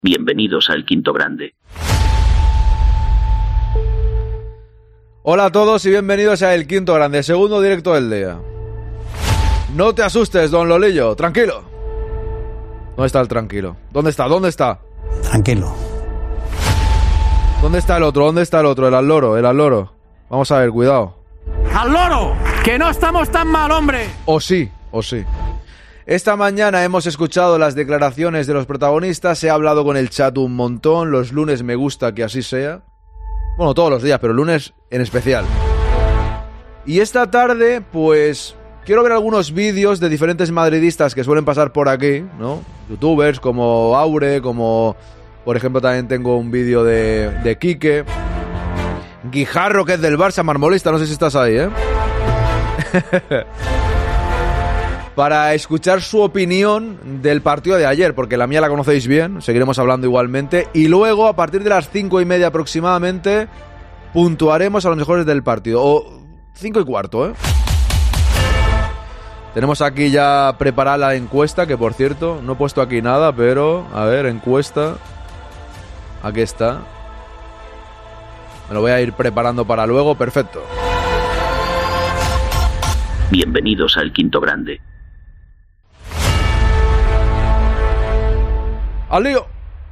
Bienvenidos al Quinto Grande. Hola a todos y bienvenidos a El Quinto Grande, segundo directo del día. No te asustes, don Lolillo, tranquilo. ¿Dónde está el tranquilo? ¿Dónde está? Tranquilo. ¿Dónde está el otro? El al loro. Vamos a ver, cuidado. ¡Al loro! ¡Que no estamos tan mal, hombre! O sí. Esta mañana hemos escuchado las declaraciones de los protagonistas, he hablado con el chat un montón, los lunes me gusta que así sea. Bueno, todos los días, pero lunes en especial. Y esta tarde, pues, quiero ver algunos vídeos de diferentes madridistas que suelen pasar por aquí, ¿no? Youtubers como Aure, como... Por ejemplo, también tengo un vídeo de Quique. Guijarro, que es del Barça, marmolista, no sé si estás ahí, ¿eh? Para escuchar su opinión del partido de ayer, porque la mía la conocéis bien, seguiremos hablando igualmente, y luego a partir de las 5:30 aproximadamente puntuaremos a los mejores del partido, o 5:15, ¿eh? Tenemos aquí ya preparada la encuesta, que por cierto, no he puesto aquí nada, pero, a ver, encuesta, aquí está, me lo voy a ir preparando para luego, perfecto. Bienvenidos al Quinto Grande. ¡Al lío!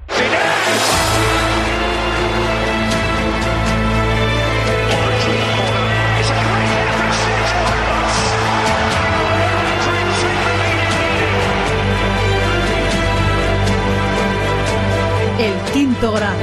El Quinto Grande.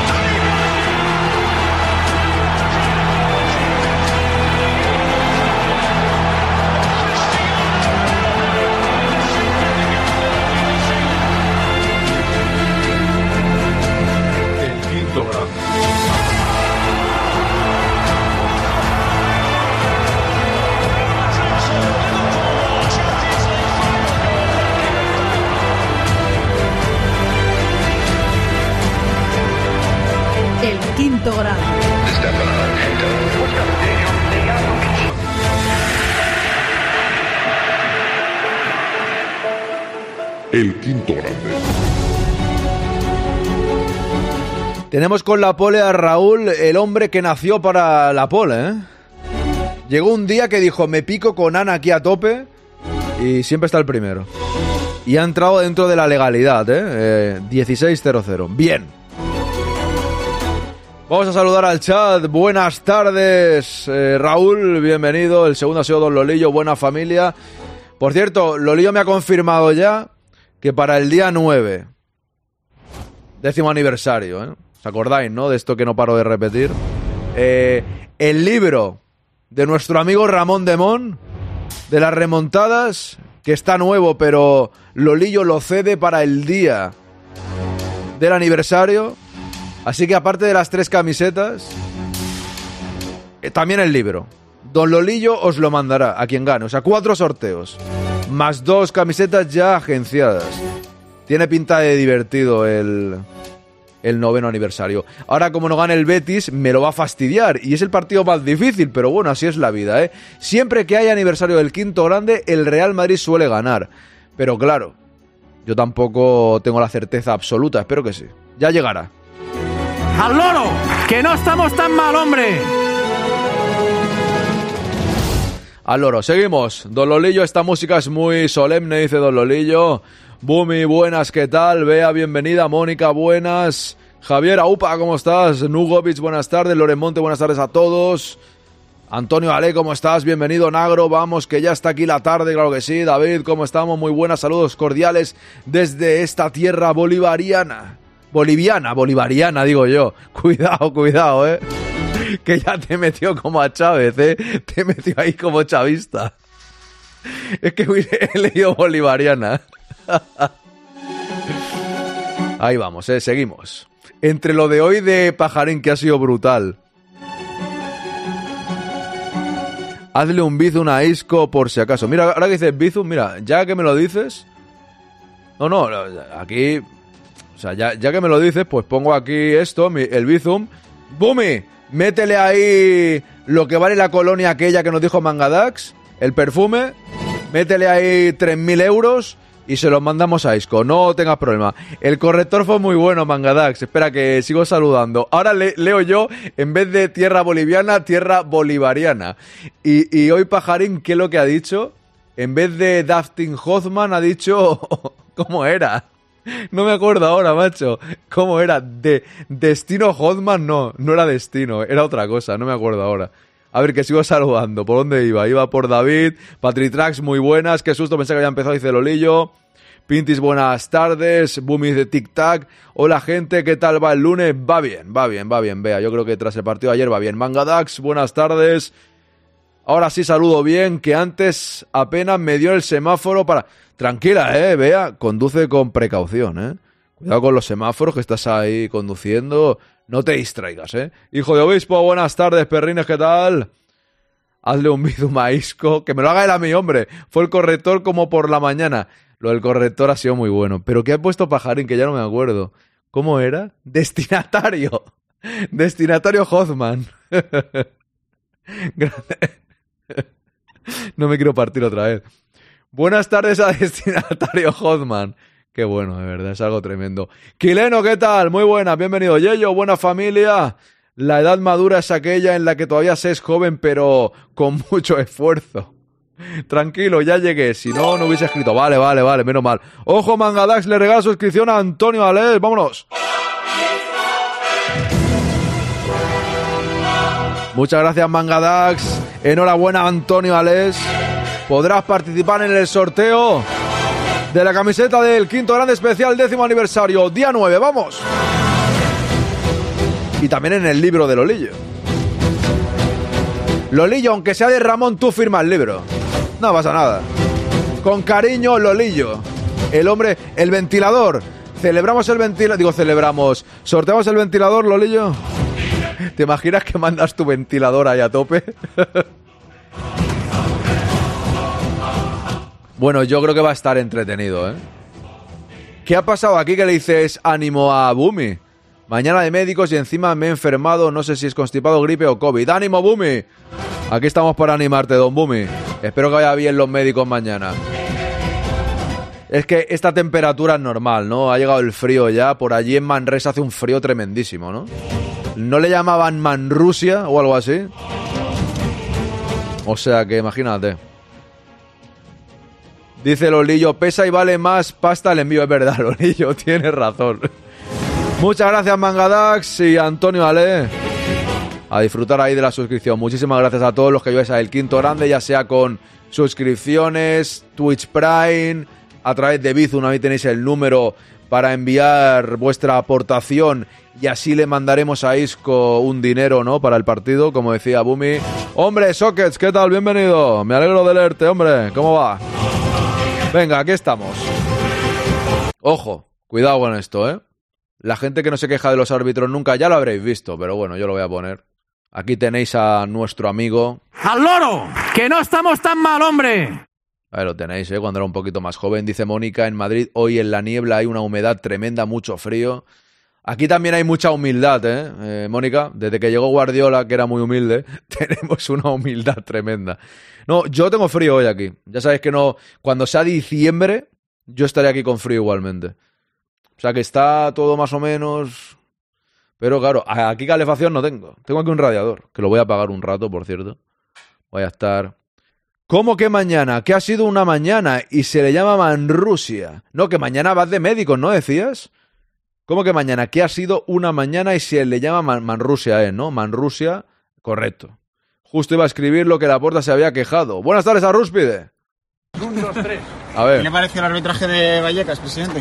El Quinto Grande. El Quinto Grande. Tenemos con la pole a Raúl, el hombre que nació para la pole, ¿eh? Llegó un día que dijo, me pico con Ana aquí a tope, y siempre está el primero. Y ha entrado dentro de la legalidad, ¿eh? 16:00. Bien. Vamos a saludar al chat. Buenas tardes, Raúl, bienvenido. El segundo ha sido don Lolillo, buena familia. Por cierto, Lolillo me ha confirmado ya que para el día 9, 10º aniversario, ¿eh? ¿Os acordáis, no? De esto que no paro de repetir. El libro de nuestro amigo Ramón Demón, de las remontadas, que está nuevo, pero Lolillo lo cede para el día del aniversario. Así que aparte de las 3 camisetas, también el libro. Don Lolillo os lo mandará a quien gane. O sea, 4 sorteos. Más 2 camisetas ya agenciadas. Tiene pinta de divertido el 9º aniversario. Ahora, como no gane el Betis, me lo va a fastidiar. Y es el partido más difícil, pero bueno, así es la vida, ¿eh? Siempre que haya aniversario del Quinto Grande, el Real Madrid suele ganar. Pero claro, yo tampoco tengo la certeza absoluta. Espero que sí. Ya llegará. ¡Al loro! ¡Que no estamos tan mal, hombre! Al loro, seguimos. Don Lolillo, esta música es muy solemne, dice Don Lolillo. Bumi, buenas, ¿qué tal? Bea, bienvenida. Mónica, buenas. Javier, aupa, ¿cómo estás? Nugovic, buenas tardes. Loremonte, buenas tardes a todos. Antonio Ale, ¿cómo estás? Bienvenido, Nagro. Vamos, que ya está aquí la tarde, claro que sí. David, ¿cómo estamos? Muy buenas, saludos cordiales desde esta tierra bolivariana, digo yo. Cuidado, que ya te metió como a Chávez, te metió ahí como chavista. Es que he leído bolivariana. Ahí vamos, seguimos. Entre lo de hoy de Pajarín, que ha sido brutal. Hazle un Bizum a Isco por si acaso. Mira, ahora que dices Bizum, mira, ya que me lo dices... No, aquí... O sea, ya que me lo dices, pues pongo aquí esto, el Bizum. ¡Bumi! Métele ahí lo que vale la colonia aquella que nos dijo Mangadax, el perfume. Métele ahí 3.000 euros y se los mandamos a Isco, no tengas problema. El corrector fue muy bueno, Mangadax. Espera que sigo saludando. Ahora leo yo, en vez de tierra boliviana, tierra bolivariana. Y hoy Pajarín, ¿qué es lo que ha dicho? En vez de Dustin Hoffman ha dicho... ¿Cómo era? No me acuerdo ahora, macho. ¿Cómo era? Destino Hoffman, no era Destino, era otra cosa, no me acuerdo ahora. A ver, que sigo saludando. ¿Por dónde iba? Iba por David. Patritrax, muy buenas. Qué susto, pensé que había empezado, dice Lolillo. Pintis, buenas tardes. Boomy de Tic Tac. Hola, gente, ¿qué tal va el lunes? Va bien. Vea, yo creo que tras el partido de ayer va bien. Mangadax, buenas tardes. Ahora sí saludo bien, que antes apenas me dio el semáforo para... Tranquila, Bea, conduce con precaución, Cuidado con los semáforos que estás ahí conduciendo, no te distraigas, Hijo de obispo, buenas tardes, perrines, ¿qué tal? Hazle un bizum a Isco, que me lo haga él a mí, hombre. Fue el corrector como por la mañana. Lo del corrector ha sido muy bueno. Pero ¿qué ha puesto Pajarín? Que ya no me acuerdo. ¿Cómo era? Destinatario. Destinatario Hoffman. No me quiero partir otra vez. Buenas tardes a Destinatario Hoffman. Qué bueno, de verdad, es algo tremendo. Quileno, ¿qué tal? Muy buena, bienvenido. Yeyo, buena familia. La edad madura es aquella en la que todavía se es joven, pero con mucho esfuerzo. Tranquilo, ya llegué. Si no, no hubiese escrito. Vale, menos mal. Ojo, Mangadax, le regala suscripción a Antonio Alés. Vámonos. Muchas gracias, Mangadax. Enhorabuena, Antonio Alés. Podrás participar en el sorteo de la camiseta del Quinto Grande Especial 10º aniversario. Día 9, vamos. Y también en el libro de Lolillo. Lolillo, aunque sea de Ramón, tú firmas el libro. No pasa nada. Con cariño, Lolillo. El hombre, el ventilador. Celebramos el ventilador. Digo, celebramos. ¿Sorteamos el ventilador, Lolillo? ¿Te imaginas que mandas tu ventilador ahí a tope? Bueno, yo creo que va a estar entretenido, ¿Qué ha pasado aquí que le dices ánimo a Boomy? Mañana de médicos y encima me he enfermado, no sé si es constipado, gripe o COVID. ¡Ánimo, Boomy! Aquí estamos para animarte, don Boomy. Espero que vaya bien los médicos mañana. Es que esta temperatura es normal, ¿no? Ha llegado el frío ya. Por allí en Manresa hace un frío tremendísimo, ¿no? ¿No le llamaban Manrusia o algo así? O sea que imagínate. Dice Lolillo, pesa y vale más pasta el envío. Es verdad, Lolillo, tienes razón. Muchas gracias, Mangadax y Antonio Ale. A disfrutar ahí de la suscripción. Muchísimas gracias a todos los que ayudáis a El Quinto Grande, ya sea con suscripciones, Twitch Prime, a través de Bizum. Ahí tenéis el número para enviar vuestra aportación y así le mandaremos a Isco un dinero, ¿no? Para el partido, como decía Boomy. Hombre, Sockets, ¿qué tal? Bienvenido. Me alegro de leerte, hombre. ¿Cómo va? Venga, aquí estamos. Ojo, cuidado con esto, La gente que no se queja de los árbitros nunca, ya lo habréis visto, pero bueno, yo lo voy a poner. Aquí tenéis a nuestro amigo... ¡Al loro! ¡Que no estamos tan mal, hombre! Ahí lo tenéis, cuando era un poquito más joven. Dice Mónica, en Madrid hoy en la niebla hay una humedad tremenda, mucho frío. Aquí también hay mucha humildad, Mónica. Desde que llegó Guardiola, que era muy humilde, tenemos una humildad tremenda. No, yo tengo frío hoy aquí. Ya sabéis que no... Cuando sea diciembre, yo estaré aquí con frío igualmente. O sea que está todo más o menos... Pero claro, aquí calefacción no tengo. Tengo aquí un radiador, que lo voy a apagar un rato, por cierto. Voy a estar... ¿Cómo que mañana? ¿Qué ha sido una mañana? Y se le llama Manrusia. No, que mañana vas de médicos, ¿no decías? ¿Cómo que mañana? ¿Qué ha sido una mañana y se le llama Manrusia, ¿no? Manrusia, correcto. Justo iba a escribir lo que Laporta se había quejado. Buenas tardes a Rúspide. 1, 2, 3. A ver. ¿Qué le pareció el arbitraje de Vallecas, presidente?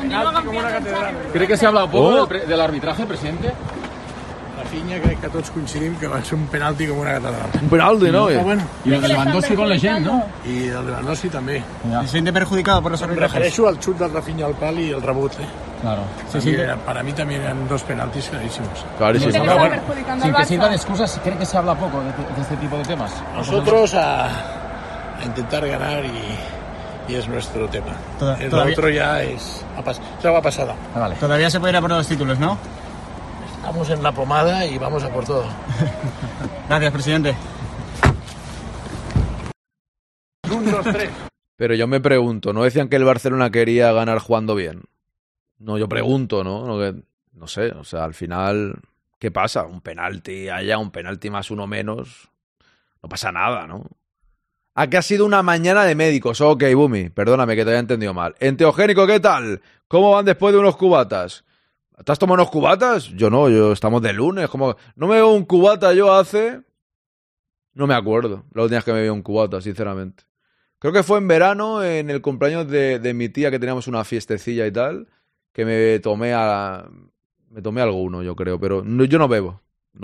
¿Cree que se ha hablado poco del arbitraje, presidente? Rafinha, crec que tots coincidim que va ser un penalti com una catedral. Un penalti, ¿no? Però bueno, Y el de Lewandowski con Legend, ¿no? i el Lewandowski també. ¿Se siente perjudicado por los Em arbitrajes? refereixo al xut del Rafinha al pal i el rebot. Claro. Para mí también eran dos penaltis clarísimos. Clarísimo. Pero bueno, Sin que sirvan excusas, ¿cree que se habla poco de este tipo de temas? nosotros a intentar ganar y es nuestro tema. El todavía- otro ya es agua pasada. Ah, vale. Todavía se puede ir a por los títulos, ¿no? Estamos en la pomada y vamos a por todo. Gracias, presidente. 1, 2, 3. Pero yo me pregunto, ¿no decían que el Barcelona quería ganar jugando bien? No, yo pregunto, ¿no? No sé, o sea, al final, ¿qué pasa? Un penalti allá, un penalti más, uno menos. No pasa nada, ¿no? ¿A qué ha sido una mañana de médicos? Ok, Bumi, perdóname que te haya entendido mal. Enteogénico, ¿qué tal? ¿Cómo van después de unos cubatas? ¿Te has tomado unos cubatas? Yo no, estamos de lunes. Como no me veo un cubata yo hace... No me acuerdo los días que me veo un cubata, sinceramente. Creo que fue en verano, en el cumpleaños de mi tía, que teníamos una fiestecilla y tal, que me tomé alguno, yo creo, pero yo no bebo.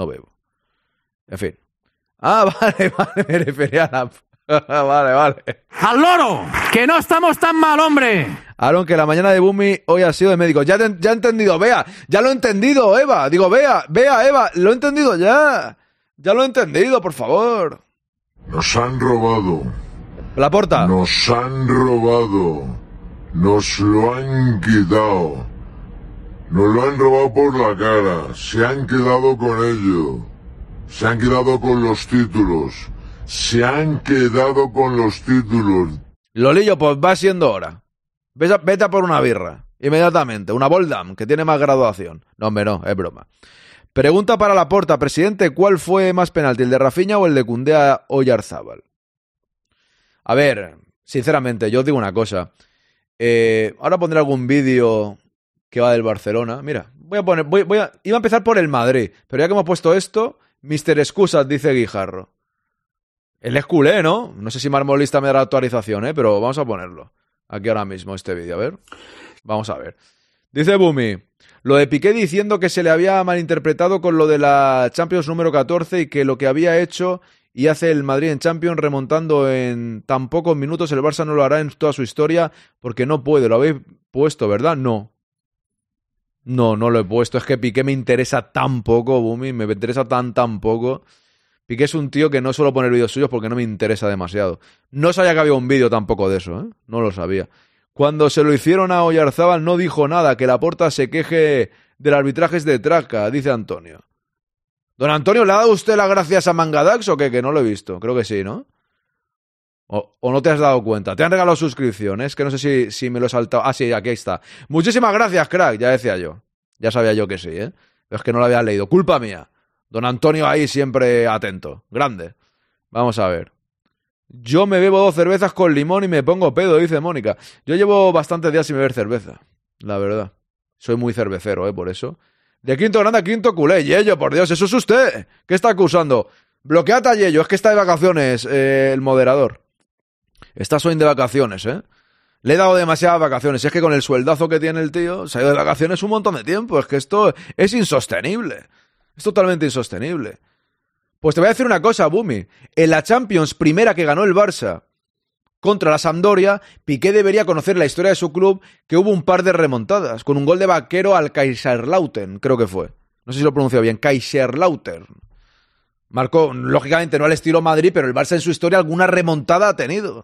En fin. Ah, vale, me refería a la... vale. ¡Al loro! ¡Que no estamos tan mal, hombre! Aaron, que la mañana de Bumi hoy ha sido de médicos. Ya he entendido, Bea. Ya lo he entendido, Eva. Digo, Bea, Eva. Lo he entendido ya. Ya lo he entendido, por favor. Nos han robado. Laporta. Nos han robado. Nos lo han quitado. Nos lo han robado por la cara. Se han quedado con ello. Se han quedado con los títulos. Se han quedado con los títulos. Lolillo, pues va siendo hora. Vete a por una birra. Inmediatamente. Una Boldam, que tiene más graduación. No, hombre, no, es broma. Pregunta para Laporta, presidente, ¿cuál fue más penalti, el de Rafinha o el de Koundé a Oyarzábal? A ver, sinceramente, yo os digo una cosa. Ahora pondré algún vídeo que va del Barcelona. Mira, iba a empezar por el Madrid, pero ya que hemos puesto esto, Mr. Excusas, dice Guijarro. Él es culé, ¿no? No sé si Marmolista me dará actualización, pero vamos a ponerlo aquí ahora mismo, este vídeo. A ver, vamos a ver. Dice Bumi, lo de Piqué diciendo que se le había malinterpretado con lo de la Champions número 14 y que lo que había hecho y hace el Madrid en Champions remontando en tan pocos minutos, el Barça no lo hará en toda su historia porque no puede. Lo habéis puesto, ¿verdad? No lo he puesto. Es que Piqué me interesa tan poco, Bumi, me interesa tan poco. Piqué es un tío que no suelo poner vídeos suyos porque no me interesa demasiado. No sabía que había un vídeo tampoco de eso, ¿eh? No lo sabía. Cuando se lo hicieron a Oyarzábal no dijo nada, que Laporta se queje del arbitraje es de traca, dice Antonio. Don Antonio, ¿le ha dado usted las gracias a Mangadax o qué? Que no lo he visto, creo que sí, ¿no? O no te has dado cuenta. Te han regalado suscripciones, que no sé si me lo he saltado. Ah, sí, aquí está. Muchísimas gracias, crack, ya decía yo. Ya sabía yo que sí, ¿eh? Pero es que no lo había leído. Culpa mía. Don Antonio ahí siempre atento. Grande. Vamos a ver. Yo me bebo 2 cervezas con limón y me pongo pedo, dice Mónica. Yo llevo bastantes días sin beber cerveza, la verdad. Soy muy cervecero, por eso. De quinto grande a quinto culé. Yello, por Dios, eso es usted. ¿Qué está acusando? Bloqueate a Yello, es que está de vacaciones el moderador. Está Soin de vacaciones, Le he dado demasiadas vacaciones. Es que con el sueldazo que tiene el tío, se ha ido de vacaciones un montón de tiempo. Es que esto es insostenible. Es totalmente insostenible. Pues te voy a decir una cosa, Bumi. En la Champions primera que ganó el Barça contra la Sampdoria, Piqué debería conocer la historia de su club, que hubo un par de remontadas, con un gol de Vaquero al Kaiserslautern, creo que fue. No sé si lo pronuncio bien, Kaiserslautern. Marcó, lógicamente, no al estilo Madrid, pero el Barça en su historia alguna remontada ha tenido.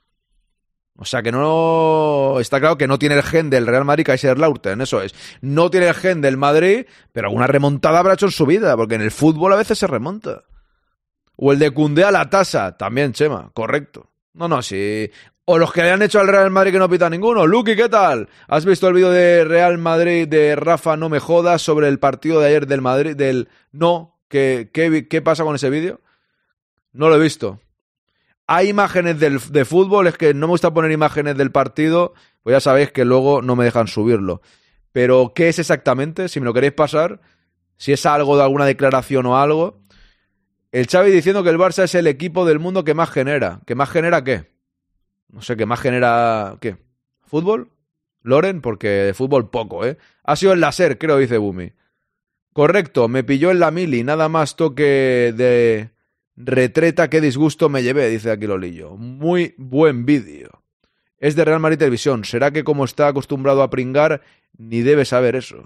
O sea que no... Está claro que no tiene el gen del Real Madrid Kaiserslautern, eso es. No tiene el gen del Madrid, pero alguna remontada habrá hecho en su vida, porque en el fútbol a veces se remonta. O el de Koundé a la tasa, también, Chema, correcto. No, sí. O los que le han hecho al Real Madrid que no pita ninguno. Luqui, ¿qué tal? ¿Has visto el vídeo de Real Madrid de Rafa No Me Jodas sobre el partido de ayer del Madrid? No, ¿qué pasa con ese vídeo? No lo he visto. Hay imágenes de fútbol, es que no me gusta poner imágenes del partido, pues ya sabéis que luego no me dejan subirlo. Pero, ¿qué es exactamente? Si me lo queréis pasar, si es algo de alguna declaración o algo. El Xavi diciendo que el Barça es el equipo del mundo que más genera. ¿Que más genera qué? No sé, ¿que más genera qué? ¿Fútbol? Loren, porque de fútbol poco, Ha sido el láser, creo, dice Bumi. Correcto, me pilló en la mili, nada más toque de... retreta, qué disgusto me llevé, dice aquí Lolillo. Muy buen vídeo. Es de Real Madrid Televisión. ¿Será que como está acostumbrado a pringar, ni debe saber eso?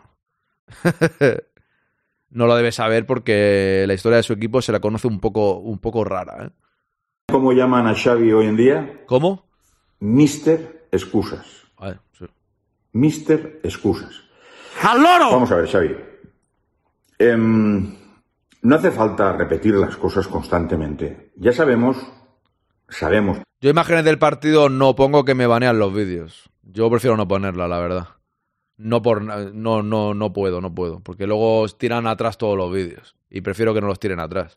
No lo debe saber porque la historia de su equipo se la conoce un poco rara, ¿Cómo llaman a Xavi hoy en día? ¿Cómo? Mister Excusas. Sí. Mister Excusas. ¡Al loro! Vamos a ver, Xavi. No hace falta repetir las cosas constantemente. Ya sabemos sabemos. Yo imágenes del partido no pongo, que me banean los vídeos. Yo prefiero no ponerla, la verdad. No puedo, porque luego tiran atrás todos los vídeos y prefiero que no los tiren atrás.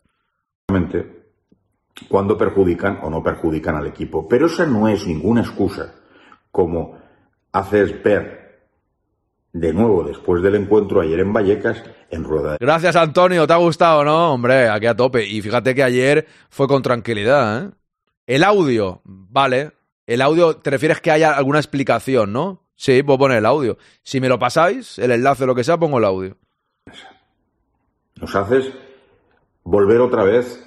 Cuando perjudican o no perjudican al equipo, pero esa no es ninguna excusa, como haces ver de nuevo después del encuentro ayer en Vallecas en rueda de... Gracias, Antonio, ¿te ha gustado, no? Hombre, aquí a tope. Y fíjate que ayer fue con tranquilidad, ¿eh? El audio, vale. El audio, ¿te refieres que haya alguna explicación, no? Sí, puedo poner el audio. Si me lo pasáis, el enlace o lo que sea, pongo el audio. Nos haces volver otra vez.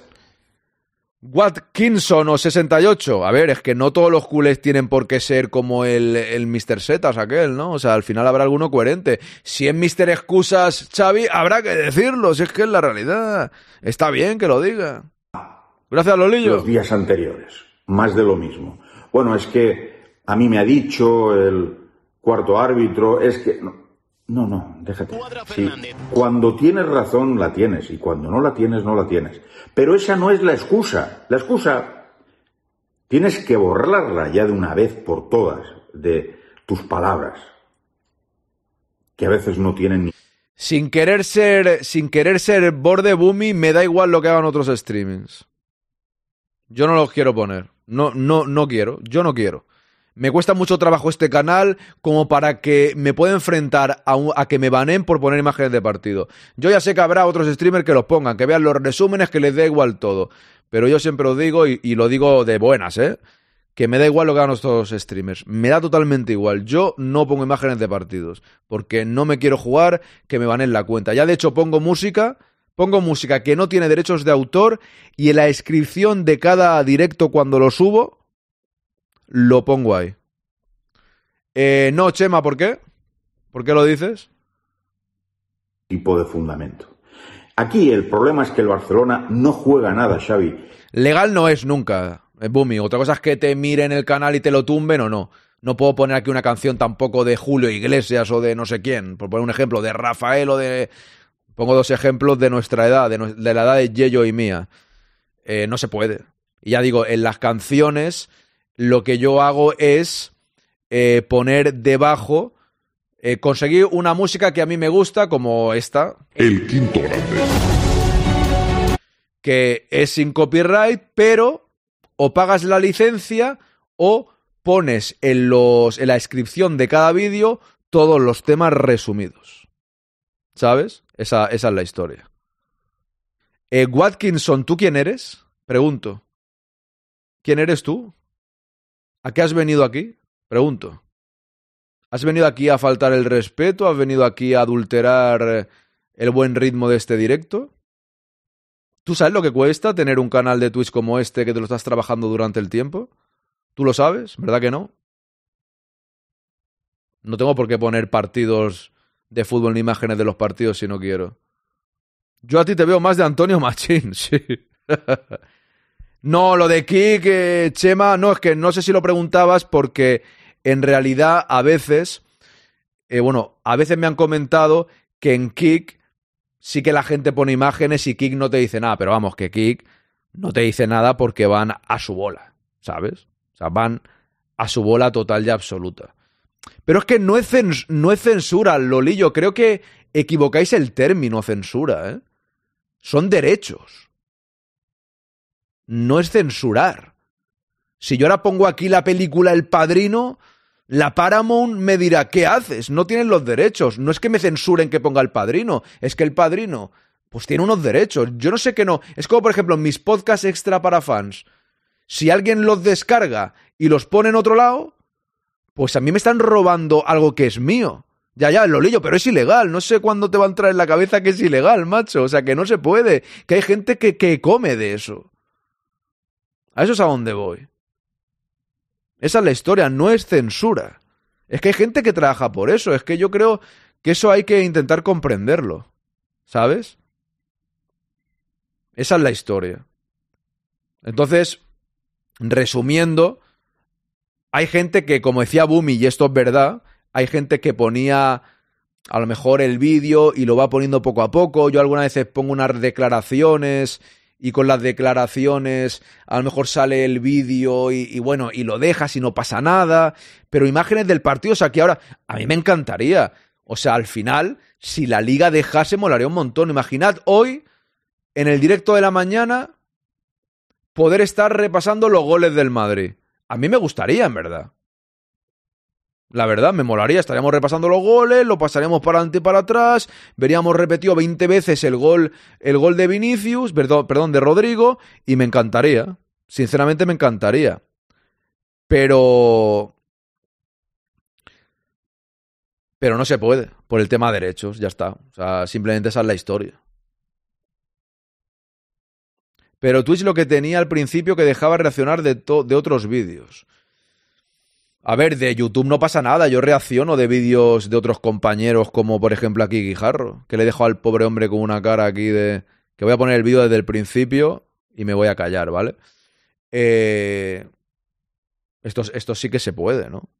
Watkinson o 68. A ver, es que no todos los culés tienen por qué ser como el Mr. Setas aquel, ¿no? O sea, al final habrá alguno coherente. Si es Mr. Excusas, Xavi, habrá que decirlo, si es que es la realidad. Está bien que lo diga. Gracias, Lolillo. Los días anteriores, más de lo mismo. Bueno, es que a mí me ha dicho el cuarto árbitro, es que... No, déjate. Sí, cuando tienes razón, la tienes, y cuando no la tienes, no la tienes. Pero esa no es la excusa. La excusa tienes que borrarla ya de una vez por todas de tus palabras, que a veces no tienen ni... Sin querer ser borde boomy, me da igual lo que hagan otros streamings. Yo no los quiero poner. No quiero. Yo no quiero. Me cuesta mucho trabajo este canal como para que me pueda enfrentar a que me baneen por poner imágenes de partido. Yo ya sé que habrá otros streamers que los pongan, que vean los resúmenes, que les dé igual todo. Pero yo siempre os digo, y lo digo de buenas, que me da igual lo que hagan estos streamers. Me da totalmente igual. Yo no pongo imágenes de partidos, porque no me quiero jugar que me baneen la cuenta. Ya de hecho pongo música que no tiene derechos de autor, y en la descripción de cada directo cuando lo subo, lo pongo ahí. No, Chema, ¿por qué? ¿Por qué lo dices? Tipo de fundamento. Aquí el problema es que el Barcelona no juega nada, Xavi. Legal no es nunca, Bumi. Otra cosa es que te miren el canal y te lo tumben o no. No puedo poner aquí una canción tampoco de Julio Iglesias o de no sé quién. Por poner un ejemplo, de Rafael o de... Pongo dos ejemplos de nuestra edad, de la edad de Yello y mía. No se puede. Y ya digo, en las canciones... Lo que yo hago es poner debajo, conseguir una música que a mí me gusta, como esta. El Quinto Grande. Que es sin copyright, pero o pagas la licencia o pones en la descripción de cada vídeo todos los temas resumidos. ¿Sabes? Esa es la historia. Watkinson, ¿tú quién eres? Pregunto. ¿Quién eres tú? ¿A qué has venido aquí? Pregunto. ¿Has venido aquí a faltar el respeto? ¿Has venido aquí a adulterar el buen ritmo de este directo? ¿Tú sabes lo que cuesta tener un canal de Twitch como este que te lo estás trabajando durante el tiempo? ¿Tú lo sabes? ¿Verdad que no? No tengo por qué poner partidos de fútbol ni imágenes de los partidos si no quiero. Yo a ti te veo más de Antonio Machín, sí. No, lo de Kik, Chema, no, es que no sé si lo preguntabas porque en realidad a veces, a veces me han comentado que en Kik sí que la gente pone imágenes y Kik no te dice nada, pero vamos, que Kik no te dice nada porque van a su bola, ¿sabes? O sea, van a su bola total y absoluta. Pero es que no es censura, Lolillo, creo que equivocáis el término censura, ¿eh? Son derechos. No es censurar. Si yo ahora pongo aquí la película El Padrino, la Paramount me dirá, ¿qué haces? No tienen los derechos. No es que me censuren que ponga El Padrino, es que El Padrino pues tiene unos derechos. Yo no sé qué no. Es como, por ejemplo, mis podcasts extra para fans. Si alguien los descarga y los pone en otro lado, pues a mí me están robando algo que es mío. Ya, Lolillo, pero es ilegal. No sé cuándo te va a entrar en la cabeza que es ilegal, macho. O sea, que no se puede. Que hay gente que come de eso. A eso es a donde voy. Esa es la historia, no es censura. Es que hay gente que trabaja por eso. Es que yo creo que eso hay que intentar comprenderlo. ¿Sabes? Esa es la historia. Entonces, resumiendo, hay gente que, como decía Bumi, y esto es verdad, hay gente que ponía a lo mejor el vídeo y lo va poniendo poco a poco. Yo algunas veces pongo unas declaraciones y con las declaraciones a lo mejor sale el vídeo y bueno, y lo dejas y no pasa nada, pero imágenes del partido, o sea, que ahora a mí me encantaría, o sea, al final, si la Liga dejase, molaría un montón. Imaginad hoy, en el directo de la mañana, poder estar repasando los goles del Madrid. A mí me gustaría, en verdad. La verdad, me molaría. Estaríamos repasando los goles, lo pasaríamos para adelante y para atrás, veríamos repetido 20 veces el gol de Vinicius, perdón, de Rodrigo, y me encantaría. Sinceramente me encantaría. Pero no se puede, por el tema de derechos, ya está. O sea, simplemente esa es la historia. Pero Twitch lo que tenía al principio que dejaba reaccionar de otros vídeos. A ver, de YouTube no pasa nada, yo reacciono de vídeos de otros compañeros, como por ejemplo aquí Guijarro, que le dejo al pobre hombre con una cara aquí de... Que voy a poner el vídeo desde el principio y me voy a callar, ¿vale? Esto sí que se puede, ¿no?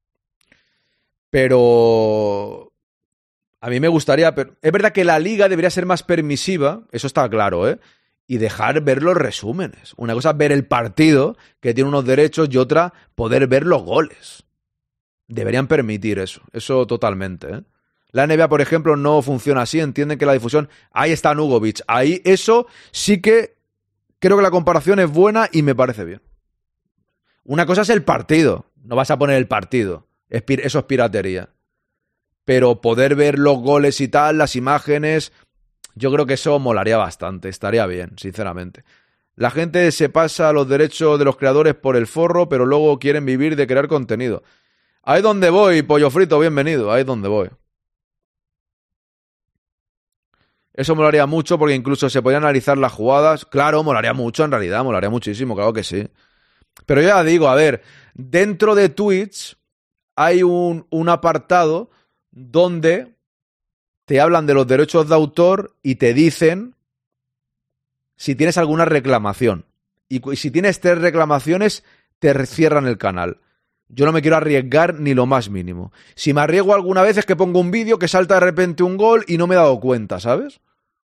Pero... A mí me gustaría... Pero es verdad que la Liga debería ser más permisiva, eso está claro, ¿eh? Y dejar ver los resúmenes. Una cosa es ver el partido, que tiene unos derechos, y otra, poder ver los goles. Deberían permitir eso. Eso totalmente, ¿eh? La NBA, por ejemplo, no funciona así. Entienden que la difusión... Ahí está Nugovic. Ahí eso sí que... Creo que la comparación es buena y me parece bien. Una cosa es el partido. No vas a poner el partido. Eso es piratería. Pero poder ver los goles y tal, las imágenes... Yo creo que eso molaría bastante, estaría bien, sinceramente. La gente se pasa los derechos de los creadores por el forro, pero luego quieren vivir de crear contenido. Ahí donde voy, pollo frito, bienvenido, ahí donde voy. Eso molaría mucho porque incluso se podrían analizar las jugadas. Claro, molaría mucho, en realidad, molaría muchísimo, claro que sí. Pero ya digo, a ver, dentro de Twitch hay un apartado donde... te hablan de los derechos de autor y te dicen si tienes alguna reclamación. Y si tienes 3 reclamaciones, te cierran el canal. Yo no me quiero arriesgar ni lo más mínimo. Si me arriesgo alguna vez es que pongo un vídeo que salta de repente un gol y no me he dado cuenta, ¿sabes?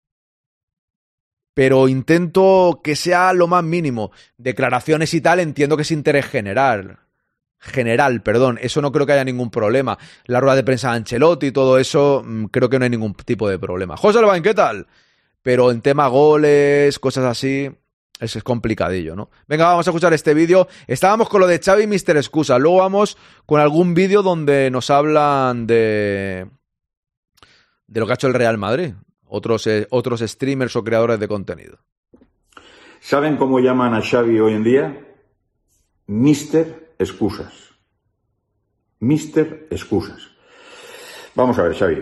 Pero intento que sea lo más mínimo. Declaraciones y tal, entiendo que es interés general, eso no creo que haya ningún problema. La rueda de prensa de Ancelotti y todo eso, creo que no hay ningún tipo de problema. José Albain, ¿qué tal? Pero en tema goles, cosas así, es complicadillo, ¿no? Venga, vamos a escuchar este vídeo. Estábamos con lo de Xavi y Mr. Excusa. Luego vamos con algún vídeo donde nos hablan de lo que ha hecho el Real Madrid. Otros streamers o creadores de contenido. ¿Saben cómo llaman a Xavi hoy en día? Mr. Excusas. Mr. Excusas. Vamos a ver, Xavi.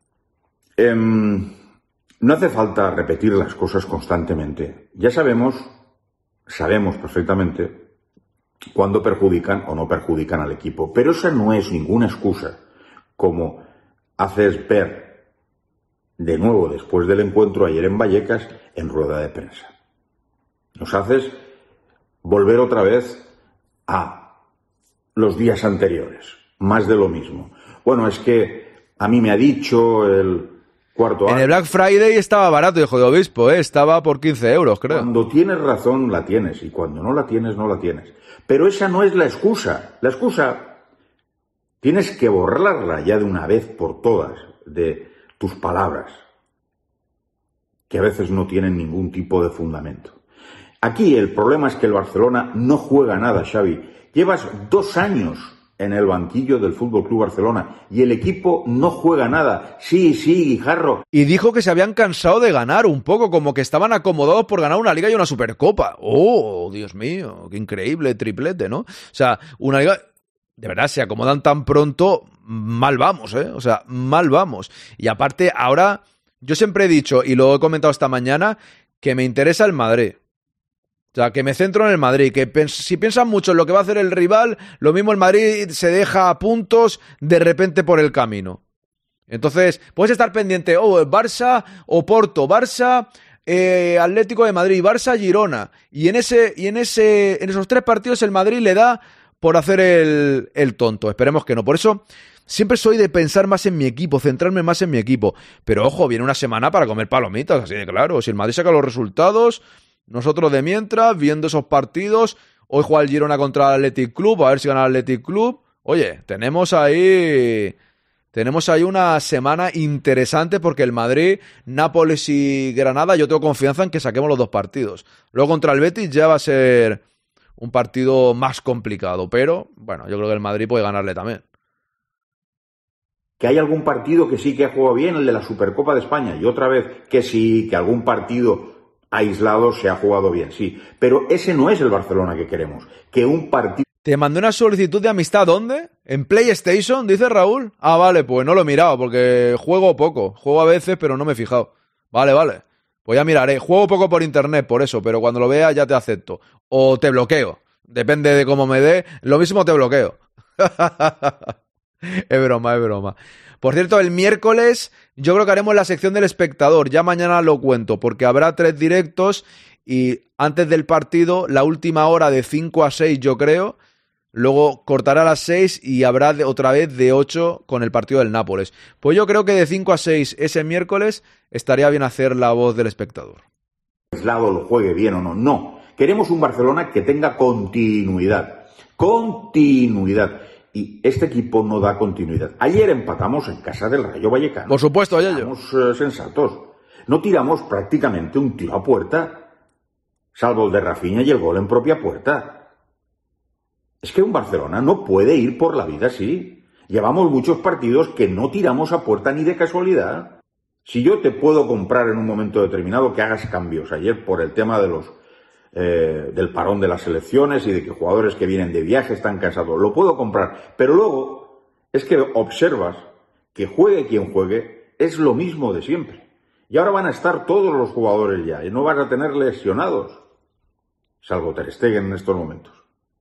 No hace falta repetir las cosas constantemente. Ya sabemos perfectamente cuándo perjudican o no perjudican al equipo. Pero esa no es ninguna excusa, como haces ver de nuevo después del encuentro ayer en Vallecas en rueda de prensa. Nos haces volver otra vez a los días anteriores, más de lo mismo. Bueno, es que a mí me ha dicho el cuarto año... En el Black Friday estaba barato, hijo de obispo, ¿eh? Estaba por 15 euros, creo. Cuando tienes razón, la tienes, y cuando no la tienes, no la tienes. Pero esa no es la excusa. La excusa tienes que borrarla ya de una vez por todas de tus palabras, que a veces no tienen ningún tipo de fundamento. Aquí el problema es que el Barcelona no juega nada, Xavi. Llevas 2 años en el banquillo del FC Barcelona y el equipo no juega nada. Sí, Guijarro. Y dijo que se habían cansado de ganar un poco, como que estaban acomodados por ganar una Liga y una Supercopa. ¡Oh, Dios mío! ¡Qué increíble triplete!, ¿no? O sea, una Liga... De verdad, se acomodan tan pronto, mal vamos, ¿eh? O sea, mal vamos. Y aparte, ahora, yo siempre he dicho, y lo he comentado esta mañana, que me interesa el Madrid. O sea, que me centro en el Madrid, que si piensan mucho en lo que va a hacer el rival, lo mismo el Madrid se deja a puntos de repente por el camino. Entonces, puedes estar pendiente, Barça, Oporto, Barça, Atlético de Madrid, Barça, Girona. Y en esos 3 partidos el Madrid le da por hacer el tonto. Esperemos que no. Por eso, siempre soy de pensar más en mi equipo, centrarme más en mi equipo. Pero ojo, viene una semana para comer palomitas, así de claro. Si el Madrid saca los resultados... Nosotros de mientras, viendo esos partidos. Hoy juega el Girona contra el Athletic Club, a ver si gana el Athletic Club. Oye, tenemos ahí una semana interesante porque el Madrid, Nápoles y Granada, yo tengo confianza en que saquemos los 2 partidos. Luego contra el Betis ya va a ser un partido más complicado, pero bueno, yo creo que el Madrid puede ganarle también. Que hay algún partido que sí que ha jugado bien, el de la Supercopa de España, y otra vez que sí, que algún partido aislado se ha jugado bien, sí. Pero ese no es el Barcelona que queremos. Que un partido... Te mandé una solicitud de amistad, ¿dónde? ¿En PlayStation? Dice Raúl. Ah, vale, pues no lo he mirado, porque juego poco. Juego a veces, pero no me he fijado. Vale. Pues ya miraré. Juego poco por internet, por eso, pero cuando lo vea ya te acepto. O te bloqueo. Depende de cómo me dé. Lo mismo te bloqueo. Es broma. Por cierto, el miércoles yo creo que haremos la sección del espectador. Ya mañana lo cuento, porque habrá 3 directos y antes del partido, la última hora de 5 a 6 yo creo. Luego cortará a las 6 y habrá otra vez de 8 con el partido del Nápoles. Pues yo creo que de 5 a 6 ese miércoles estaría bien hacer la voz del espectador. Aislado lo juegue bien o no. No. Queremos un Barcelona que tenga continuidad. Y este equipo no da continuidad. Ayer empatamos en casa del Rayo Vallecano. Por supuesto, Somos sensatos. No tiramos prácticamente un tiro a puerta, salvo el de Rafinha y el gol en propia puerta. Es que un Barcelona no puede ir por la vida así. Llevamos muchos partidos que no tiramos a puerta ni de casualidad. Si yo te puedo comprar en un momento determinado que hagas cambios, ayer por el tema de del parón de las selecciones y de que jugadores que vienen de viaje están cansados, lo puedo comprar, pero luego es que observas que juegue quien juegue, es lo mismo de siempre. Y ahora van a estar todos los jugadores ya, y no vas a tener lesionados, salvo Ter Stegen en estos momentos.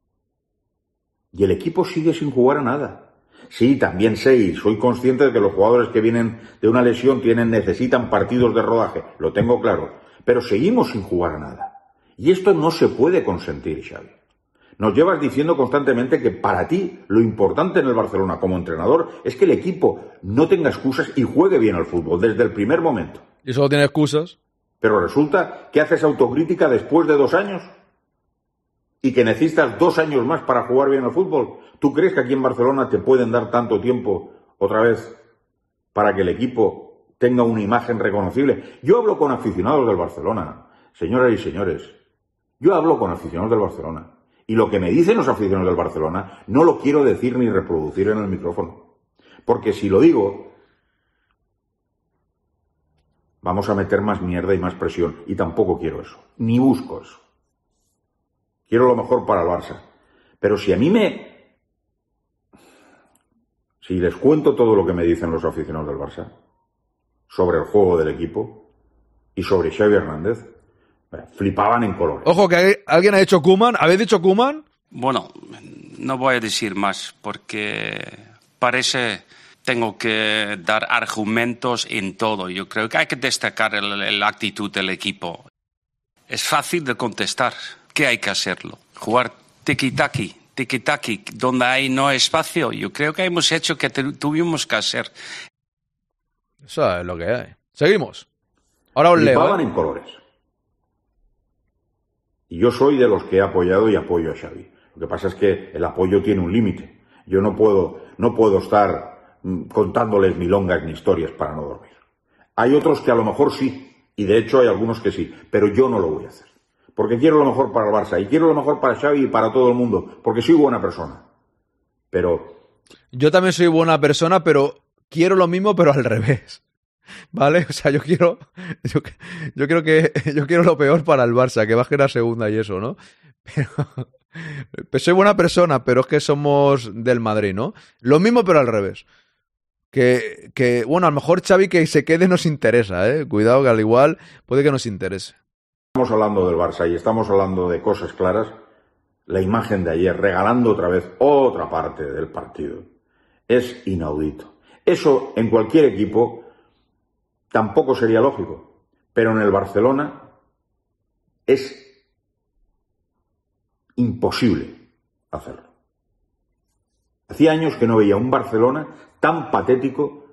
Y el equipo sigue sin jugar a nada. Sí, también sé y soy consciente de que los jugadores que vienen de una lesión necesitan partidos de rodaje, lo tengo claro, pero seguimos sin jugar a nada. Y esto no se puede consentir, Xavi. Nos llevas diciendo constantemente que para ti lo importante en el Barcelona como entrenador es que el equipo no tenga excusas y juegue bien al fútbol desde el primer momento. ¿Y solo tiene excusas? Pero resulta que haces autocrítica después de 2 años y que necesitas 2 años más para jugar bien al fútbol. ¿Tú crees que aquí en Barcelona te pueden dar tanto tiempo otra vez para que el equipo tenga una imagen reconocible? Yo hablo con aficionados del Barcelona, señoras y señores. Yo hablo con aficionados del Barcelona. Y lo que me dicen los aficionados del Barcelona no lo quiero decir ni reproducir en el micrófono. Porque si lo digo, vamos a meter más mierda y más presión. Y tampoco quiero eso. Ni busco eso. Quiero lo mejor para el Barça. Pero si les cuento todo lo que me dicen los aficionados del Barça sobre el juego del equipo y sobre Xavi Hernández, flipaban en colores. Ojo, que alguien ha dicho Koeman. ¿Habéis dicho Koeman? Bueno, no voy a decir más porque tengo que dar argumentos en todo. Yo creo que hay que destacar la actitud del equipo. Es fácil de contestar. ¿Qué hay que hacerlo? Jugar tiki-taki, donde no hay espacio. Yo creo que hemos hecho que tuvimos que hacer. Eso es lo que hay. Seguimos. Ahora os leo. Flipaban en colores. Y yo soy de los que he apoyado y apoyo a Xavi. Lo que pasa es que el apoyo tiene un límite. Yo no puedo estar contándoles milongas ni historias para no dormir. Hay otros que a lo mejor sí, y de hecho hay algunos que sí, pero yo no lo voy a hacer. Porque quiero lo mejor para el Barça, y quiero lo mejor para Xavi y para todo el mundo, porque soy buena persona. Pero... Yo también soy buena persona, pero quiero lo mismo, pero al revés. ¿Vale? O sea, yo quiero lo peor para el Barça, que baje la segunda y eso, ¿no? Pero soy buena persona, pero es que somos del Madrid, ¿no? Lo mismo, pero al revés. Que bueno, a lo mejor Xavi que se quede nos interesa, ¿eh? Cuidado que al igual puede que nos interese. Estamos hablando del Barça y estamos hablando de cosas claras. La imagen de ayer, regalando otra vez otra parte del partido, es inaudito. Eso en cualquier equipo tampoco sería lógico, pero en el Barcelona es imposible hacerlo. Hacía años que no veía un Barcelona tan patético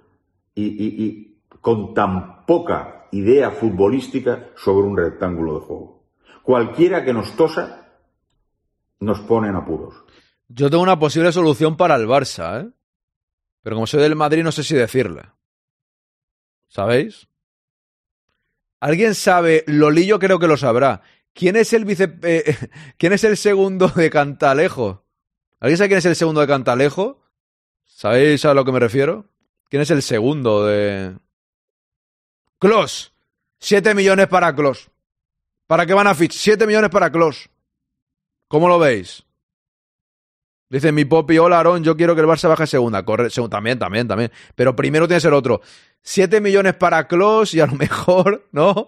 y con tan poca idea futbolística sobre un rectángulo de juego. Cualquiera que nos tosa nos pone en apuros. Yo tengo una posible solución para el Barça, ¿eh? Pero como soy del Madrid no sé si decirla. ¿Sabéis? ¿Alguien sabe? Lolillo creo que lo sabrá. ¿Quién es el ¿Quién es el segundo de Cantalejo? ¿Alguien sabe quién es el segundo de Cantalejo? ¿Sabéis a lo que me refiero? ¿Quién es el segundo de...? Klos. 7 millones para Klos. ¿Para qué van a fichar? 7 millones para Klos. ¿Cómo lo veis? Dice mi Popi, hola Aarón, yo quiero que el Barça baje a segunda. También. Pero primero tiene que ser otro. 7 millones para Klos y a lo mejor, ¿no?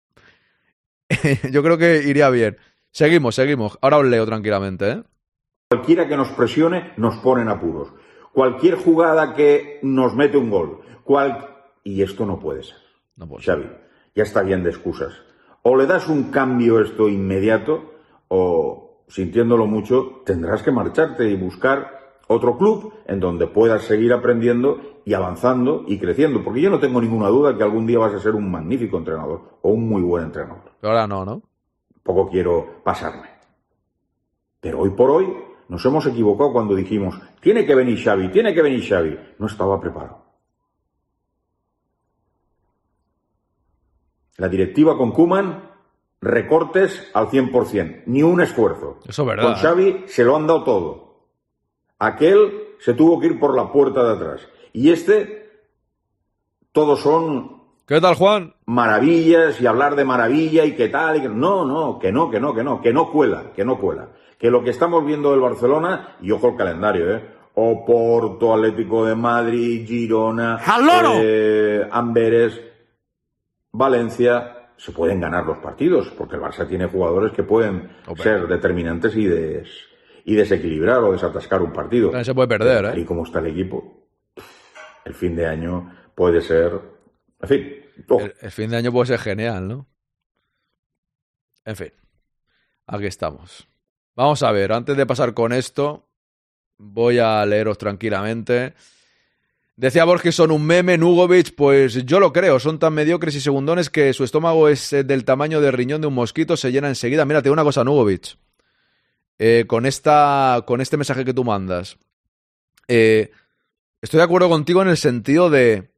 Yo creo que iría bien. Seguimos. Ahora os leo tranquilamente, ¿eh? Cualquiera que nos presione nos pone en apuros. Cualquier jugada que nos mete un gol. Y esto no puede ser. No puede Xavi, ser. ya está bien de excusas. O le das un cambio esto inmediato o, sintiéndolo mucho, tendrás que marcharte y buscar otro club en donde puedas seguir aprendiendo y avanzando y creciendo. Porque yo no tengo ninguna duda que algún día vas a ser un magnífico entrenador o un muy buen entrenador. Pero ahora no, ¿no? Poco quiero pasarme. Pero hoy por hoy nos hemos equivocado cuando dijimos tiene que venir Xavi. No estaba preparado. La directiva con Koeman, recortes al 100%, ni un esfuerzo. Eso es verdad. Con Xavi se lo han dado todo. Aquel se tuvo que ir por la puerta de atrás. Y todos son... ¿Qué tal, Juan? Maravillas y hablar de maravilla y qué tal. Que no cuela. Que lo que estamos viendo del Barcelona, y ojo el calendario, Oporto, Atlético de Madrid, Girona, Amberes, Valencia, se pueden ganar los partidos, porque el Barça tiene jugadores que pueden ser determinantes y desequilibrar o desatascar un partido. También se puede perder, Y como está el equipo, el fin de año puede ser... En fin. El fin de año puede ser genial, ¿no? En fin. Aquí estamos. Vamos a ver, antes de pasar con esto, voy a leeros tranquilamente. Decía Borges, son un meme, Nugovic, pues yo lo creo, son tan mediocres y segundones que su estómago es del tamaño del riñón de un mosquito, se llena enseguida. Mira, te digo una cosa, Nugovic, con este mensaje que tú mandas, estoy de acuerdo contigo en el sentido de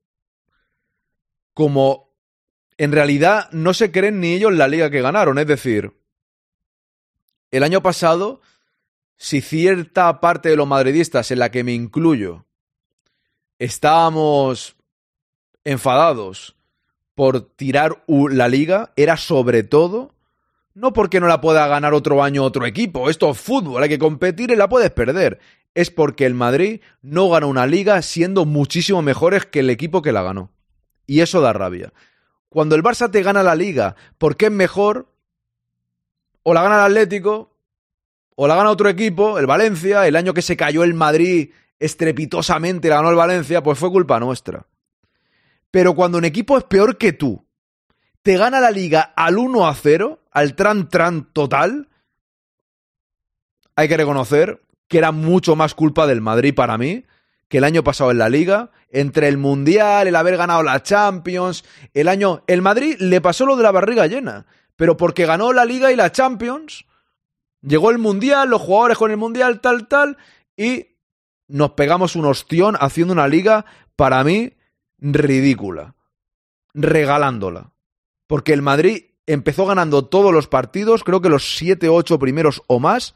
como en realidad no se creen ni ellos la liga que ganaron, es decir, el año pasado, si cierta parte de los madridistas, en la que me incluyo, estábamos enfadados por tirar la liga, era sobre todo, no porque no la pueda ganar otro año otro equipo, esto es fútbol, hay que competir y la puedes perder, es porque el Madrid no gana una liga siendo muchísimo mejores que el equipo que la ganó. Y eso da rabia. Cuando el Barça te gana la liga porque es mejor, o la gana el Atlético, o la gana otro equipo, el Valencia, el año que se cayó el Madrid estrepitosamente la ganó el Valencia, pues fue culpa nuestra. Pero cuando un equipo es peor que tú, te gana la liga al 1-0, al tran total, hay que reconocer que era mucho más culpa del Madrid para mí que el año pasado en la liga, entre el Mundial, el haber ganado la Champions, el Madrid le pasó lo de la barriga llena, pero porque ganó la liga y la Champions, llegó el Mundial, los jugadores con el Mundial, tal, y nos pegamos un ostión haciendo una liga, para mí, ridícula. Regalándola. Porque el Madrid empezó ganando todos los partidos, creo que los 7 o 8 primeros o más,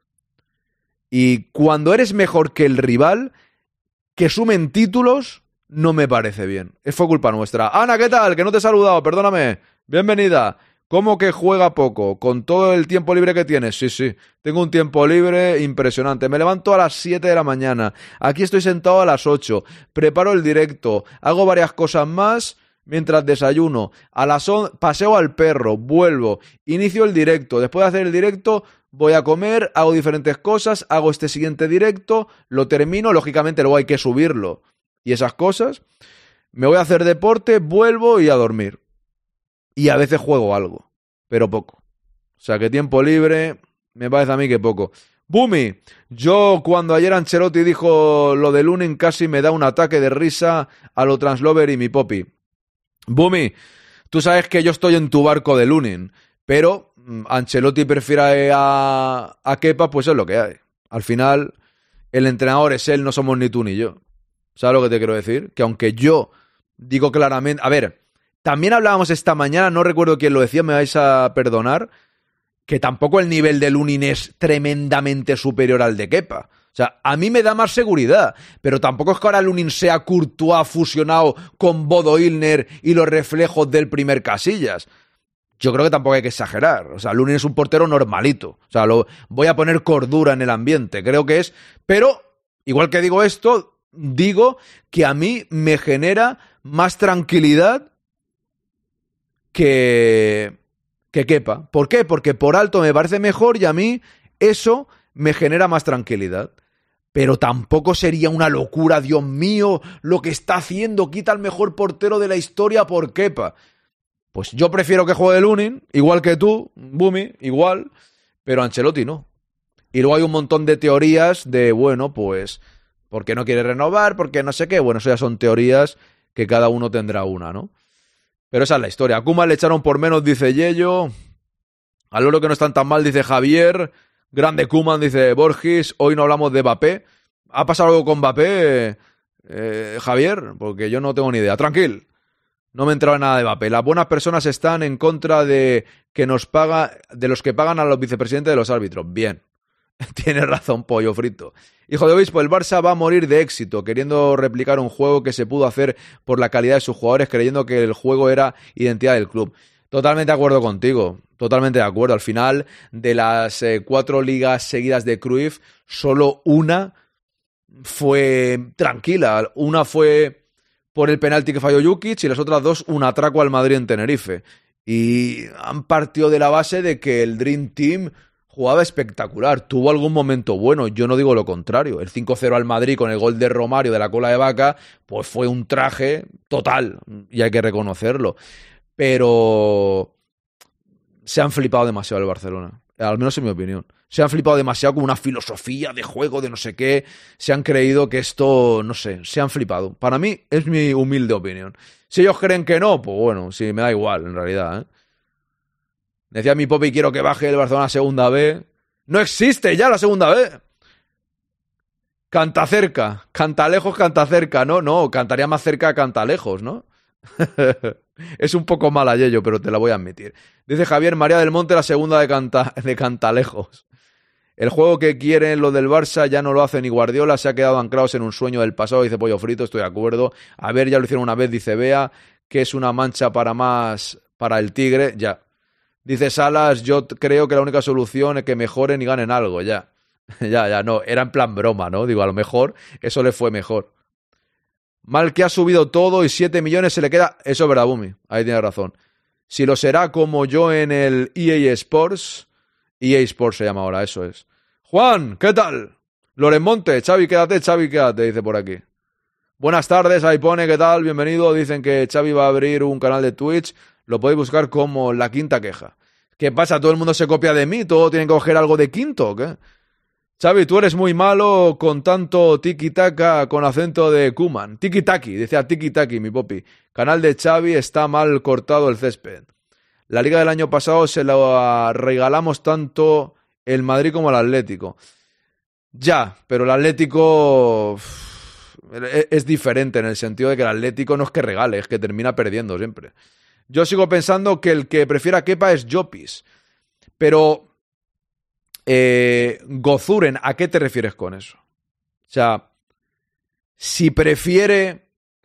y cuando eres mejor que el rival, que sumen títulos, no me parece bien. Fue culpa nuestra. Ana, ¿qué tal? Que no te he saludado, perdóname. Bienvenida. ¿Cómo que juega poco? ¿Con todo el tiempo libre que tienes? Sí. Tengo un tiempo libre impresionante. Me levanto a las 7 de la mañana. Aquí estoy sentado a las 8. Preparo el directo. Hago varias cosas más mientras desayuno. A las 11 paseo al perro. Vuelvo. Inicio el directo. Después de hacer el directo, voy a comer. Hago diferentes cosas. Hago este siguiente directo. Lo termino. Lógicamente luego hay que subirlo. Y esas cosas. Me voy a hacer deporte. Vuelvo y a dormir. Y a veces juego algo, pero poco. O sea, que tiempo libre, me parece a mí que poco. Bumi, yo cuando ayer Ancelotti dijo lo de Lunin casi me da un ataque de risa a lo Translover y mi Popi. Bumi, tú sabes que yo estoy en tu barco de Lunin, Pero Ancelotti prefiere a Kepa, pues es lo que hay. Al final, el entrenador es él, no somos ni tú ni yo. ¿Sabes lo que te quiero decir? Que aunque yo digo claramente... A ver, también hablábamos esta mañana, no recuerdo quién lo decía, me vais a perdonar, que tampoco el nivel de Lunin es tremendamente superior al de Kepa. O sea, a mí me da más seguridad, pero tampoco es que ahora Lunin sea Courtois fusionado con Bodo Illner y los reflejos del primer Casillas. Yo creo que tampoco hay que exagerar. O sea, Lunin es un portero normalito. O sea, voy a poner cordura en el ambiente. Creo que es... Pero, igual que digo esto, digo que a mí me genera más tranquilidad que Kepa. ¿Por qué? Porque por alto me parece mejor y a mí eso me genera más tranquilidad. Pero tampoco sería una locura, Dios mío, lo que está haciendo, quita al mejor portero de la historia por Kepa. Pues yo prefiero que juegue Lunin, igual que tú, Bumi, igual, pero Ancelotti no. Y luego hay un montón de teorías de, bueno, pues, ¿por qué no quiere renovar? ¿Por qué no sé qué? Bueno, eso ya son teorías que cada uno tendrá una, ¿no? Pero esa es la historia. A Koeman le echaron por menos, dice Yello. Al Loro que no están tan mal, dice Javier. Grande Koeman, dice Borges. Hoy no hablamos de Mbappé. ¿Ha pasado algo con Mbappé, Javier? Porque yo no tengo ni idea. Tranquil. No me he enterado nada de Mbappé. Las buenas personas están en contra de los que pagan a los vicepresidentes de los árbitros. Bien. Tienes razón, pollo frito. Hijo de obispo, el Barça va a morir de éxito, queriendo replicar un juego que se pudo hacer por la calidad de sus jugadores, creyendo que el juego era identidad del club. Totalmente de acuerdo contigo. Totalmente de acuerdo. Al final, de las 4 ligas seguidas de Cruyff, solo una fue tranquila. Una fue por el penalti que falló Jukic y las otras 2 un atraco al Madrid en Tenerife. Y han partido de la base de que el Dream Team jugaba espectacular. Tuvo algún momento bueno, yo no digo lo contrario. El 5-0 al Madrid con el gol de Romario de la cola de vaca, pues fue un traje total y hay que reconocerlo. Pero se han flipado demasiado el Barcelona, al menos en mi opinión. Se han flipado demasiado con una filosofía de juego, de no sé qué. Se han creído que esto, no sé, se han flipado. Para mí es mi humilde opinión. Si ellos creen que no, pues bueno, sí, me da igual en realidad, ¿eh? Decía mi Popi, quiero que baje el Barcelona a segunda B. No existe ya la segunda B. Canta cerca, canta lejos, canta cerca. No, cantaría más cerca a canta lejos, ¿no? Es un poco mala Yello, pero te la voy a admitir. Dice Javier, María del Monte, la segunda de Cantalejos. El juego que quieren los del Barça ya no lo hace ni Guardiola, se ha quedado anclados en un sueño del pasado, dice Pollo Frito, estoy de acuerdo. A ver, ya lo hicieron una vez, dice Bea, que es una mancha para el Tigre, ya. Dice Salas, yo creo que la única solución es que mejoren y ganen algo, ya. Ya, no, era en plan broma, ¿no? Digo, a lo mejor eso le fue mejor. Mal que ha subido todo y 7 millones se le queda... Eso es verdad, Bumi, ahí tiene razón. Si lo será como yo en el EA Sports... EA Sports se llama ahora, eso es. Juan, ¿qué tal? Lorenmonte, Xavi, quédate, dice por aquí. Buenas tardes, ahí pone, ¿qué tal? Bienvenido. Dicen que Xavi va a abrir un canal de Twitch. Lo podéis buscar como La Quinta Queja. ¿Qué pasa? ¿Todo el mundo se copia de mí? ¿Todo tiene que coger algo de quinto o qué? Xavi, tú eres muy malo con tanto tiki-taka con acento de Koeman. Tiki-taki, decía tiki-taki, mi popi. Canal de Xavi, está mal cortado el césped. La liga del año pasado se la regalamos tanto el Madrid como el Atlético. Ya, pero el Atlético es diferente en el sentido de que el Atlético no es que regale, es que termina perdiendo siempre. Yo sigo pensando que el que prefiera Kepa es Llopis. Pero... Gozuren, ¿a qué te refieres con eso? O sea, si prefiere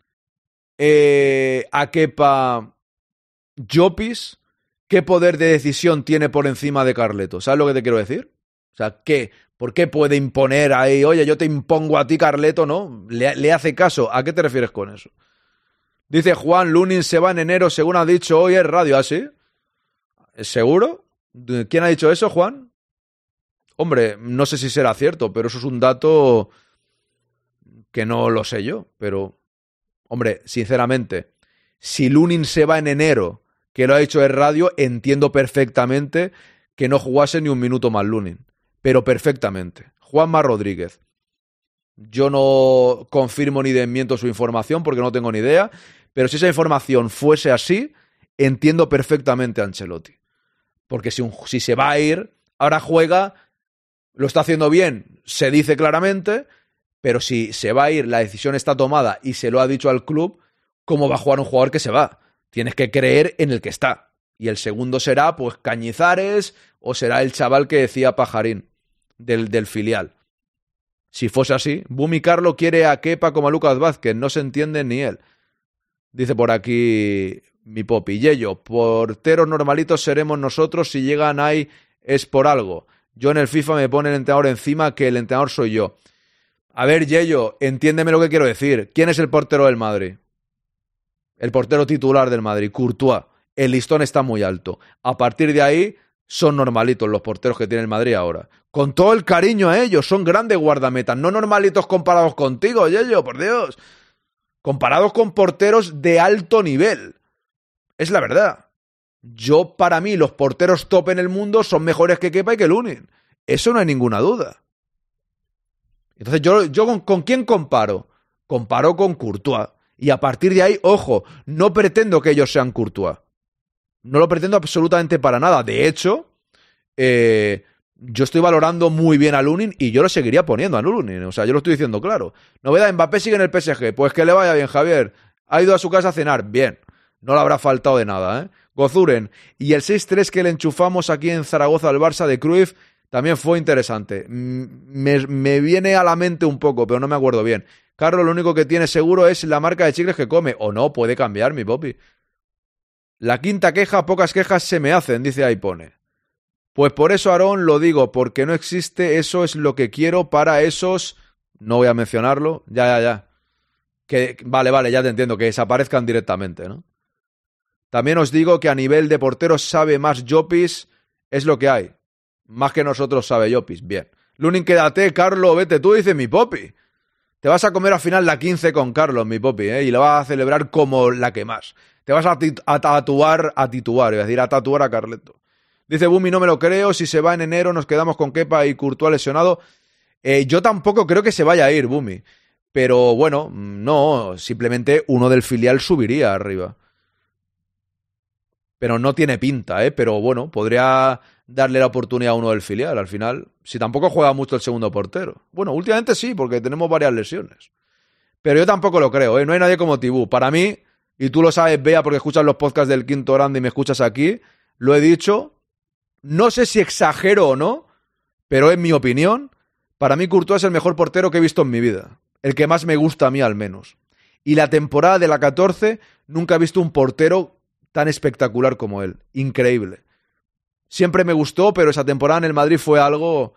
a Kepa Llopis, ¿qué poder de decisión tiene por encima de Carleto? ¿Sabes lo que te quiero decir? O sea, ¿por qué puede imponer ahí? Oye, yo te impongo a ti, Carleto, ¿no? Le hace caso. ¿A qué te refieres con eso? Dice Juan, Lunin se va en enero, según ha dicho hoy en radio. ¿Ah, sí? ¿Seguro? ¿Quién ha dicho eso, Juan? Hombre, no sé si será cierto, pero eso es un dato que no lo sé yo. Pero, hombre, sinceramente, si Lunin se va en enero, que lo ha dicho en radio, entiendo perfectamente que no jugase ni un minuto más Lunin. Pero perfectamente. Juanma Rodríguez. Yo no confirmo ni desmiento su información porque no tengo ni idea, pero si esa información fuese así, entiendo perfectamente a Ancelotti. Porque si se va a ir, ahora juega, lo está haciendo bien, se dice claramente, pero si se va a ir, la decisión está tomada y se lo ha dicho al club, ¿cómo va a jugar un jugador que se va? Tienes que creer en el que está. Y el segundo será, pues, Cañizares o será el chaval que decía Pajarín, del filial. Si fuese así, Bumi Carlo quiere a Kepa como a Lucas Vázquez, no se entiende ni él. Dice por aquí mi Popi. Yello, porteros normalitos seremos nosotros, si llegan ahí es por algo. Yo en el FIFA me pone el entrenador encima, que el entrenador soy yo. A ver, Yello, entiéndeme lo que quiero decir. ¿Quién es el portero del Madrid? El portero titular del Madrid, Courtois. El listón está muy alto. A partir de ahí, son normalitos los porteros que tiene el Madrid ahora. Con todo el cariño a ellos, son grandes guardametas. No normalitos comparados contigo, Yello, por Dios. Comparados con porteros de alto nivel. Es la verdad. Para mí, los porteros top en el mundo son mejores que Kepa y que Lunin. Eso no hay ninguna duda. Entonces, yo ¿con quién comparo? Comparo con Courtois. Y a partir de ahí, ojo, no pretendo que ellos sean Courtois. No lo pretendo absolutamente para nada. De hecho, yo estoy valorando muy bien a Lunin y yo lo seguiría poniendo a Lunin. O sea, yo lo estoy diciendo claro. Novedad, Mbappé sigue en el PSG. Pues que le vaya bien, Javier. Ha ido a su casa a cenar. Bien. No le habrá faltado de nada, ¿eh? Gozuren. Y el 6-3 que le enchufamos aquí en Zaragoza al Barça de Cruyff también fue interesante. Me viene a la mente un poco, pero no me acuerdo bien. Carlos lo único que tiene seguro es la marca de chicles que come. O no, puede cambiar, mi Popi. La quinta queja, pocas quejas se me hacen, dice ahí pone. Pues por eso, Aarón, lo digo, porque no existe, eso es lo que quiero para esos... No voy a mencionarlo, ya. Que vale, ya te entiendo, que desaparezcan directamente, ¿no? También os digo que a nivel de porteros sabe más Llopis, es lo que hay. Más que nosotros sabe Llopis, bien. Lunin, quédate, Carlos, vete tú, dice mi Popi. Te vas a comer al final la 15 con Carlos, mi Popi, y la vas a celebrar como la que más. Te vas a tatuar, iba a decir, a tatuar a Carleto. Dice Bumi, no me lo creo, si se va en enero nos quedamos con Kepa y Courtois lesionado. Yo tampoco creo que se vaya a ir, Bumi. Pero bueno, no, simplemente uno del filial subiría arriba. Pero no tiene pinta, pero bueno, podría darle la oportunidad a uno del filial al final. Si tampoco juega mucho el segundo portero. Bueno, últimamente sí, porque tenemos varias lesiones. Pero yo tampoco lo creo, no hay nadie como Tibú. Para mí, y tú lo sabes, Bea, porque escuchas los podcasts del Quinto Grande y me escuchas aquí, lo he dicho, no sé si exagero o no, pero en mi opinión, para mí Courtois es el mejor portero que he visto en mi vida. El que más me gusta a mí al menos. Y la temporada de la 14 nunca he visto un portero tan espectacular como él. Increíble. Siempre me gustó, pero esa temporada en el Madrid fue algo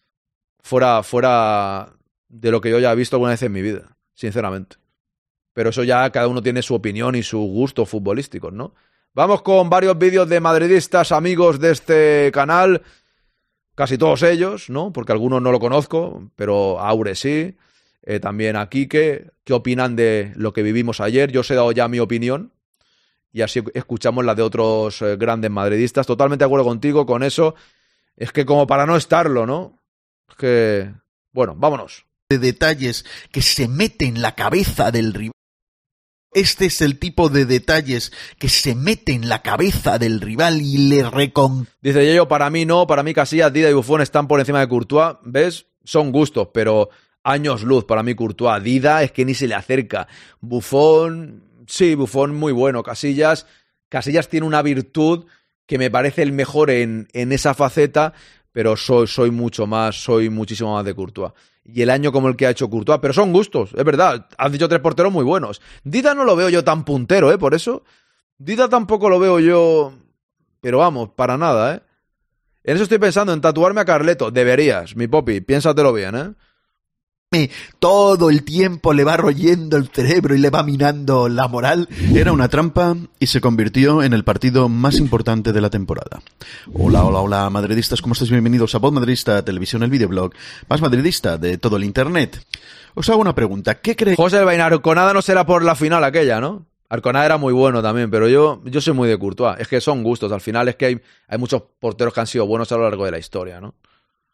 fuera de lo que yo ya he visto alguna vez en mi vida, sinceramente. Pero eso ya cada uno tiene su opinión y sus gustos futbolísticos, ¿no? Vamos con varios vídeos de madridistas amigos de este canal, casi todos ellos, ¿no? Porque algunos no lo conozco, pero a Aure sí, también a Quique. ¿Qué opinan de lo que vivimos ayer? Yo os he dado ya mi opinión y así escuchamos la de otros grandes madridistas. Totalmente de acuerdo contigo con eso. Es que como para no estarlo, ¿no? Es que... Bueno, vámonos. De detalles que se mete en la cabeza del rival. Este es el tipo de detalles que se mete en la cabeza del rival y le Dice yo, para mí no, para mí Casillas, Dida y Buffon están por encima de Courtois. ¿Ves? Son gustos, pero años luz para mí Courtois. Dida es que ni se le acerca. Buffon, sí, Buffon muy bueno. Casillas tiene una virtud que me parece el mejor en esa faceta, pero soy muchísimo más de Courtois. Y el año como el que ha hecho Courtois, pero son gustos, es verdad, has dicho tres porteros muy buenos. Dida no lo veo yo tan puntero, por eso. Dida tampoco lo veo yo, pero vamos, para nada, En eso estoy pensando, en tatuarme a Carleto. Deberías, mi Popi, piénsatelo bien, Todo el tiempo le va royendo el cerebro y le va minando la moral. Era una trampa y se convirtió en el partido más importante de la temporada. Hola, madridistas, ¿cómo estáis? Bienvenidos a Voz Madridista Televisión, el videoblog más madridista de todo el internet. Os hago una pregunta, ¿qué creéis? José el Vaina, Arconada no será por la final aquella, ¿no? Arconada era muy bueno también, pero yo soy muy de Courtois. Es que son gustos, al final es que hay muchos porteros que han sido buenos a lo largo de la historia, ¿no?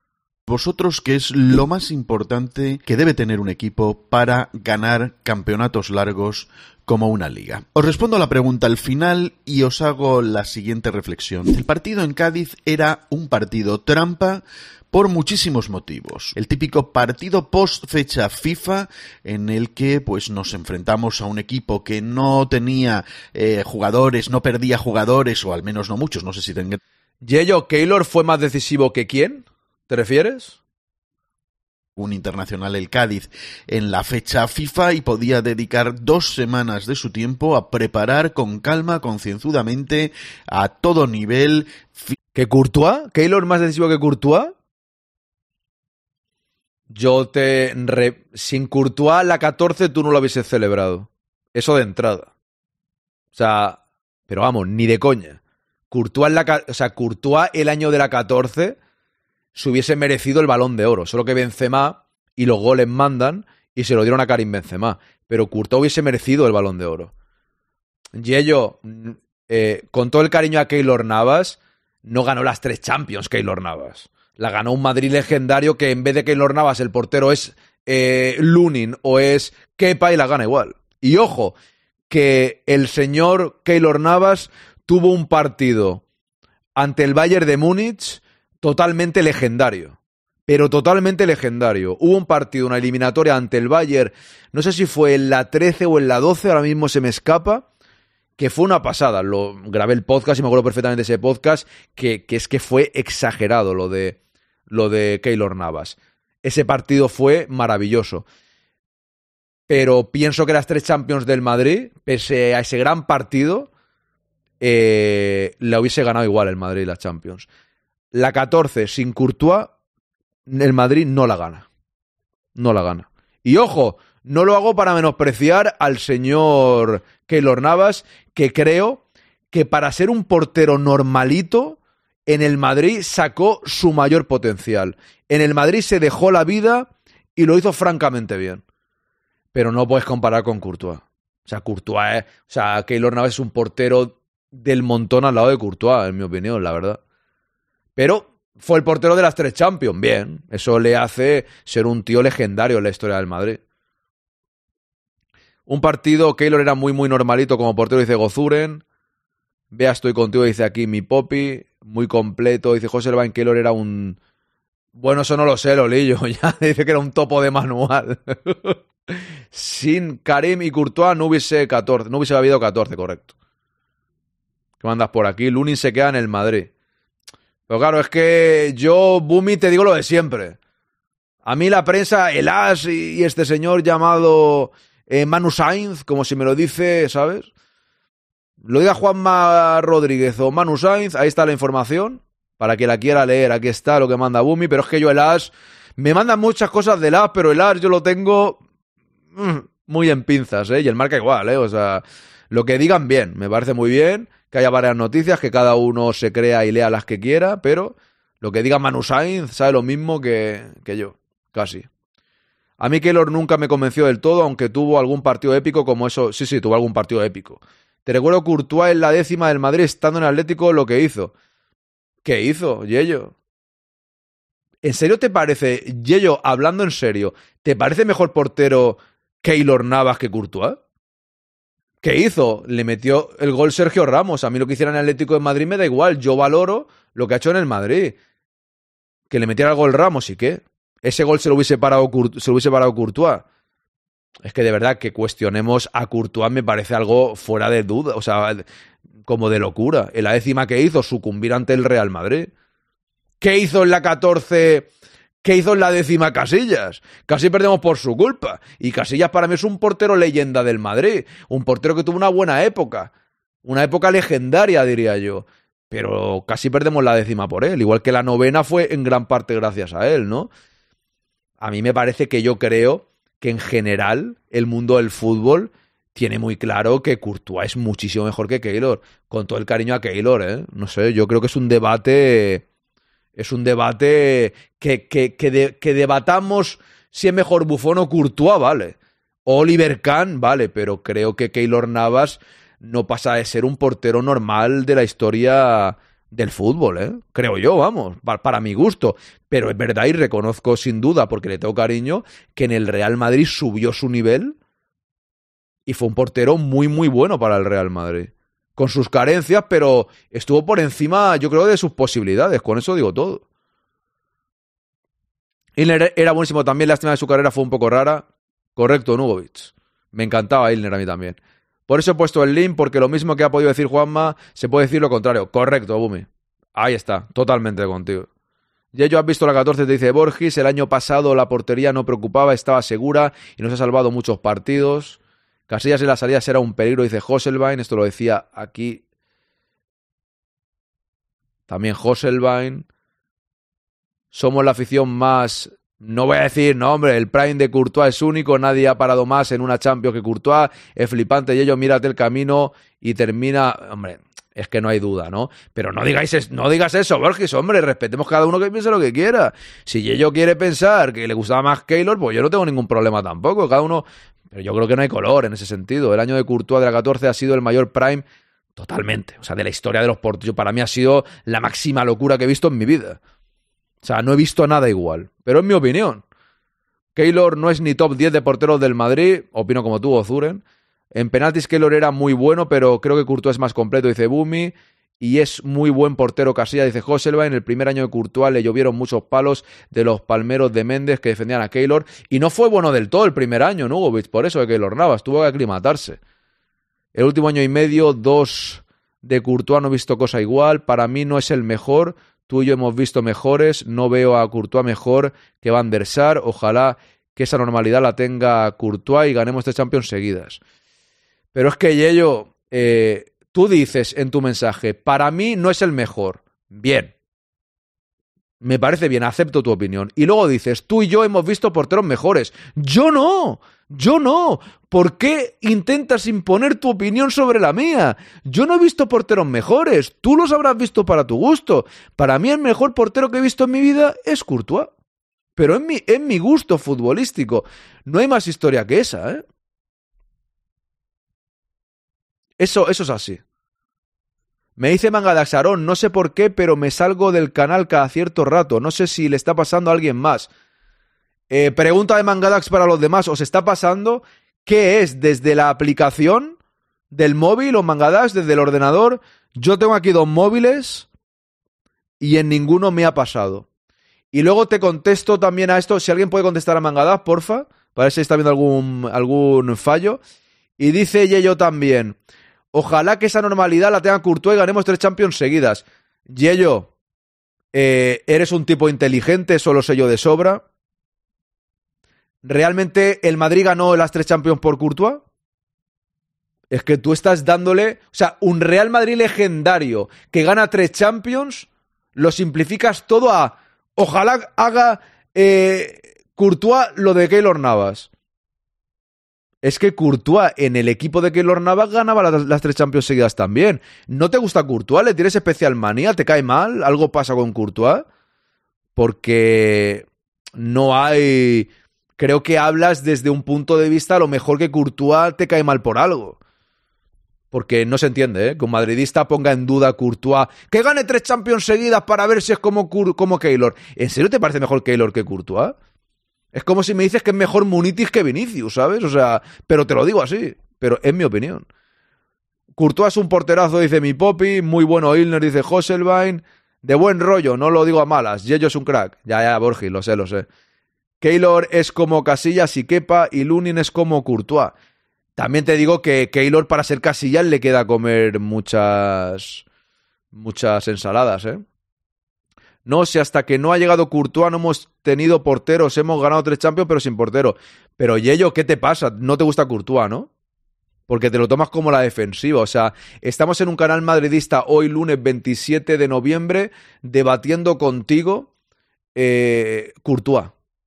vosotros qué es lo más importante que debe tener un equipo para ganar campeonatos largos como una liga? Os respondo a la pregunta al final y os hago la siguiente reflexión. El partido en Cádiz era un partido trampa por muchísimos motivos. El típico partido post fecha FIFA en el que pues nos enfrentamos a un equipo que no tenía jugadores, no perdía jugadores, o al menos no muchos, no sé si tengan... Yello, ¿Keylor fue más decisivo que quién? ¿Te refieres? Un internacional, el Cádiz, en la fecha FIFA, y podía dedicar 2 semanas de su tiempo a preparar con calma, concienzudamente, a todo nivel... ¿Que Courtois? ¿Keylor más decisivo que Courtois? Sin Courtois la 14 tú no lo hubieses celebrado. Eso de entrada. O sea, pero vamos, ni de coña. Courtois el año de la 14 se hubiese merecido el Balón de Oro. Solo que Benzema y los goles mandan y se lo dieron a Karim Benzema. Pero Courtois hubiese merecido el Balón de Oro. Yello, con todo el cariño a Keylor Navas, no ganó las 3 Champions Keylor Navas. La ganó un Madrid legendario que en vez de Keylor Navas el portero es Lunin o es Kepa y la gana igual. Y ojo, que el señor Keylor Navas tuvo un partido ante el Bayern de Múnich totalmente legendario. Pero totalmente legendario. Hubo un partido, una eliminatoria ante el Bayern, no sé si fue en la 13 o en la 12, ahora mismo se me escapa, que fue una pasada. Grabé el podcast y me acuerdo perfectamente de ese podcast, que es que fue exagerado lo de Keylor Navas. Ese partido fue maravilloso. Pero pienso que las 3 Champions del Madrid, pese a ese gran partido, la hubiese ganado igual el Madrid las Champions. La 14 sin Courtois, el Madrid no la gana. No la gana. Y ojo, no lo hago para menospreciar al señor Keylor Navas, que creo que para ser un portero normalito, en el Madrid sacó su mayor potencial. En el Madrid se dejó la vida y lo hizo francamente bien. Pero no puedes comparar con Courtois. Keylor Navas es un portero del montón al lado de Courtois, en mi opinión, la verdad. Pero fue el portero de las 3 Champions, bien. Eso le hace ser un tío legendario en la historia del Madrid. Un partido, Keylor era muy, muy normalito como portero, dice Gozuren. Vea, estoy contigo, dice aquí mi Popi. Muy completo, dice José Elbain, Keylor era un... Bueno, eso no lo sé, Lolillo. Ya dice que era un topo de manual. Sin Karim y Courtois no hubiese habido 14, correcto. ¿Qué mandas por aquí? Lunin se queda en el Madrid. Pero claro, es que yo, Bumi, te digo lo de siempre. A mí la prensa, el As y este señor llamado Manu Sainz, como si me lo dice, ¿sabes? Lo diga Juanma Rodríguez o Manu Sainz, ahí está la información. Para quien la quiera leer, aquí está lo que manda Bumi. Pero es que yo el As, me mandan muchas cosas del As, pero el As yo lo tengo muy en pinzas, ¿eh? Y el Marca igual, ¿eh? O sea, lo que digan bien, me parece muy bien que haya varias noticias, que cada uno se crea y lea las que quiera, pero lo que diga Manu Sainz sabe lo mismo que yo, casi. A mí Keylor nunca me convenció del todo, aunque tuvo algún partido épico como eso. Sí, tuvo algún partido épico. Te recuerdo Courtois en la 10ª del Madrid, estando en Atlético, lo que hizo. ¿Qué hizo, Yello? ¿En serio te parece, Yello, hablando en serio, te parece mejor portero Keylor Navas que Courtois? ¿Qué hizo? Le metió el gol Sergio Ramos. A mí lo que hiciera en Atlético de Madrid me da igual. Yo valoro lo que ha hecho en el Madrid. Que le metiera el gol Ramos, ¿y qué? Ese gol se lo hubiese parado Courtois. Es que de verdad que cuestionemos a Courtois me parece algo fuera de duda. O sea, como de locura. En la 10ª que hizo, sucumbir ante el Real Madrid. ¿Qué hizo en la 14? ¿Qué hizo en la 10ª Casillas? Casi perdemos por su culpa. Y Casillas para mí es un portero leyenda del Madrid. Un portero que tuvo una buena época. Una época legendaria, diría yo. Pero casi perdemos la 10ª por él. Igual que la 9ª fue en gran parte gracias a él, ¿no? A mí me parece que yo creo que en general el mundo del fútbol tiene muy claro que Courtois es muchísimo mejor que Keylor. Con todo el cariño a Keylor, ¿eh? No sé, yo creo que es un debate... Es un debate que debatamos si es mejor Buffon o Courtois, vale. O Oliver Kahn, vale, pero creo que Keylor Navas no pasa de ser un portero normal de la historia del fútbol, creo yo, vamos, para mi gusto. Pero es verdad y reconozco sin duda, porque le tengo cariño, que en el Real Madrid subió su nivel y fue un portero muy, muy bueno para el Real Madrid. Con sus carencias, pero estuvo por encima, yo creo, de sus posibilidades. Con eso digo todo. Ilner era buenísimo también, lástima de su carrera fue un poco rara. Correcto, Nugovic. Me encantaba Ilner a mí también. Por eso he puesto el link, porque lo mismo que ha podido decir Juanma, se puede decir lo contrario. Correcto, Bumi. Ahí está, totalmente contigo. Yello, has visto la 14, te dice Borges. El año pasado la portería no preocupaba, estaba segura y nos ha salvado muchos partidos. Casillas en las salidas era un peligro, dice Hosselbein. Esto lo decía aquí también Hosselbein. Somos la afición más... No voy a decir, no, hombre, el prime de Courtois es único, nadie ha parado más en una Champions que Courtois, es flipante, y ellos mírate el camino y termina, hombre, es que no hay duda, ¿no? Pero no digas eso, Borges, hombre, respetemos cada uno que piense lo que quiera. Si Yello quiere pensar que le gustaba más Keylor, pues yo no tengo ningún problema tampoco, cada uno... Pero yo creo que no hay color en ese sentido. El año de Courtois de la 14 ha sido el mayor prime totalmente, o sea, de la historia de los porteros. Para mí ha sido la máxima locura que he visto en mi vida. O sea, no he visto nada igual. Pero es mi opinión. Keylor no es ni top 10 de porteros del Madrid. Opino como tú, Ozuren. En penaltis Keylor era muy bueno, pero creo que Courtois es más completo, dice Bumi. Y es muy buen portero Casillas, dice Hosselbein. En el primer año de Courtois le llovieron muchos palos de los palmeros de Méndez que defendían a Keylor. Y no fue bueno del todo el primer año, Nugovic. Por eso de Keylor Navas. Tuvo que aclimatarse. El último año y medio, 2 de Courtois, no he visto cosa igual. Para mí no es el mejor. Tú y yo hemos visto mejores, no veo a Courtois mejor que Van der Sar. Ojalá que esa normalidad la tenga Courtois y ganemos 3 Champions seguidas. Pero es que, Yello, tú dices en tu mensaje, para mí no es el mejor. Bien. Me parece bien, acepto tu opinión. Y luego dices, tú y yo hemos visto porteros mejores. ¡Yo no! ¡Yo no! ¿Por qué intentas imponer tu opinión sobre la mía? Yo no he visto porteros mejores. Tú los habrás visto para tu gusto. Para mí el mejor portero que he visto en mi vida es Courtois. Pero en mi gusto futbolístico. No hay más historia que esa, ¿eh? Eso es así. Me dice Mangadax, Aarón, no sé por qué, pero me salgo del canal cada cierto rato. No sé si le está pasando a alguien más. Pregunta de Mangadax para los demás. ¿Os está pasando? ¿Qué es? ¿Desde la aplicación del móvil o Mangadax? ¿Desde el ordenador? Yo tengo aquí 2 móviles y en ninguno me ha pasado. Y luego te contesto también a esto. Si alguien puede contestar a Mangadax, porfa, para ver si está viendo algún fallo. Y dice Yello también... Ojalá que esa normalidad la tenga Courtois y ganemos 3 Champions seguidas. Yello, eres un tipo inteligente, eso lo sé yo de sobra. ¿Realmente el Madrid ganó las 3 Champions por Courtois? Es que tú estás dándole... O sea, un Real Madrid legendario que gana 3 Champions, lo simplificas todo a... Ojalá haga Courtois lo de Keylor Navas. Es que Courtois en el equipo de Keylor Navas ganaba las 3 Champions seguidas también. ¿No te gusta Courtois? ¿Le tienes especial manía? ¿Te cae mal? ¿Algo pasa con Courtois? Porque no hay... Creo que hablas desde un punto de vista a lo mejor que Courtois te cae mal por algo. Porque no se entiende, que un madridista ponga en duda a Courtois. ¡Que gane 3 Champions seguidas para ver si es como Keylor! ¿En serio te parece mejor Keylor que Courtois? Es como si me dices que es mejor Munitis que Vinicius, ¿sabes? O sea, pero te lo digo así. Pero es mi opinión. Courtois es un porterazo, dice mi Poppy. Muy bueno Ilner, dice Hosselbein. De buen rollo, no lo digo a malas. Yello es un crack. Ya, Borgi, lo sé. Keylor es como Casillas y Kepa. Y Lunin es como Courtois. También te digo que Keylor para ser Casillas le queda comer muchas ensaladas, ¿eh? No sé, hasta que no ha llegado Courtois no hemos tenido porteros. Hemos ganado 3 Champions, pero sin portero. Pero, Yello, ¿qué te pasa? No te gusta Courtois, ¿no? Porque te lo tomas como la defensiva. O sea, estamos en un canal madridista hoy, lunes 27 de noviembre, debatiendo contigo Courtois.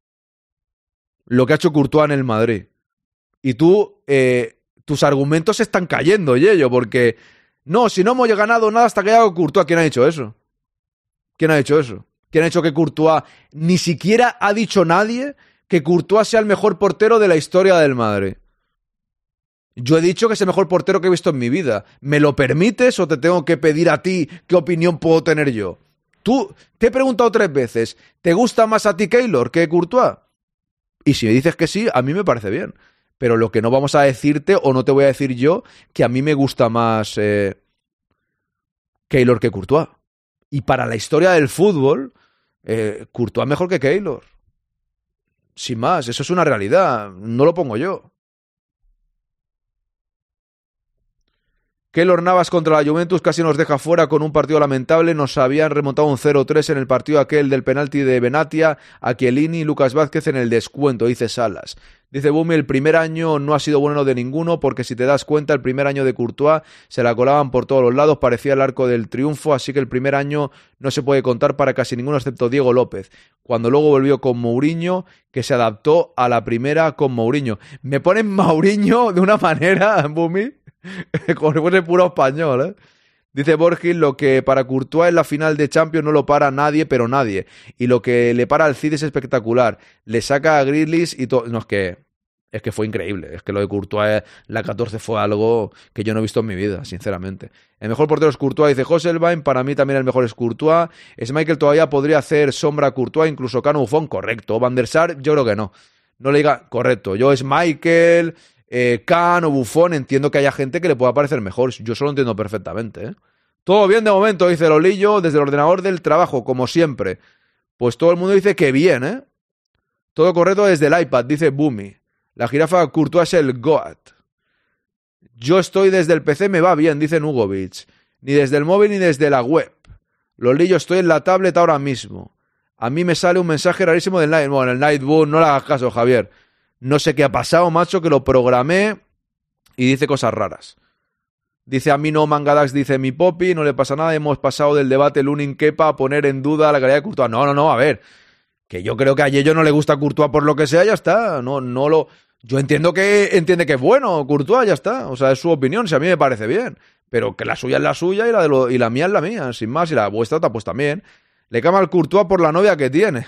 Lo que ha hecho Courtois en el Madrid. Y tú, tus argumentos se están cayendo, Yello, porque... No, si no hemos ganado nada hasta que haya llegado Courtois. ¿Quién ha dicho eso? ¿Quién ha hecho eso? ¿Quién ha hecho que Courtois... Ni siquiera ha dicho nadie que Courtois sea el mejor portero de la historia del Madrid. Yo he dicho que es el mejor portero que he visto en mi vida. ¿Me lo permites o te tengo que pedir a ti qué opinión puedo tener yo? Tú, te he preguntado 3 veces, ¿te gusta más a ti Keylor que Courtois? Y si me dices que sí, a mí me parece bien. Pero lo que no vamos a decirte, o no te voy a decir yo, que a mí me gusta más Keylor que Courtois. Y para la historia del fútbol, Courtois mejor que Keylor. Sin más, eso es una realidad, no lo pongo yo. Keylor Navas contra la Juventus casi nos deja fuera con un partido lamentable. Nos habían remontado un 0-3 en el partido aquel del penalti de Benatia, a Chiellini y Lucas Vázquez en el descuento, dice Salas. Dice Bumi, el primer año no ha sido bueno de ninguno, porque si te das cuenta, el primer año de Courtois se la colaban por todos los lados, parecía el arco del triunfo, así que el primer año no se puede contar para casi ninguno excepto Diego López, cuando luego volvió con Mourinho, que se adaptó a la primera con Mourinho. Me ponen Mourinho de una manera, Bumi, como si fuese puro español, ¿eh? Dice Borgil, lo que para Courtois en la final de Champions no lo para nadie, pero nadie. Y lo que le para al Cid es espectacular. Le saca a Grealish y todo. No, es que fue increíble. Es que lo de Courtois, la 14 fue algo que yo no he visto en mi vida, sinceramente. El mejor portero es Courtois, dice Hosselbein. Para mí también el mejor es Courtois. Schmeichel todavía podría hacer sombra a Courtois, incluso Cano, Buffon, correcto. Van der Sar, yo creo que no. No le diga, correcto. Yo Schmeichel, Can o Buffon, entiendo que haya gente que le pueda parecer mejor. Yo solo entiendo perfectamente, ¿eh? Todo bien de momento, dice Lolillo, desde el ordenador del trabajo, como siempre. Pues todo el mundo dice que bien, ¿eh? Todo correcto desde el iPad, dice Bumi. La jirafa Courtois es el GOAT. Yo estoy desde el PC, me va bien, dice Nugovic. Ni desde el móvil ni desde la web. Lolillo, estoy en la tablet ahora mismo. A mí me sale un mensaje rarísimo del Night. Bueno, el Nightbook, no le hagas caso, Javier. No sé qué ha pasado, macho, que lo programé y dice cosas raras. Dice a mí no, Mangadax, dice mi Poppy, no le pasa nada, hemos pasado del debate Lunin Kepa a poner en duda la calidad de Courtois. No, a ver, que yo creo que a Yello no le gusta Courtois por lo que sea, ya está. Yo entiendo que entiende que es bueno Courtois, ya está. O sea, es su opinión, si a mí me parece bien. Pero que la suya es la suya y la mía es la mía, sin más, y la vuestra pues también. Le cama al Courtois por la novia que tiene.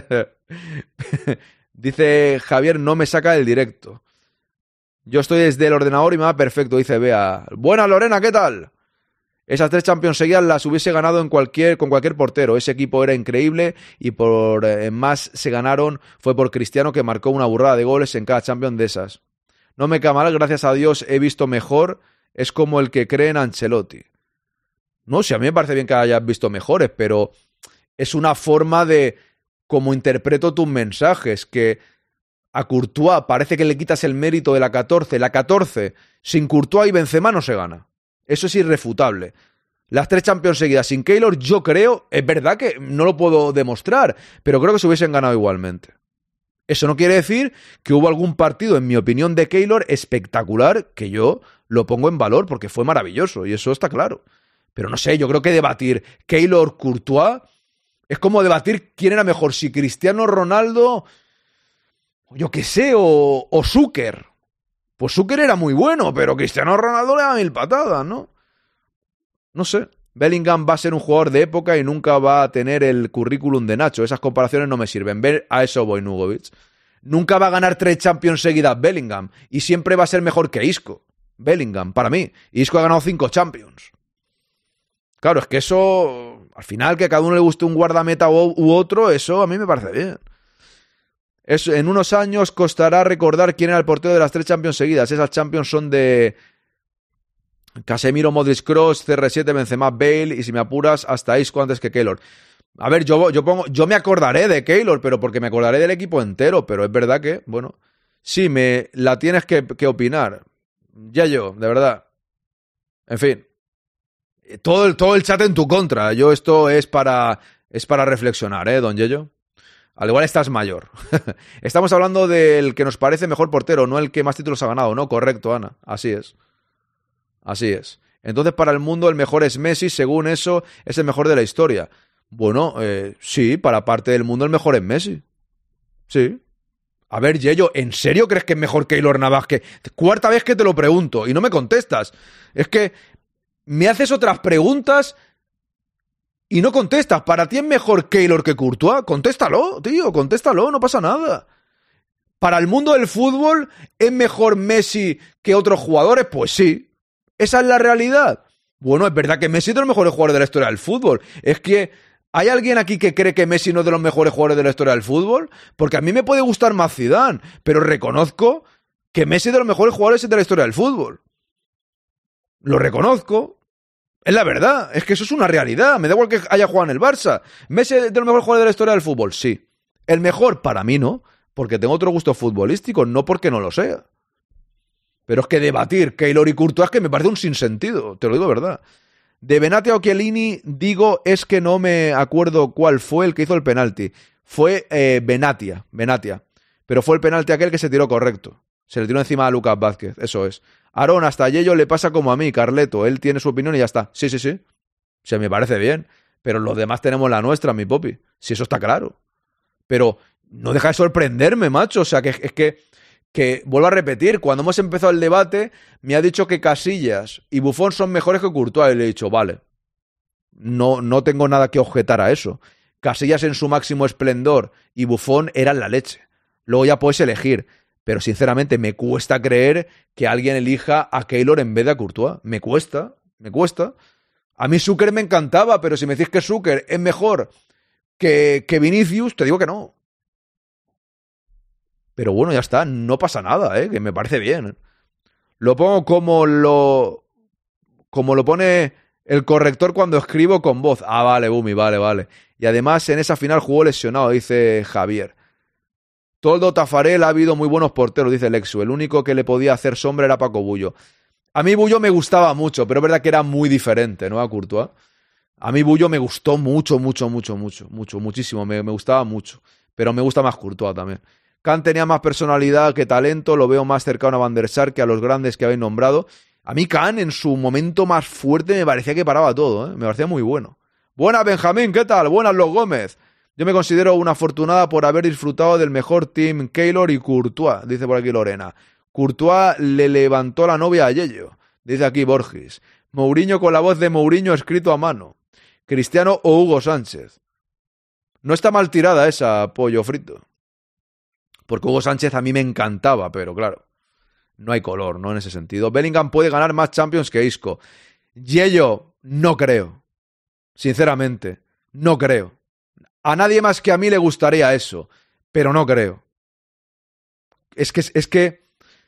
Dice Javier, no me saca del directo. Yo estoy desde el ordenador y me va perfecto, dice Bea. Buena Lorena, ¿qué tal? Esas 3 Champions seguidas las hubiese ganado con cualquier portero. Ese equipo era increíble y por más se ganaron fue por Cristiano, que marcó una burrada de goles en cada Champions de esas. No me cae mal, gracias a Dios he visto mejor. Es como el que cree en Ancelotti. No, si a mí me parece bien que hayas visto mejores, pero es una forma de cómo interpreto tus mensajes, que a Courtois parece que le quitas el mérito de la 14. La 14, sin Courtois y Benzema no se gana. Eso es irrefutable. Las 3 Champions seguidas sin Keylor, yo creo, es verdad que no lo puedo demostrar, pero creo que se hubiesen ganado igualmente. Eso no quiere decir que hubo algún partido, en mi opinión, de Keylor espectacular, que yo lo pongo en valor porque fue maravilloso, y eso está claro. Pero no sé, yo creo que debatir Keylor-Courtois es como debatir quién era mejor, si Cristiano Ronaldo, yo qué sé, o Zucker. Pues Zucker era muy bueno, pero Cristiano Ronaldo le da 1000 patadas, ¿no? No sé. Bellingham va a ser un jugador de época y nunca va a tener el currículum de Nacho. Esas comparaciones no me sirven. A eso voy, Nugovic. Nunca va a ganar 3 Champions seguidas Bellingham. Y siempre va a ser mejor que Isco. Bellingham, para mí. Isco ha ganado 5 Champions. Claro, es que eso, al final, que a cada uno le guste un guardameta u otro, eso a mí me parece bien. En unos años costará recordar quién era el portero de las 3 Champions seguidas. Esas Champions son de Casemiro, Modric, Kroos, CR7, Benzema, Bale y, si me apuras, hasta Isco antes que Keylor. A ver, yo me acordaré de Keylor, pero porque me acordaré del equipo entero, pero es verdad que, bueno, sí, me la tienes que opinar. Ya yo, de verdad. En fin. Todo el chat en tu contra. Esto es para reflexionar, don Yello. Al igual estás mayor. Estamos hablando del que nos parece mejor portero, no el que más títulos ha ganado. No, correcto, Ana. Así es. Así es. Entonces, para el mundo, el mejor es Messi. Según eso, es el mejor de la historia. Bueno, sí, para parte del mundo, el mejor es Messi. Sí. A ver, Yello, ¿en serio crees que es mejor Keylor Navas? Cuarta vez que te lo pregunto y no me contestas. Es que me haces otras preguntas y no contestas. ¿Para ti es mejor Keylor que Courtois? Contéstalo, tío, contéstalo, no pasa nada. ¿Para el mundo del fútbol es mejor Messi que otros jugadores? Pues sí. ¿Esa es la realidad? Bueno, es verdad que Messi es de los mejores jugadores de la historia del fútbol. Es que, ¿hay alguien aquí que cree que Messi no es de los mejores jugadores de la historia del fútbol? Porque a mí me puede gustar más Zidane, pero reconozco que Messi es de los mejores jugadores de la historia del fútbol. Lo reconozco. Es la verdad. Es que eso es una realidad. Me da igual que haya jugado en el Barça. ¿Messi es de los mejores jugadores de la historia del fútbol? Sí. El mejor, para mí no. Porque tengo otro gusto futbolístico, no porque no lo sea. Pero es que debatir Keylor y Courtois es que me parece un sinsentido, te lo digo de verdad. De Benatia o Chiellini, digo, es que no me acuerdo cuál fue el que hizo el penalti. Fue Benatia. Pero fue el penalti aquel que se tiró correcto. Se le tiró encima a Lucas Vázquez, eso es. Aarón, hasta a Yello le pasa como a mí, Carleto. Él tiene su opinión y ya está. Sí. Se me parece bien. Pero los demás tenemos la nuestra, mi popi. Si eso está claro. Pero no deja de sorprenderme, macho. O sea, que es que vuelvo a repetir, cuando hemos empezado el debate, me ha dicho que Casillas y Buffon son mejores que Courtois. Y le he dicho, vale. No tengo nada que objetar a eso. Casillas en su máximo esplendor y Buffon eran la leche. Luego ya puedes elegir. Pero sinceramente me cuesta creer que alguien elija a Keylor en vez de a Courtois. Me cuesta. A mí Zucker me encantaba, pero si me decís que Zucker es mejor que Vinicius, te digo que no. Pero bueno, ya está, no pasa nada, que me parece bien. Lo pongo como lo pone el corrector cuando escribo con voz. Ah, vale, Bumi, vale. Y además en esa final jugó lesionado, dice Javier. Toldo, Tafarel, ha habido muy buenos porteros, dice Lexu. El único que le podía hacer sombra era Paco Bullo. A mí Bullo me gustaba mucho, pero es verdad que era muy diferente, ¿no? A Courtois. A mí Bullo me gustó muchísimo. Me gustaba mucho. Pero me gusta más Courtois también. Kahn tenía más personalidad que talento. Lo veo más cercano a Van der Sar que a los grandes que habéis nombrado. A mí Kahn en su momento más fuerte me parecía que paraba todo, Me parecía muy bueno. Buenas, Benjamín, ¿qué tal? Buenas, Los Gómez. Yo me considero una afortunada por haber disfrutado del mejor team Keylor y Courtois, dice por aquí Lorena. Courtois le levantó la novia a Yello, dice aquí Borges. Mourinho con la voz de Mourinho escrito a mano. Cristiano o Hugo Sánchez. No está mal tirada esa, pollo frito. Porque Hugo Sánchez a mí me encantaba, pero claro, no hay color, ¿no? En ese sentido. Bellingham puede ganar más Champions que Isco. Yello, no creo. Sinceramente, no creo. A nadie más que a mí le gustaría eso, pero no creo. Es que...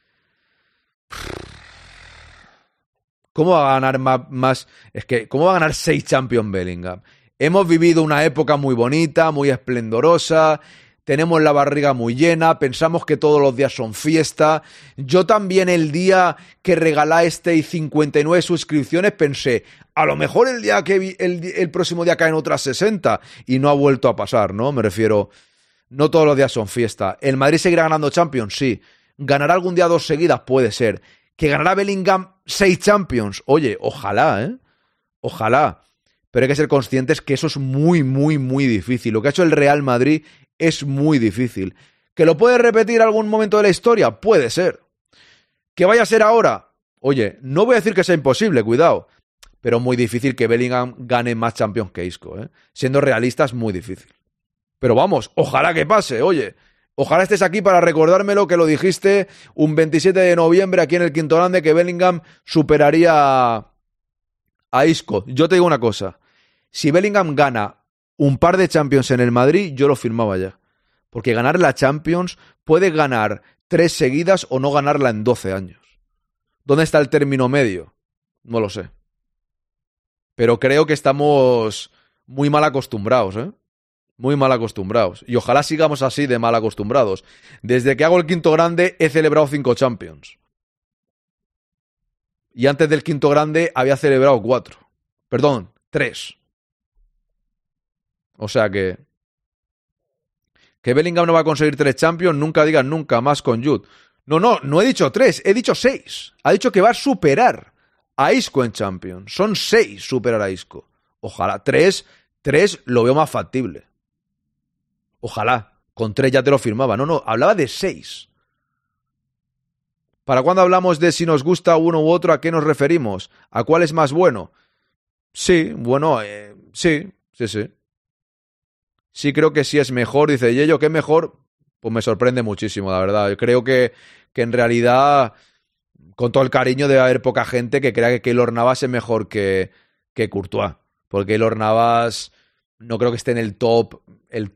¿Cómo va a ganar más? Es que, ¿cómo va a ganar 6 Champions Bellingham? Hemos vivido una época muy bonita, muy esplendorosa, tenemos la barriga muy llena, pensamos que todos los días son fiesta. Yo también el día que regalasteis 59 suscripciones pensé, a lo mejor el próximo día caen otras 60 y no ha vuelto a pasar, ¿no? Me refiero, no todos los días son fiesta. ¿El Madrid seguirá ganando Champions? Sí. ¿Ganará algún día 2 seguidas? Puede ser. ¿Que ganará Bellingham 6 Champions? Oye, ojalá, Ojalá. Pero hay que ser conscientes que eso es muy, muy, muy difícil. Lo que ha hecho el Real Madrid es muy difícil. ¿Que lo puede repetir algún momento de la historia? Puede ser. ¿Que vaya a ser ahora? Oye, no voy a decir que sea imposible, cuidado. Pero muy difícil que Bellingham gane más Champions que Isco, Siendo realistas, muy difícil. Pero vamos, ojalá que pase, oye. Ojalá estés aquí para recordármelo que lo dijiste un 27 de noviembre aquí en el Quinto Grande, que Bellingham superaría a Isco. Yo te digo una cosa. Si Bellingham gana un par de Champions en el Madrid, yo lo firmaba ya. Porque ganar la Champions puede ganar 3 seguidas o no ganarla en 12 años. ¿Dónde está el término medio? No lo sé. Pero creo que estamos muy mal acostumbrados, Muy mal acostumbrados. Y ojalá sigamos así de mal acostumbrados. Desde que hago el Quinto Grande he celebrado 5 Champions. Y antes del Quinto Grande había celebrado 4. Perdón, 3. O sea que Bellingham no va a conseguir 3 Champions, nunca digan nunca más con Jude. No he dicho 3, he dicho 6. Ha dicho que va a superar a Isco en Champions. Son 6 superar a Isco. Ojalá. 3 lo veo más factible. Ojalá. Con 3 ya te lo firmaba. No, hablaba de 6. ¿Para cuándo hablamos de si nos gusta uno u otro? ¿A qué nos referimos? ¿A cuál es más bueno? Sí, bueno, sí. Sí, creo que sí es mejor. Dice Yello, ¿qué mejor? pues me sorprende muchísimo, la verdad. Yo creo que en realidad, con todo el cariño, debe haber poca gente que crea que Keylor Navas es mejor que Courtois. Porque Keylor Navas no creo que esté en el top 10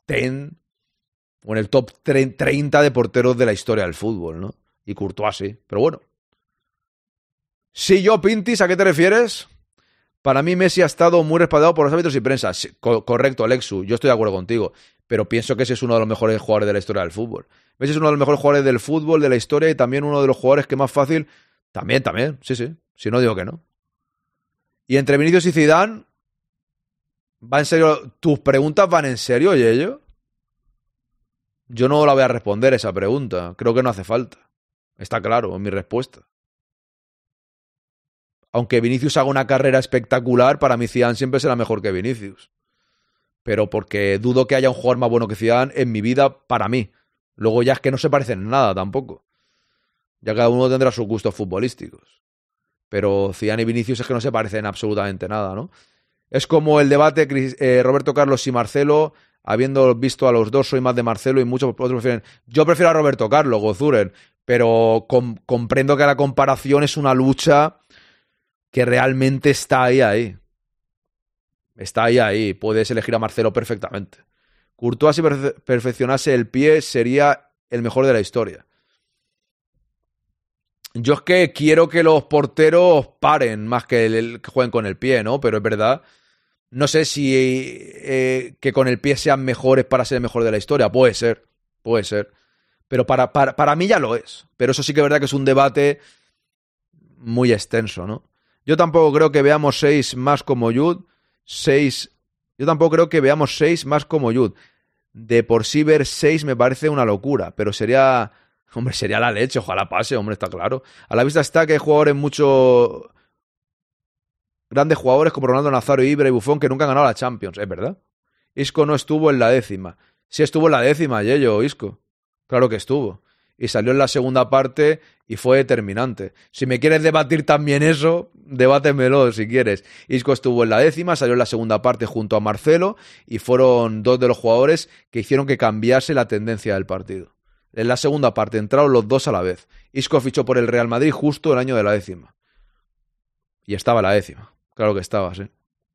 o en el top 30 de porteros de la historia del fútbol, ¿no? Y Courtois sí, pero bueno. Sí, yo, Pintis, ¿a qué te refieres? Para mí Messi ha estado muy respaldado por los árbitros y prensa. Sí, correcto, Alexu, yo estoy de acuerdo contigo, pero pienso que ese es uno de los mejores jugadores de la historia del fútbol. Messi es uno de los mejores jugadores del fútbol, de la historia, y también uno de los jugadores que más fácil... También, sí, si no digo que no. Y entre Vinicius y Zidane, ¿va en serio? ¿Tus preguntas van en serio, Yello? Yo no la voy a responder esa pregunta, creo que no hace falta. Está claro en mi respuesta. Aunque Vinicius haga una carrera espectacular, para mí Zidane siempre será mejor que Vinicius. Pero porque dudo que haya un jugador más bueno que Zidane en mi vida, para mí. Luego ya es que no se parecen en nada tampoco. Ya cada uno tendrá sus gustos futbolísticos. Pero Zidane y Vinicius es que no se parecen absolutamente nada, ¿no? Es como el debate Roberto Carlos y Marcelo. Habiendo visto a los dos, soy más de Marcelo y muchos otros prefieren... Yo prefiero a Roberto Carlos, Gozuren, pero comprendo que la comparación es una lucha que realmente está ahí. Está ahí. Puedes elegir a Marcelo perfectamente. Courtois, si perfeccionase el pie, sería el mejor de la historia. Yo es que quiero que los porteros paren más que jueguen con el pie, ¿no? Pero es verdad. No sé si que con el pie sean mejores para ser el mejor de la historia. Puede ser. Pero para mí ya lo es. Pero eso sí que es verdad que es un debate muy extenso, ¿no? Yo tampoco creo que veamos 6 más como Jude. Yo tampoco creo que veamos 6 más como Jude. De por sí ver 6 me parece una locura. Pero sería la leche. Ojalá pase, hombre, está claro. A la vista está que hay jugadores grandes jugadores como Ronaldo Nazario, Ibra y Buffon que nunca han ganado la Champions, ¿es verdad? Isco no estuvo en la 10ª. Sí estuvo en la 10ª, Yello, Isco. Claro que estuvo. Y salió en la segunda parte y fue determinante. Si me quieres debatir también eso, debátemelo si quieres. Isco estuvo en la 10ª, salió en la segunda parte junto a Marcelo y fueron 2 de los jugadores que hicieron que cambiase la tendencia del partido. En la segunda parte entraron los 2 a la vez. Isco fichó por el Real Madrid justo el año de la 10ª. Y estaba en la 10ª. Claro que estaba, sí.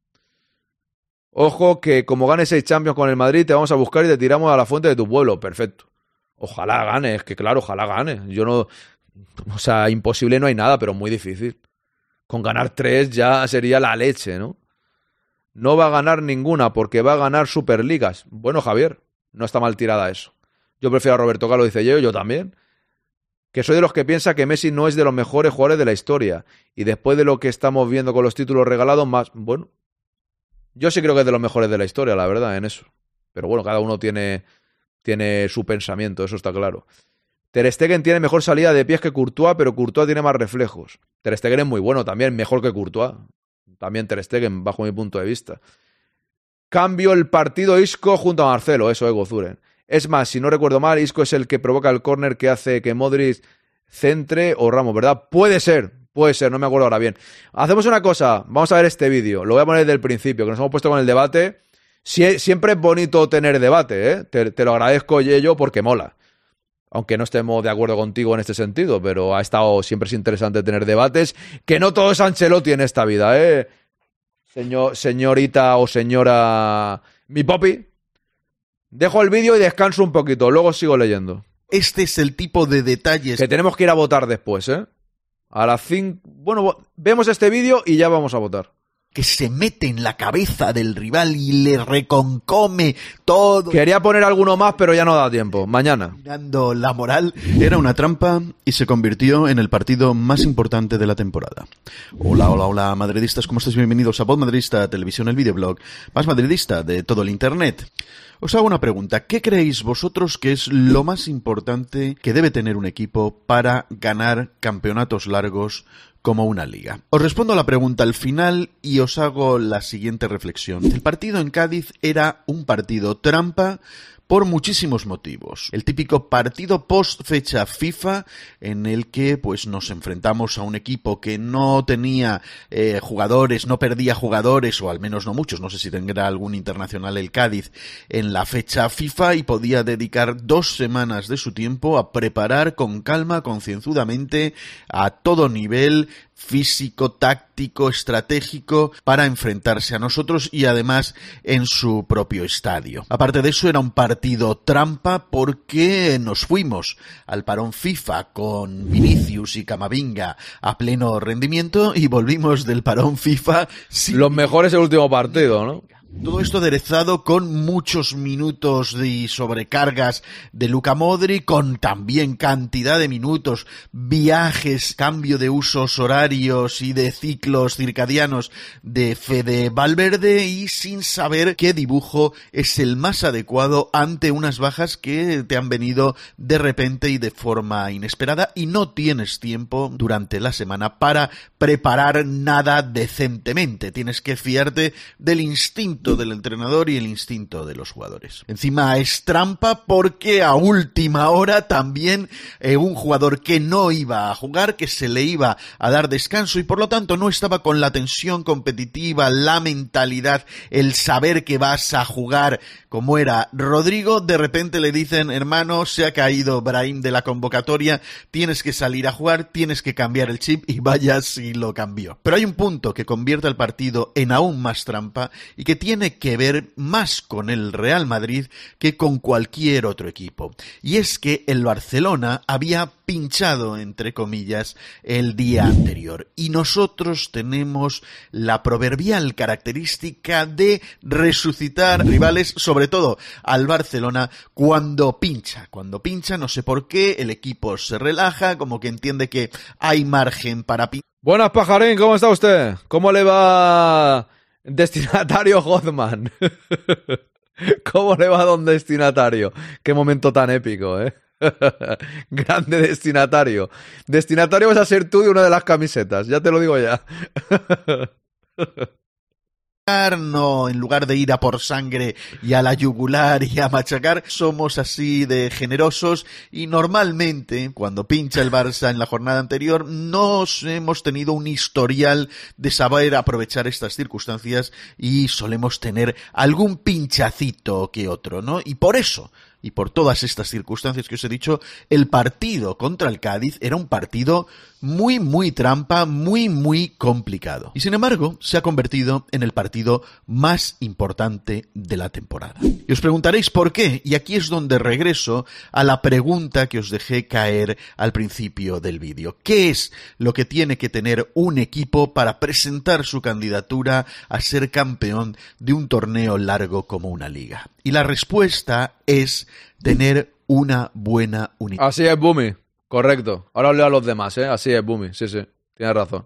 Ojo que como ganes 6 Champions con el Madrid, te vamos a buscar y te tiramos a la fuente de tu pueblo. Perfecto. Ojalá gane, es que claro, ojalá gane. Yo no... O sea, imposible no hay nada, pero muy difícil. Con ganar 3 ya sería la leche, ¿no? No va a ganar ninguna porque va a ganar Superligas. Bueno, Javier, no está mal tirada eso. Yo prefiero a Roberto Carlos, dice yo también. Que soy de los que piensa que Messi no es de los mejores jugadores de la historia. Y después de lo que estamos viendo con los títulos regalados, más... Bueno, yo sí creo que es de los mejores de la historia, la verdad, en eso. Pero bueno, cada uno tiene su pensamiento, eso está claro. Ter Stegen tiene mejor salida de pies que Courtois, pero Courtois tiene más reflejos. Ter Stegen es muy bueno también, mejor que Courtois. También Ter Stegen, bajo mi punto de vista. Cambio el partido Isco junto a Marcelo, eso es Gozuren. Es más, si no recuerdo mal, Isco es el que provoca el córner que hace que Modric centre o Ramos, ¿verdad? Puede ser, no me acuerdo ahora bien. Hacemos una cosa, vamos a ver este vídeo, lo voy a poner desde el principio, que nos hemos puesto con el debate. Siempre es bonito tener debate, ¿eh? Te lo agradezco, Yello, porque mola. Aunque no estemos de acuerdo contigo en este sentido, pero siempre es interesante tener debates, que no todo es Ancelotti en esta vida, ¿eh? Señorita o señora... Mi papi. Dejo el vídeo y descanso un poquito, luego sigo leyendo. Este es el tipo de detalles... Que tenemos que ir a votar después, ¿eh? A las 5... Bueno, vemos este vídeo y ya vamos a votar. Que se mete en la cabeza del rival y le reconcome todo. Quería poner alguno más, pero ya no da tiempo. Mañana. Mirando la moral. Era una trampa y se convirtió en el partido más importante de la temporada. Hola, madridistas, ¿cómo estáis? Bienvenidos a Voz Madridista, televisión, el videoblog más madridista de todo el internet. Os hago una pregunta. ¿Qué creéis vosotros que es lo más importante que debe tener un equipo para ganar campeonatos largos como una liga? Os respondo a la pregunta al final y os hago la siguiente reflexión. El partido en Cádiz era un partido trampa por muchísimos motivos. El típico partido post fecha FIFA en el que pues nos enfrentamos a un equipo que no tenía jugadores, no perdía jugadores, o al menos no muchos, no sé si tendrá algún internacional el Cádiz en la fecha FIFA, y podía dedicar 2 semanas de su tiempo a preparar con calma, concienzudamente, a todo nivel físico, táctico, estratégico, para enfrentarse a nosotros, y además en su propio estadio. Aparte de eso, era un partido trampa porque nos fuimos al parón FIFA con Vinicius y Camavinga a pleno rendimiento y volvimos del parón FIFA sin... Los mejores el último partido, ¿no? Todo esto aderezado con muchos minutos de sobrecargas de Luka Modric, con también cantidad de minutos, viajes, cambio de usos horarios y de ciclos circadianos de Fede Valverde, y sin saber qué dibujo es el más adecuado ante unas bajas que te han venido de repente y de forma inesperada, y no tienes tiempo durante la semana para preparar nada decentemente. Tienes que fiarte del instinto del entrenador y el instinto de los jugadores. Encima es trampa porque a última hora también un jugador que no iba a jugar, que se le iba a dar descanso y por lo tanto no estaba con la tensión competitiva, la mentalidad, el saber que vas a jugar, como era Rodrigo, de repente le dicen: hermano, se ha caído Brahim de la convocatoria, tienes que salir a jugar, tienes que cambiar el chip, y vaya si lo cambió. Pero hay un punto que convierte el partido en aún más trampa y que tiene que ver más con el Real Madrid que con cualquier otro equipo. Y es que el Barcelona había pinchado, entre comillas, el día anterior. Y nosotros tenemos la proverbial característica de resucitar rivales, sobre todo al Barcelona, cuando pincha. Cuando pincha, no sé por qué, el equipo se relaja, como que entiende que hay margen para pinchar. Buenas, Pajarín, ¿cómo está usted? ¿Cómo le va destinatario Hoffman? ¿Cómo le va don destinatario? Qué momento tan épico, ¿eh? Grande destinatario. Destinatario vas a ser tú de una de las camisetas, ya te lo digo ya. No, en lugar de ir a por sangre y a la yugular y a machacar, somos así de generosos, y normalmente cuando pincha el Barça en la jornada anterior nos hemos tenido un historial de saber aprovechar estas circunstancias y solemos tener algún pinchacito que otro, ¿no? Y por eso, y por todas estas circunstancias que os he dicho, el partido contra el Cádiz era un partido muy trampa, muy complicado. Y sin embargo, se ha convertido en el partido más importante de la temporada. Y os preguntaréis por qué, y aquí es donde regreso a la pregunta que os dejé caer al principio del vídeo. ¿Qué es lo que tiene que tener un equipo para presentar su candidatura a ser campeón de un torneo largo como una liga? Y la respuesta es tener una buena unidad. Así es, Bumi. Correcto. Ahora leo a los demás, ¿eh? Así es, Bumi. Sí. Tienes razón.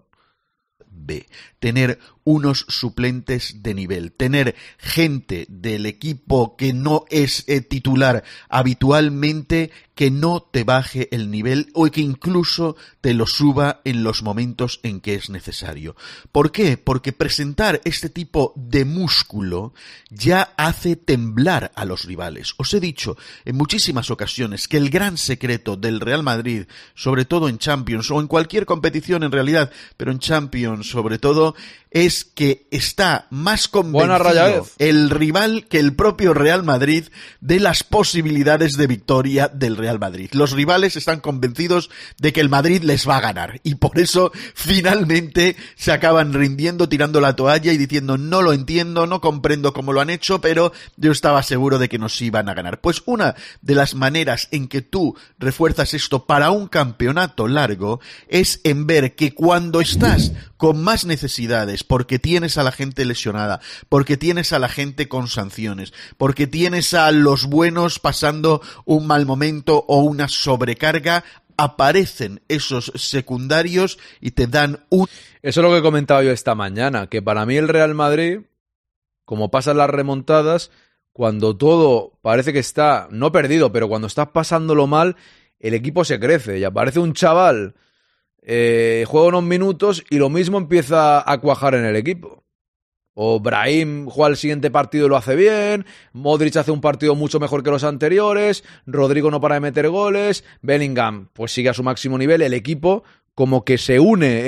B. Tener unos suplentes de nivel, tener gente del equipo que no es titular habitualmente, que no te baje el nivel o que incluso te lo suba en los momentos en que es necesario. ¿Por qué? Porque presentar este tipo de músculo ya hace temblar a los rivales. Os he dicho en muchísimas ocasiones que el gran secreto del Real Madrid, sobre todo en Champions o en cualquier competición en realidad, pero en Champions sobre todo, es que está más convencido el rival que el propio Real Madrid de las posibilidades de victoria del Real Madrid. Los rivales están convencidos de que el Madrid les va a ganar y por eso finalmente se acaban rindiendo, tirando la toalla y diciendo: no lo entiendo, no comprendo cómo lo han hecho, pero yo estaba seguro de que nos iban a ganar. Pues una de las maneras en que tú refuerzas esto para un campeonato largo es en ver que cuando estás con más necesidades, porque tienes a la gente lesionada, porque tienes a la gente con sanciones, porque tienes a los buenos pasando un mal momento o una sobrecarga, aparecen esos secundarios y te dan un... Eso es lo que he comentado yo esta mañana, que para mí el Real Madrid, como pasan las remontadas, cuando todo parece que está, no perdido, pero cuando estás pasándolo mal, el equipo se crece y aparece un chaval... juega unos minutos y lo mismo empieza a cuajar en el equipo. O Brahim juega el siguiente partido y lo hace bien, Modric hace un partido mucho mejor que los anteriores, Rodrigo no para de meter goles, Bellingham pues sigue a su máximo nivel, el equipo como que se une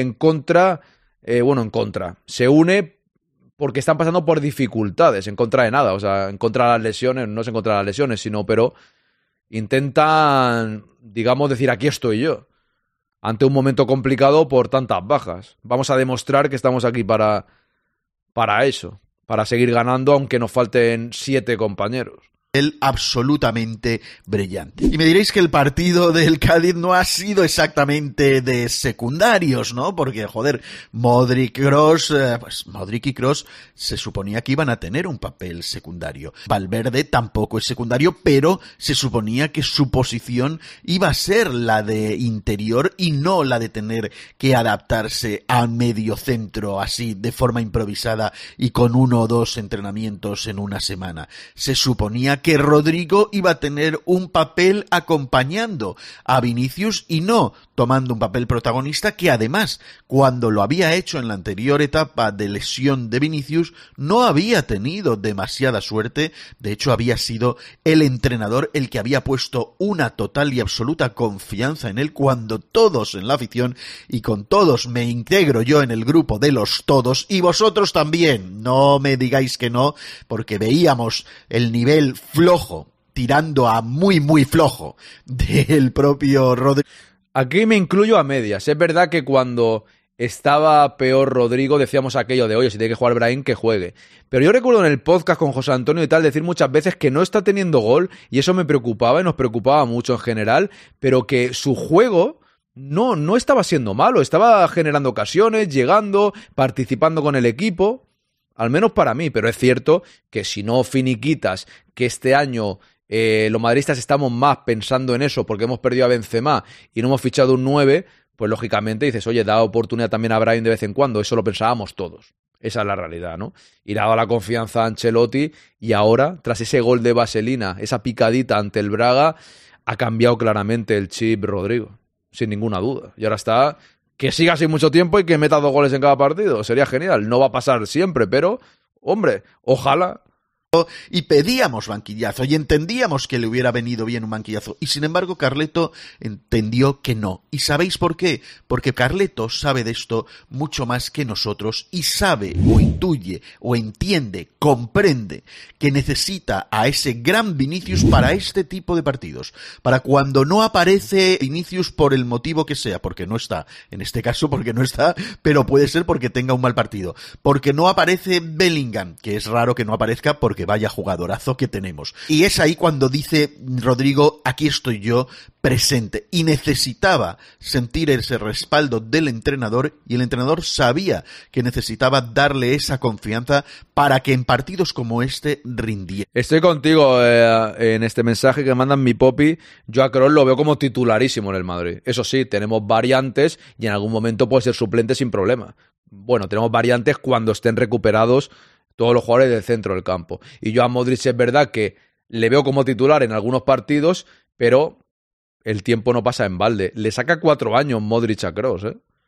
se une porque están pasando por dificultades, en contra de nada, o sea, en contra de las lesiones, no es en contra de las lesiones, pero intentan, digamos, decir aquí estoy yo, ante un momento complicado por tantas bajas. Vamos a demostrar que estamos aquí para eso, para seguir ganando aunque nos falten 7 compañeros. Absolutamente brillante. Y me diréis que el partido del Cádiz no ha sido exactamente de secundarios, ¿no? Porque, joder, Modric y Kroos se suponía que iban a tener un papel secundario. Valverde tampoco es secundario, pero se suponía que su posición iba a ser la de interior y no la de tener que adaptarse a medio centro así de forma improvisada y con 1 o 2 entrenamientos en una semana. Se suponía que Rodrigo iba a tener un papel acompañando a Vinicius y no tomando un papel protagonista, que además, cuando lo había hecho en la anterior etapa de lesión de Vinicius, no había tenido demasiada suerte. De hecho, había sido el entrenador el que había puesto una total y absoluta confianza en él, cuando todos en la afición, y con todos me integro yo en el grupo de los todos, y vosotros también, no me digáis que no, porque veíamos el nivel flojo, tirando a muy muy flojo, del propio Rodrigo. Aquí me incluyo a medias. Es verdad que cuando estaba peor Rodrigo decíamos aquello de, oye, si tiene que jugar Brahim, que juegue. Pero yo recuerdo en el podcast con José Antonio y tal decir muchas veces que no está teniendo gol, y eso me preocupaba y nos preocupaba mucho en general, pero que su juego no estaba siendo malo, estaba generando ocasiones, llegando, participando con el equipo, al menos para mí. Pero es cierto que si no finiquitas que este año los madridistas estamos más pensando en eso porque hemos perdido a Benzema y no hemos fichado un 9, pues lógicamente dices, oye, da oportunidad también a Brahim de vez en cuando. Eso lo pensábamos todos. Esa es la realidad, ¿no? Y le ha dado la confianza a Ancelotti, y ahora, tras ese gol de vaselina, esa picadita ante el Braga, ha cambiado claramente el chip Rodrigo, sin ninguna duda. Y ahora está, que siga así mucho tiempo y que meta 2 goles en cada partido. Sería genial. No va a pasar siempre, pero, hombre, ojalá. Y pedíamos banquillazo y entendíamos que le hubiera venido bien un banquillazo, y sin embargo Carleto entendió que no. ¿Y sabéis por qué? Porque Carleto sabe de esto mucho más que nosotros, y sabe o intuye o entiende, comprende que necesita a ese gran Vinicius para este tipo de partidos, para cuando no aparece Vinicius por el motivo que sea, porque no está, en este caso porque no está, pero puede ser porque tenga un mal partido, porque no aparece Bellingham, que es raro que no aparezca porque vaya jugadorazo que tenemos. Y es ahí cuando dice Rodrigo, aquí estoy yo presente, y necesitaba sentir ese respaldo del entrenador, y el entrenador sabía que necesitaba darle esa confianza para que en partidos como este rindiera. Estoy contigo en este mensaje que mandan mi Popi. Yo a Kroos lo veo como titularísimo en el Madrid. Eso sí, tenemos variantes y en algún momento puede ser suplente sin problema. Bueno, tenemos variantes cuando estén recuperados todos los jugadores del centro del campo. Y yo a Modric es verdad que le veo como titular en algunos partidos, pero el tiempo no pasa en balde. Le saca 4 años Modric a Kroos,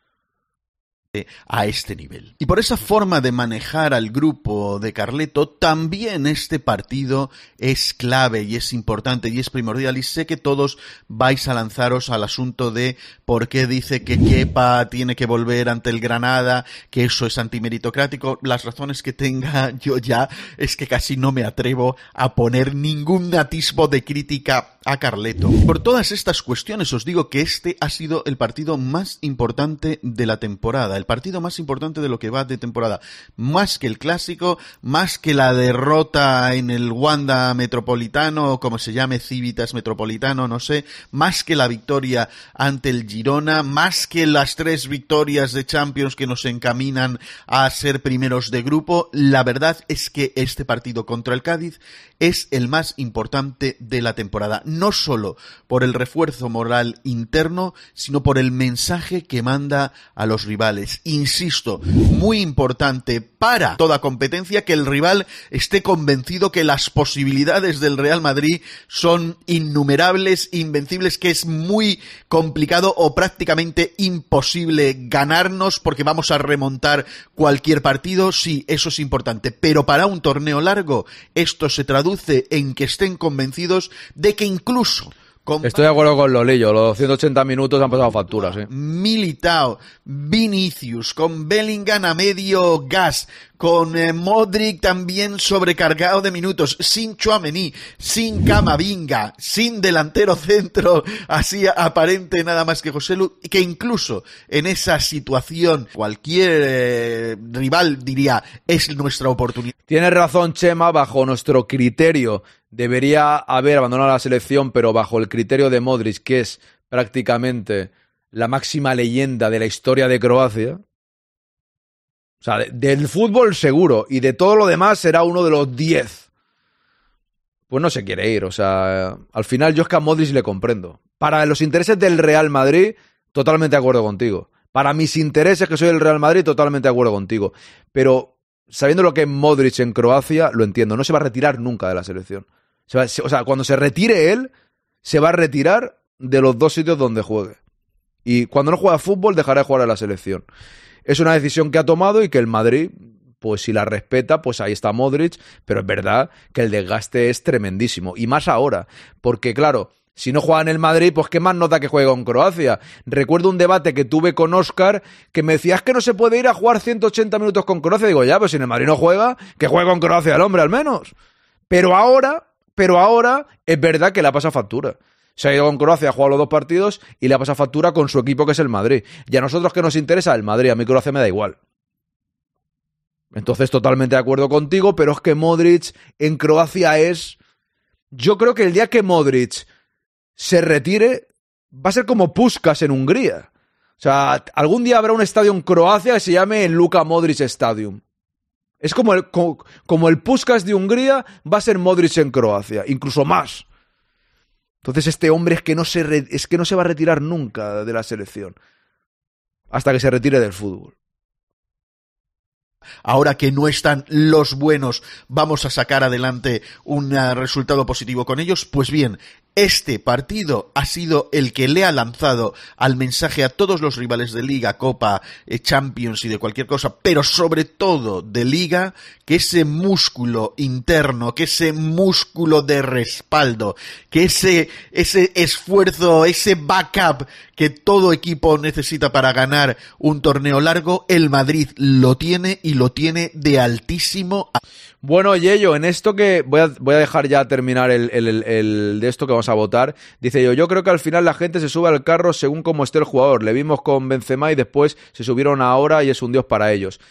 a este nivel. Y por esa forma de manejar al grupo de Carleto, también este partido es clave y es importante y es primordial, y sé que todos vais a lanzaros al asunto de por qué dice que Kepa tiene que volver ante el Granada, que eso es antimeritocrático. Las razones que tenga yo ya es que casi no me atrevo a poner ningún atisbo de crítica a Carleto. Por todas estas cuestiones os digo que este ha sido el partido más importante de la temporada, el partido más importante de lo que va de temporada, más que el clásico, más que la derrota en el Wanda Metropolitano, o como se llame, Civitas Metropolitano, no sé, más que la victoria ante el Girona, más que las 3 victorias de Champions que nos encaminan a ser primeros de grupo. La verdad es que este partido contra el Cádiz es el más importante de la temporada. no solo por el refuerzo moral interno, sino por el mensaje que manda a los rivales. Insisto, muy importante para toda competencia que el rival esté convencido que las posibilidades del Real Madrid son innumerables, invencibles, que es muy complicado o prácticamente imposible ganarnos porque vamos a remontar cualquier partido. Sí, eso es importante, pero para un torneo largo esto se traduce en que estén convencidos de que incluso estoy de acuerdo con Lolillo, los 280 minutos han pasado facturas, ¿eh? Militao, Vinicius, con Bellingham a medio gas, con Modric también sobrecargado de minutos, sin Tchouaméni, sin Camavinga, sin delantero centro así aparente nada más que Joselu, que incluso en esa situación cualquier rival diría es nuestra oportunidad. Tienes razón, Chema, bajo nuestro criterio debería haber abandonado la selección, pero bajo el criterio de Modric, que es prácticamente la máxima leyenda de la historia de Croacia, o sea, del fútbol seguro, y de todo lo demás será uno de los 10. Pues no se quiere ir, o sea, al final yo es que a Modric le comprendo. Para los intereses del Real Madrid, totalmente de acuerdo contigo. Para mis intereses, que soy del Real Madrid, totalmente de acuerdo contigo. Pero sabiendo lo que es Modric en Croacia, lo entiendo, no se va a retirar nunca de la selección. O sea, cuando se retire él, se va a retirar de los 2 sitios donde juegue. Y cuando no juega fútbol, dejará de jugar en la selección. Es una decisión que ha tomado y que el Madrid, pues si la respeta, pues ahí está Modric, pero es verdad que el desgaste es tremendísimo. Y más ahora, porque claro, si no juega en el Madrid, pues qué más nota que juegue con Croacia. Recuerdo un debate que tuve con Óscar que me decía, es que no se puede ir a jugar 180 minutos con Croacia. Digo, ya, pues si en el Madrid no juega, que juegue con Croacia el hombre al menos. Pero ahora es verdad que le ha pasado factura. Se ha ido con Croacia, ha jugado los 2 partidos y le ha pasado factura con su equipo que es el Madrid. Y a nosotros que nos interesa el Madrid, a mí Croacia me da igual. Entonces totalmente de acuerdo contigo, pero es que Modric en Croacia es... Yo creo que el día que Modric se retire va a ser como Puskás en Hungría. O sea, algún día habrá un estadio en Croacia que se llame el Luka Modric Stadium. Es como el Puskás de Hungría va a ser Modric en Croacia, incluso más. Entonces este hombre es que no se va a retirar nunca de la selección hasta que se retire del fútbol. Ahora que no están los buenos, vamos a sacar adelante un resultado positivo con ellos. Pues bien, este partido ha sido el que le ha lanzado al mensaje a todos los rivales de Liga, Copa, Champions y de cualquier cosa, pero sobre todo de Liga, que ese músculo interno, que ese músculo de respaldo, que ese esfuerzo, ese backup que todo equipo necesita para ganar un torneo largo, el Madrid lo tiene y lo tiene de altísimo. Bueno, Yello, en esto que voy a dejar ya terminar el de esto que vamos a votar. Dice yo creo que al final la gente se sube al carro según cómo esté el jugador. Le vimos con Benzema y después se subieron ahora y es un dios para ellos.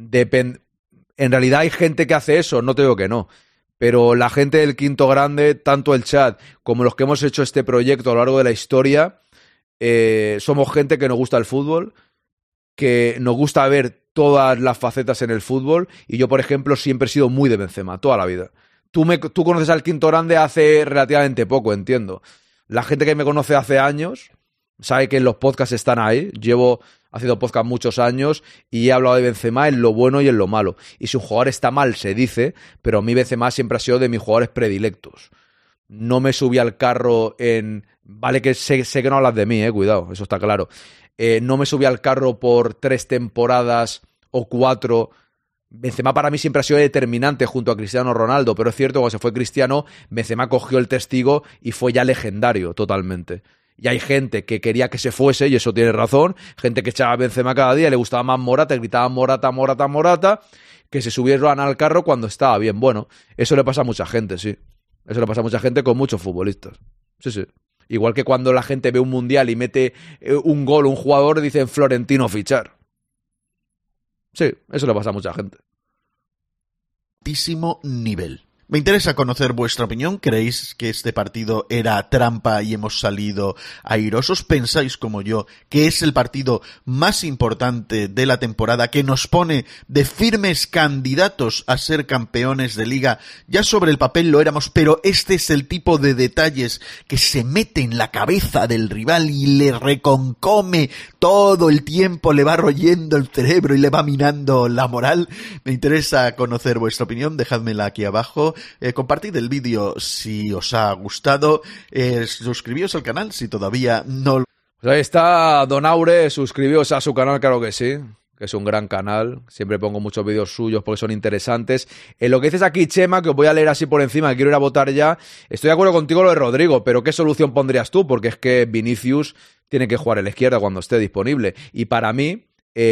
En realidad hay gente que hace eso, no te digo que no. Pero la gente del Quinto Grande, tanto el chat como los que hemos hecho este proyecto a lo largo de la historia, somos gente que nos gusta el fútbol, que nos gusta ver todas las facetas en el fútbol, y yo, por ejemplo, siempre he sido muy de Benzema, toda la vida. Tú conoces al Quinto Grande hace relativamente poco, entiendo. La gente que me conoce hace años sabe que los podcasts están ahí. Llevo haciendo podcast muchos años y he hablado de Benzema en lo bueno y en lo malo. Y si un jugador está mal, se dice, pero a mí Benzema siempre ha sido de mis jugadores predilectos. No me subí al carro en... Vale que sé que no hablas de mí, cuidado, eso está claro. No me subí al carro por 3 temporadas o 4. Benzema para mí siempre ha sido determinante junto a Cristiano Ronaldo, pero es cierto que cuando se fue Cristiano, Benzema cogió el testigo y fue ya legendario totalmente. Y hay gente que quería que se fuese, y eso tiene razón, gente que echaba a Benzema cada día, le gustaba más Morata, gritaban Morata, Morata, Morata, que se subieron al carro cuando estaba bien. Bueno, eso le pasa a mucha gente, sí. Eso le pasa a mucha gente con muchos futbolistas. Sí, sí. Igual que cuando la gente ve un mundial y mete un gol, un jugador, dicen Florentino fichar. Sí, eso le pasa a mucha gente. Altísimo nivel. Me interesa conocer vuestra opinión. ¿Creéis que este partido era trampa y hemos salido airosos? ¿Pensáis como yo que es el partido más importante de la temporada, que nos pone de firmes candidatos a ser campeones de liga? Ya sobre el papel lo éramos, pero este es el tipo de detalles que se mete en la cabeza del rival y le reconcome todo el tiempo, le va royendo el cerebro y le va minando la moral. Me interesa conocer vuestra opinión, dejádmela aquí abajo. Compartid el vídeo si os ha gustado, suscribíos al canal si todavía no. Pues ahí está Don Aure, suscribíos a su canal, claro que sí, que es un gran canal, siempre pongo muchos vídeos suyos porque son interesantes. En lo que dices aquí, Chema, que os voy a leer así por encima, que quiero ir a votar ya, estoy de acuerdo contigo lo de Rodrigo, pero ¿qué solución pondrías tú? Porque es que Vinicius tiene que jugar en la izquierda cuando esté disponible, y para mí,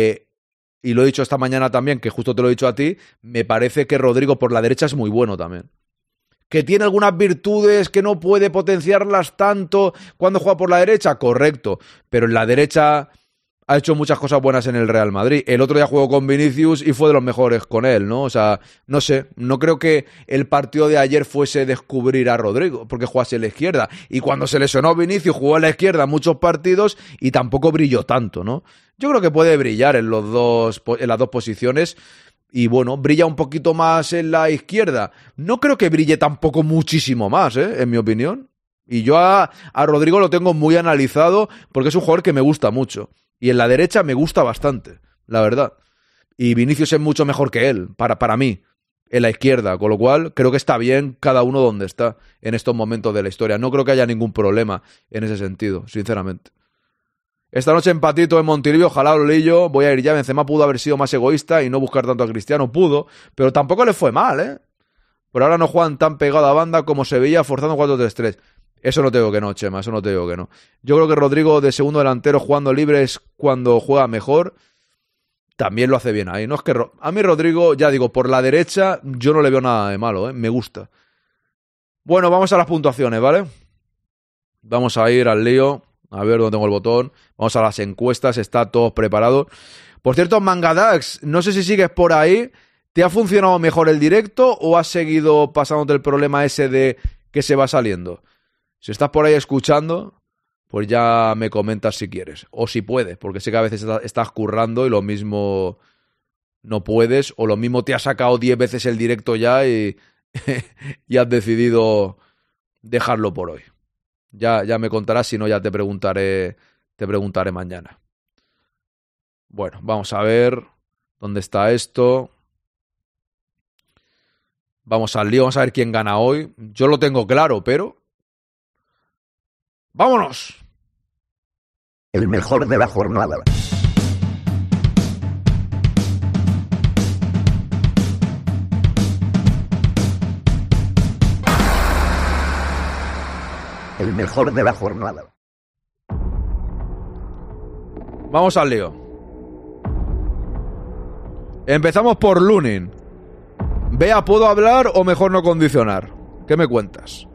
y lo he dicho esta mañana también, que justo te lo he dicho a ti, me parece que Rodrigo por la derecha es muy bueno también. ¿Que tiene algunas virtudes que no puede potenciarlas tanto cuando juega por la derecha? Correcto, pero en la derecha ha hecho muchas cosas buenas en el Real Madrid. El otro día jugó con Vinicius y fue de los mejores con él, ¿no? O sea, no sé, no creo que el partido de ayer fuese descubrir a Rodrigo, porque jugase en la izquierda. Y cuando se lesionó Vinicius, jugó en la izquierda muchos partidos y tampoco brilló tanto, ¿no? Yo creo que puede brillar en las dos posiciones. Y bueno, brilla un poquito más en la izquierda. No creo que brille tampoco muchísimo más, en mi opinión. Y yo a Rodrigo lo tengo muy analizado porque es un jugador que me gusta mucho. Y en la derecha me gusta bastante, la verdad. Y Vinicius es mucho mejor que él, para mí, en la izquierda. Con lo cual, creo que está bien cada uno donde está en estos momentos de la historia. No creo que haya ningún problema en ese sentido, sinceramente. Esta noche empatito en Montilivi, ojalá Lolillo, voy a ir ya. Benzema pudo haber sido más egoísta y no buscar tanto a Cristiano, pudo, pero tampoco le fue mal, Por ahora no juegan tan pegado a banda como se veía forzando 4-3-3. Eso no te digo que no, Chema, eso no te digo que no. Yo creo que Rodrigo de segundo delantero jugando libre es cuando juega mejor. También lo hace bien ahí. No es que a mí Rodrigo, ya digo, por la derecha yo no le veo nada de malo, me gusta. Bueno, vamos a las puntuaciones, ¿vale? Vamos a ir al lío. A ver dónde tengo el botón. Vamos a las encuestas, está todo preparado. Por cierto, Mangadax, no sé si sigues por ahí. ¿Te ha funcionado mejor el directo o has seguido pasándote el problema ese de que se va saliendo? Si estás por ahí escuchando, pues ya me comentas si quieres. O si puedes, porque sé que a veces estás currando y lo mismo no puedes. O lo mismo te ha sacado 10 veces el directo ya y has decidido dejarlo por hoy. Ya me contarás, si no ya te preguntaré mañana. Bueno, vamos a ver dónde está esto. Vamos al lío, vamos a ver quién gana hoy. Yo lo tengo claro, pero... ¡vámonos! El mejor de la jornada. El mejor de la jornada. Vamos al lío. Empezamos por Lunin. Vea, ¿puedo hablar o mejor no condicionar? ¿Qué me cuentas?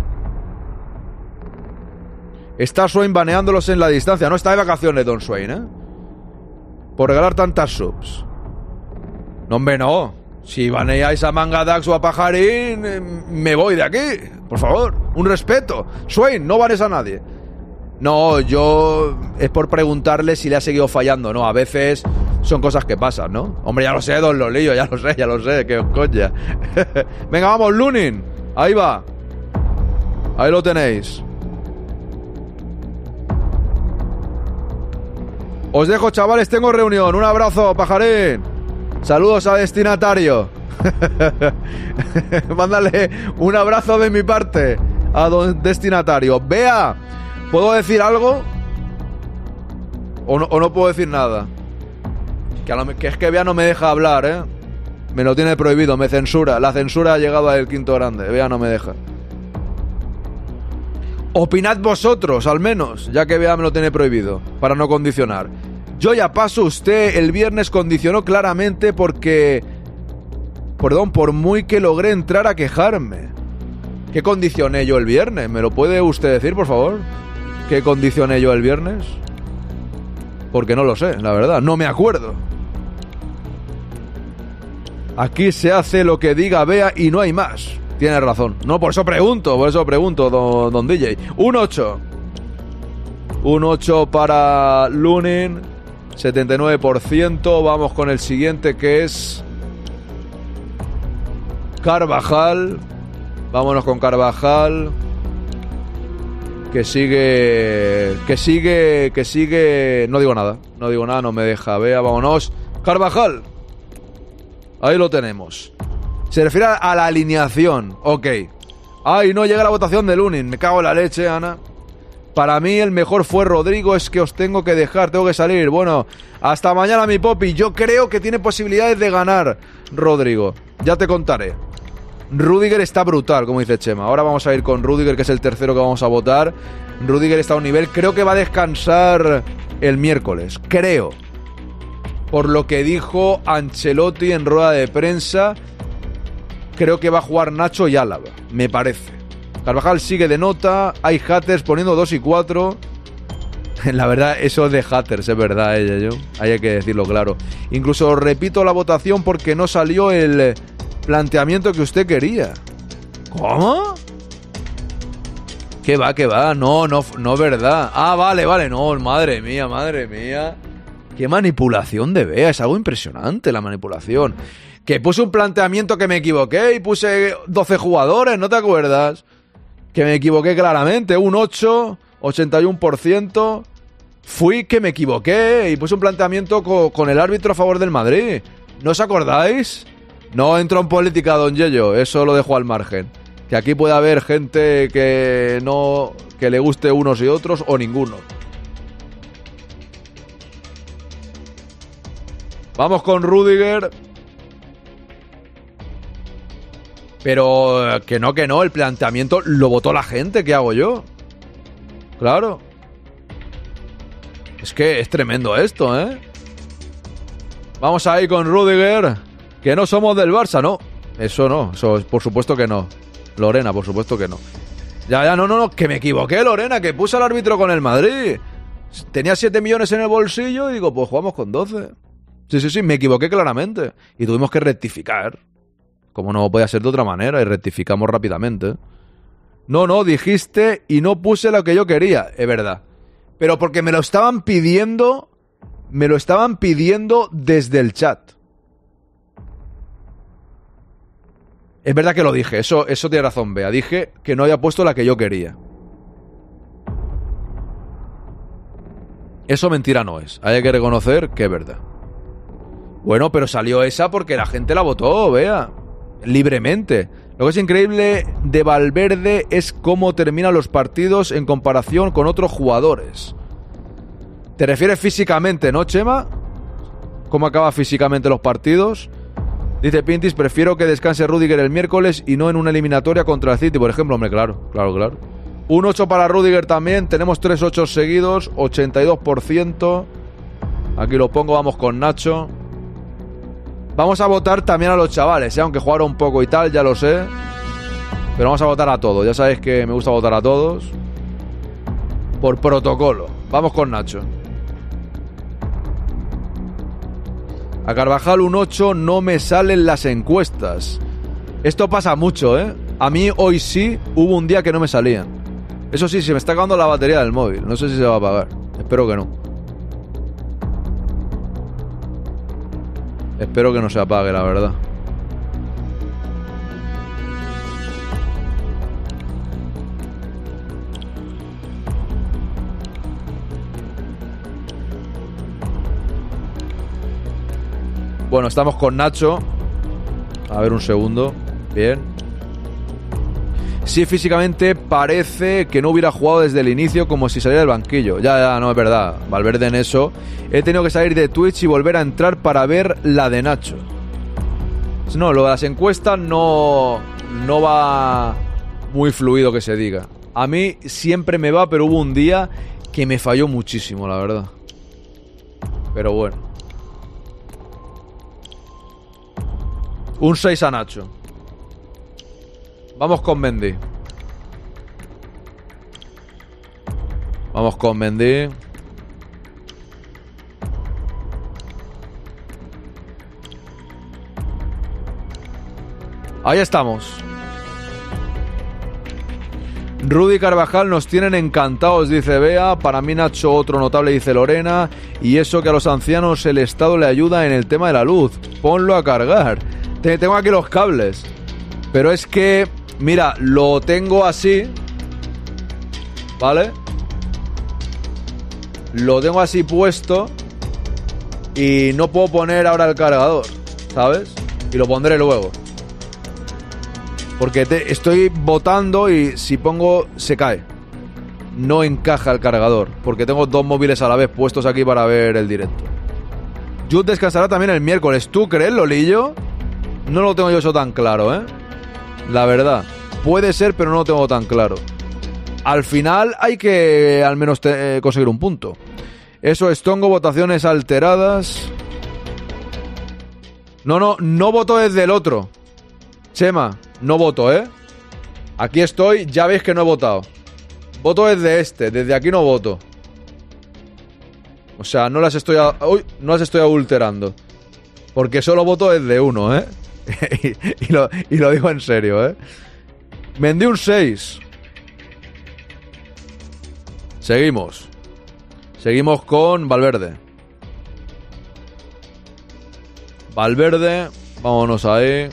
Está Swain baneándolos en la distancia. No está de vacaciones, Don Swain, por regalar tantas subs. No, hombre, no. Si baneáis a Mangadax o a Pajarín, me voy de aquí. Por favor, un respeto. Swain, no banes a nadie. No, yo... es por preguntarle si le ha seguido fallando, ¿no? A veces son cosas que pasan, ¿no? Hombre, ya lo sé, Don Lolillo, ya lo sé, que os coña. Venga, vamos, Lunin. Ahí va. Ahí lo tenéis. Os dejo, chavales, tengo reunión. Un abrazo, Pajarín. Saludos a destinatario. Mándale un abrazo de mi parte a don destinatario. Vea, ¿puedo decir algo? ¿O no puedo decir nada? Que es que Bea no me deja hablar, Me lo tiene prohibido, me censura. La censura ha llegado al quinto grande. Bea no me deja. Opinad vosotros, al menos, ya que Bea me lo tiene prohibido, para no condicionar. Yo ya paso, usted el viernes condicionó claramente porque... Perdón, por muy que logré entrar a quejarme. ¿Qué condicioné yo el viernes? ¿Me lo puede usted decir, por favor? ¿Qué condicioné yo el viernes? Porque no lo sé, la verdad, no me acuerdo. Aquí se hace lo que diga Bea y no hay más. Tienes razón. No, por eso pregunto, don DJ. 1-8. 1-8 para Lunin. 79%. Vamos con el siguiente, que es Carvajal. Vámonos con Carvajal. Que sigue. No digo nada, no me deja. Vea, vámonos. Carvajal. Ahí lo tenemos. Se refiere a la alineación. Ok. Ay, no llega la votación de Lunin. Me cago en la leche, Ana. Para mí el mejor fue Rodrigo. Es que os tengo que dejar, tengo que salir. Bueno, hasta mañana, mi Popi. Yo creo que tiene posibilidades de ganar Rodrigo. Ya te contaré. Rüdiger está brutal, como dice Chema. Ahora vamos a ir con Rüdiger, que es el tercero que vamos a votar. Rüdiger está a un nivel. Creo que va a descansar el miércoles. Creo. Por lo que dijo Ancelotti en rueda de prensa, creo que va a jugar Nacho y Álava, me parece. Carvajal sigue de nota. Hay haters poniendo 2 y 4. La verdad, eso es de haters, es verdad, hay que decirlo claro. Incluso repito la votación porque no salió el planteamiento que usted quería. ¿Cómo? ¿Qué va? No, verdad. Ah, vale, no, madre mía. Qué manipulación de Bea, es algo impresionante la manipulación. Que puse un planteamiento que me equivoqué y puse 12 jugadores, ¿no te acuerdas? Que me equivoqué claramente, un 8, 81%. Fui que me equivoqué y puse un planteamiento con el árbitro a favor del Madrid. ¿No os acordáis? No entro en política, don Yello, eso lo dejo al margen. Que aquí puede haber gente que le guste unos y otros o ninguno. Vamos con Rüdiger. Pero que no, el planteamiento lo votó la gente, ¿qué hago yo? Claro. Es que es tremendo esto, ¿eh? Vamos ahí con Rüdiger. Que no somos del Barça, ¿no? Eso no, eso por supuesto que no. Lorena, por supuesto que no. Ya, no, que me equivoqué, Lorena, que puse al árbitro con el Madrid. Tenía 7 millones en el bolsillo y digo, pues jugamos con 12. Sí, me equivoqué claramente. Y tuvimos que rectificar. Como no podía ser de otra manera, y rectificamos rápidamente. No, dijiste y no puse lo que yo quería. Es verdad. Pero porque me lo estaban pidiendo desde el chat. Es verdad que lo dije, eso tiene razón, Bea. Dije que no había puesto la que yo quería. Eso mentira no es. Hay que reconocer que es verdad. Bueno, pero salió esa porque la gente la votó, Bea. Libremente. Lo que es increíble de Valverde es cómo terminan los partidos en comparación con otros jugadores. ¿Te refieres físicamente, no, Chema? ¿Cómo acaba físicamente los partidos? Dice Pintis, prefiero que descanse Rüdiger el miércoles y no en una eliminatoria contra el City, por ejemplo. Hombre, claro. Un 8 para Rüdiger también. Tenemos 3 8 seguidos, 82%. Aquí lo pongo, vamos con Nacho. Vamos a votar también a los chavales, aunque jugaron un poco y tal, ya lo sé. Pero vamos a votar a todos. Ya sabéis que me gusta votar a todos. Por protocolo. Vamos con Nacho. A Carvajal un 8 no me salen las encuestas. Esto pasa mucho, ¿eh? A mí hoy sí hubo un día que no me salían. Eso sí, se me está acabando la batería del móvil. No sé si se va a apagar. Espero que no. Espero que no se apague, la verdad. Bueno, estamos con Nacho. A ver, un segundo. Bien. Sí, físicamente parece que no hubiera jugado desde el inicio, como si saliera del banquillo. Ya, no es verdad. Valverde en eso. He tenido que salir de Twitch y volver a entrar para ver la de Nacho. No, lo de las encuestas no va muy fluido, que se diga. A mí siempre me va, pero hubo un día que me falló muchísimo, la verdad. Pero bueno. Un 6 a Nacho. Vamos con Mendy. Vamos con Mendy. Ahí estamos. Rudy Carvajal nos tienen encantados, dice Bea. Para mí Nacho otro notable, dice Lorena. Y eso que a los ancianos el Estado le ayuda en el tema de la luz. Ponlo a cargar. Tengo aquí los cables. Pero es que, mira, lo tengo así, ¿vale? Lo tengo así puesto y no puedo poner ahora el cargador, ¿sabes? Y lo pondré luego. Porque estoy botando y si pongo se cae. No encaja el cargador, porque tengo dos móviles a la vez puestos aquí para ver el directo. Jude descansará también el miércoles. ¿Tú crees, Lolillo? No lo tengo yo eso tan claro, ¿eh? La verdad. Puede ser, pero no lo tengo tan claro. Al final hay que al menos conseguir un punto. Eso es Tongo, votaciones alteradas. No voto desde el otro. Chema, no voto, ¿eh? Aquí estoy, ya veis que no he votado. Voto desde aquí no voto. O sea, no las estoy adulterando. Porque solo voto desde uno, ¿eh? y lo digo en serio, ¿eh? Mendy un 6. Seguimos con Valverde. Vámonos ahí.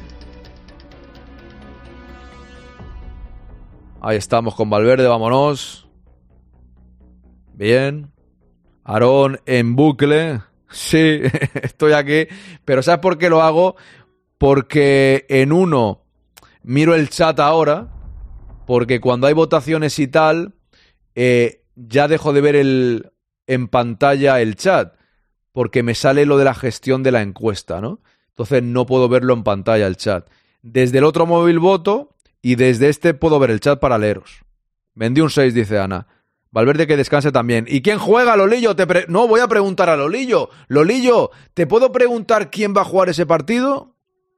Ahí estamos con Valverde, vámonos. Bien. Aarón en bucle. Sí, estoy aquí. Pero ¿sabes por qué lo hago? Porque en uno miro el chat ahora. Porque cuando hay votaciones y tal, ya dejo de ver en pantalla el chat. Porque me sale lo de la gestión de la encuesta, ¿no? Entonces no puedo verlo en pantalla el chat. Desde el otro móvil voto y desde este puedo ver el chat para leeros. Vendí un 6, dice Ana. Valverde que descanse también. ¿Y quién juega, Lolillo? No, voy a preguntar a Lolillo. Lolillo, ¿te puedo preguntar quién va a jugar ese partido?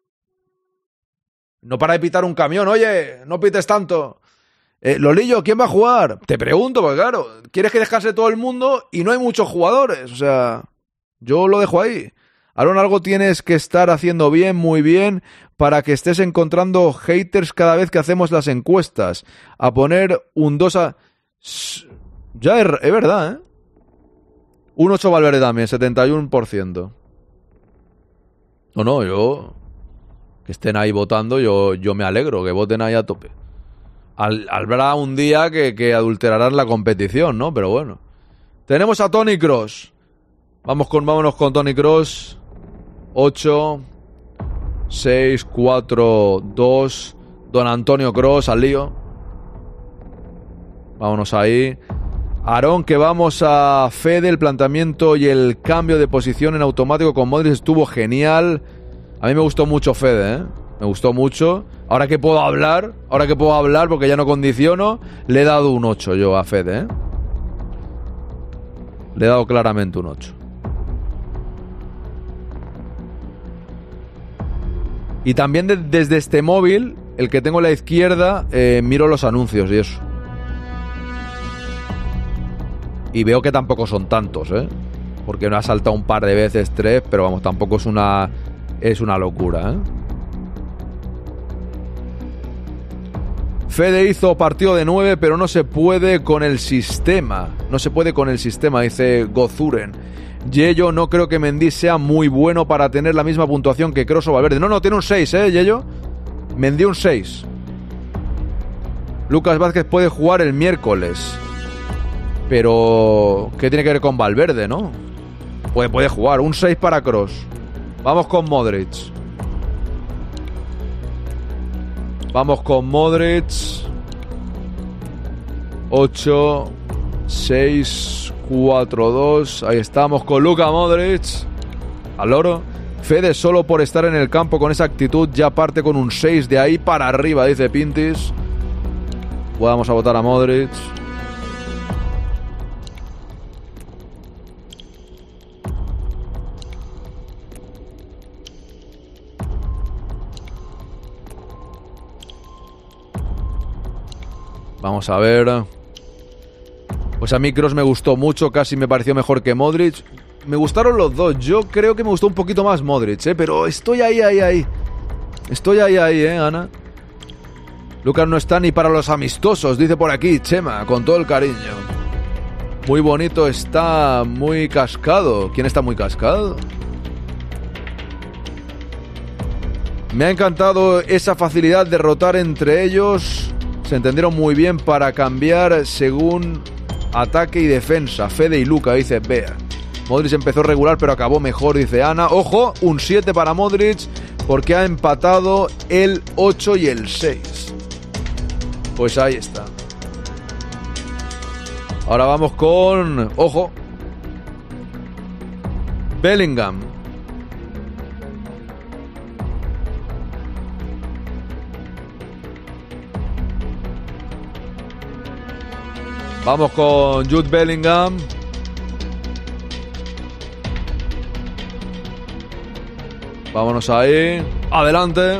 No para de pitar un camión, oye, no pites tanto. Lolillo, ¿quién va a jugar? Te pregunto, porque claro, quieres que descanse todo el mundo y no hay muchos jugadores. O sea, yo lo dejo ahí. Aaron, algo tienes que estar haciendo bien, muy bien, para que estés encontrando haters cada vez que hacemos las encuestas. A poner un 2 a... Ya es verdad, ¿eh? Un 8 Valverde también, 71%. No, yo... Que estén ahí votando, yo me alegro, que voten ahí a tope. Habrá un día que adulterarán la competición, ¿no? Pero bueno. Tenemos a Toni Kroos. Vámonos con Toni Kroos. 8, 6, 4, 2. Don Antonio Kroos al lío. Vámonos ahí. Aarón, que vamos a Fede. El planteamiento y el cambio de posición en automático con Modric estuvo genial. A mí me gustó mucho Fede, ¿eh? Me gustó mucho. Ahora que puedo hablar, porque ya no condiciono, le he dado un 8 yo a Fede, ¿eh? Le he dado claramente un 8. Y también desde este móvil, el que tengo a la izquierda, miro los anuncios y eso. Y veo que tampoco son tantos, ¿eh? Porque me ha saltado un par de veces 3, pero vamos, tampoco es una locura, ¿eh? Fede hizo partido de 9, pero no se puede con el sistema. No se puede con el sistema, dice Gozuren. Yello, no creo que Mendy sea muy bueno para tener la misma puntuación que Kroos o Valverde. No, tiene un 6, Yello. Mendy un 6. Lucas Vázquez puede jugar el miércoles. Pero... ¿qué tiene que ver con Valverde, no? Puede jugar. Un 6 para Kroos. Vamos con Modric. 8, 6, 4, 2. Ahí estamos con Luka Modric. Al loro. Fede, solo por estar en el campo con esa actitud, ya parte con un 6 de ahí para arriba, dice Pintis. Vamos a votar a Modric. Vamos a ver. Pues a mí Kroos me gustó mucho, casi me pareció mejor que Modric. Me gustaron los dos. Yo creo que me gustó un poquito más Modric, pero estoy ahí. Estoy ahí, Ana. Lucas no está ni para los amistosos, dice por aquí Chema, con todo el cariño. Muy bonito, está muy cascado. ¿Quién está muy cascado? Me ha encantado esa facilidad de rotar entre ellos. Se entendieron muy bien para cambiar según ataque y defensa. Fede y Luka, dice Bea. Modric empezó regular pero acabó mejor, dice Ana. Ojo, un 7 para Modric porque ha empatado el 8 y el 6. Pues ahí está. Ahora vamos con... Ojo. Bellingham. Vamos con Jude Bellingham. Vámonos ahí. Adelante.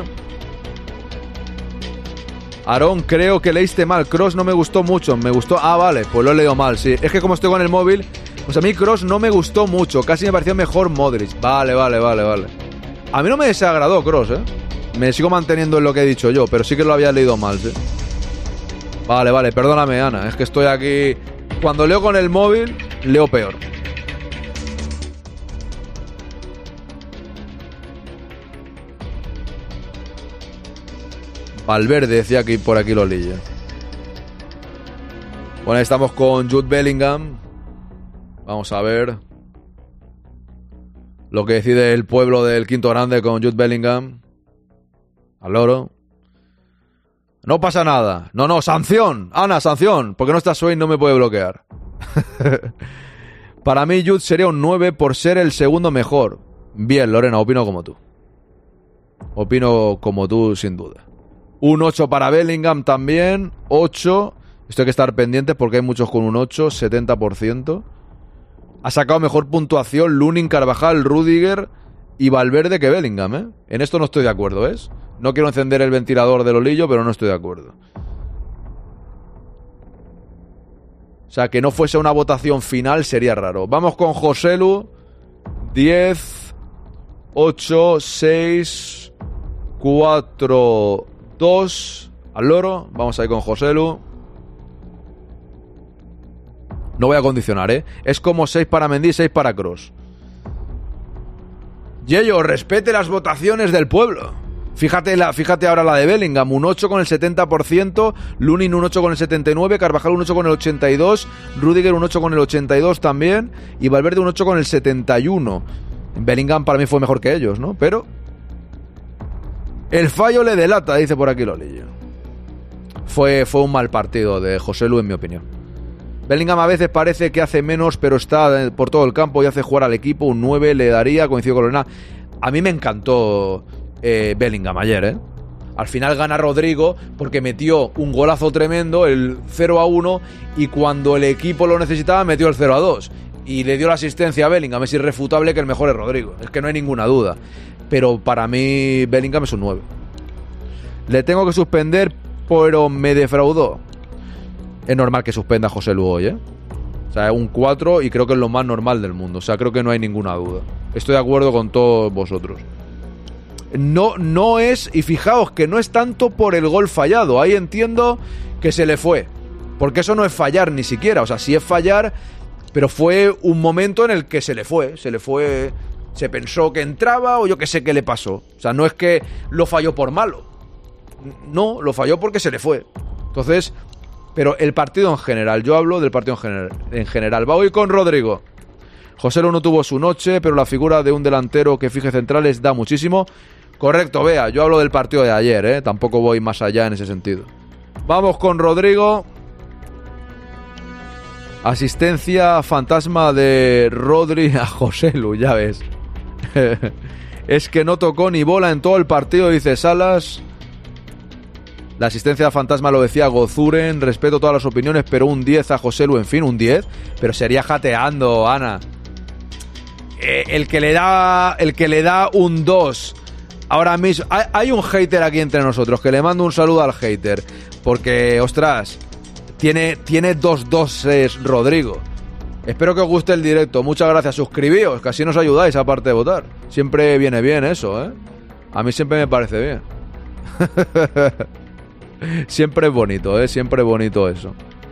Aarón, creo que leíste mal. Kroos no me gustó mucho. Me gustó... Ah, vale. Pues lo he leído mal, sí. Es que como estoy con el móvil... Pues a mí Kroos no me gustó mucho. Casi me pareció mejor Modric. Vale. A mí no me desagradó Kroos, ¿eh? Me sigo manteniendo en lo que he dicho yo. Pero sí que lo había leído mal, sí. Vale. Perdóname, Ana. Es que estoy aquí... Cuando leo con el móvil, leo peor. Valverde, decía que por aquí lo leí. Bueno, estamos con Jude Bellingham. Vamos a ver lo que decide el pueblo del Quinto Grande con Jude Bellingham. Al loro. No pasa nada. No, sanción. Ana, sanción. Porque no está Swain, no me puede bloquear. Para mí Jude sería un 9 por ser el segundo mejor. Bien, Lorena, opino como tú. Opino como tú, sin duda. Un 8 para Bellingham también. 8. Esto hay que estar pendiente porque hay muchos con un 8. 70%. Ha sacado mejor puntuación Lunin, Carvajal, Rudiger y Valverde que Bellingham, ¿eh? En esto no estoy de acuerdo, ¿ves? No quiero encender el ventilador del Olillo, pero no estoy de acuerdo. O sea, que no fuese una votación final sería raro. Vamos con Joselu. 10, 8, 6, 4, 2. Al loro. Vamos ahí con Joselu. No voy a condicionar, ¿eh? Es como 6 para Mendy, 6 para Kroos. Yello, respete las votaciones del pueblo. Fíjate ahora la de Bellingham. Un 8 con el 70%. Lunin un 8 con el 79%. Carvajal un 8 con el 82%. Rudiger un 8 con el 82% también. Y Valverde un 8 con el 71%. Bellingham para mí fue mejor que ellos, ¿no? Pero... el fallo le delata, dice por aquí Lolillo. Fue un mal partido de Joselu, en mi opinión. Bellingham a veces parece que hace menos, pero está por todo el campo y hace jugar al equipo. Un 9 le daría, coincido con Lorena. A mí me encantó Bellingham ayer, ¿eh? Al final gana Rodrigo porque metió un golazo tremendo, el 0-1, y cuando el equipo lo necesitaba metió el 0-2. Y le dio la asistencia a Bellingham. Es irrefutable que el mejor es Rodrigo. Es que no hay ninguna duda. Pero para mí Bellingham es un 9. Le tengo que suspender, pero me defraudó. Es normal que suspenda a Joselu hoy, ¿eh? O sea, un 4 y creo que es lo más normal del mundo. O sea, creo que no hay ninguna duda. Estoy de acuerdo con todos vosotros. No es... Y fijaos que no es tanto por el gol fallado. Ahí entiendo que se le fue. Porque eso no es fallar ni siquiera. O sea, sí es fallar, pero fue un momento en el que se le fue. Se pensó que entraba o yo que sé qué le pasó. O sea, no es que lo falló por malo. No, lo falló porque se le fue. Entonces... Pero el partido en general, yo hablo del partido en general. Va hoy con Rodrigo. Joselu no tuvo su noche, pero la figura de un delantero que fije centrales da muchísimo. Correcto, Bea, yo hablo del partido de ayer, ¿eh? Tampoco voy más allá en ese sentido. Vamos con Rodrigo. Asistencia fantasma de Rodri a Joselu, ya ves. Es que no tocó ni bola en todo el partido, dice Salas. La asistencia fantasma lo decía Gozuren. Respeto todas las opiniones, pero un 10 a Joselu. En fin, un 10. Pero sería jateando, Ana. El que le da un 2 ahora mismo. Hay un hater aquí entre nosotros, que le mando un saludo al hater. Porque, ostras, tiene 2 doses Rodrigo. Espero que os guste el directo. Muchas gracias. Suscribíos, que así nos ayudáis aparte de votar. Siempre viene bien eso, ¿eh? A mí siempre me parece bien. Siempre es bonito, ¿eh? Siempre es bonito eso.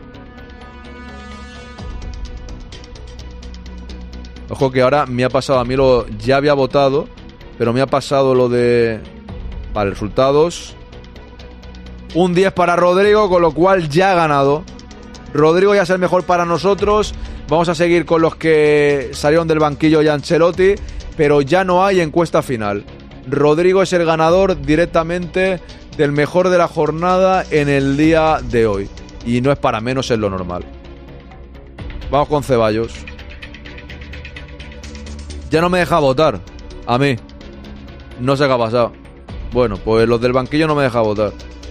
Ojo que ahora me ha pasado a mí ya había votado, pero me ha pasado lo de... Vale, resultados. Un 10 para Rodrigo, con lo cual ya ha ganado. Rodrigo ya es el mejor para nosotros. Vamos a seguir con los que salieron del banquillo y Ancelotti, pero ya no hay encuesta final. Rodrigo es el ganador directamente del mejor de la jornada en el día de hoy. Y no es para menos, es lo normal. Vamos con Ceballos. Ya no me deja votar. A mí. No sé qué ha pasado. Bueno, pues los del banquillo no me deja votar.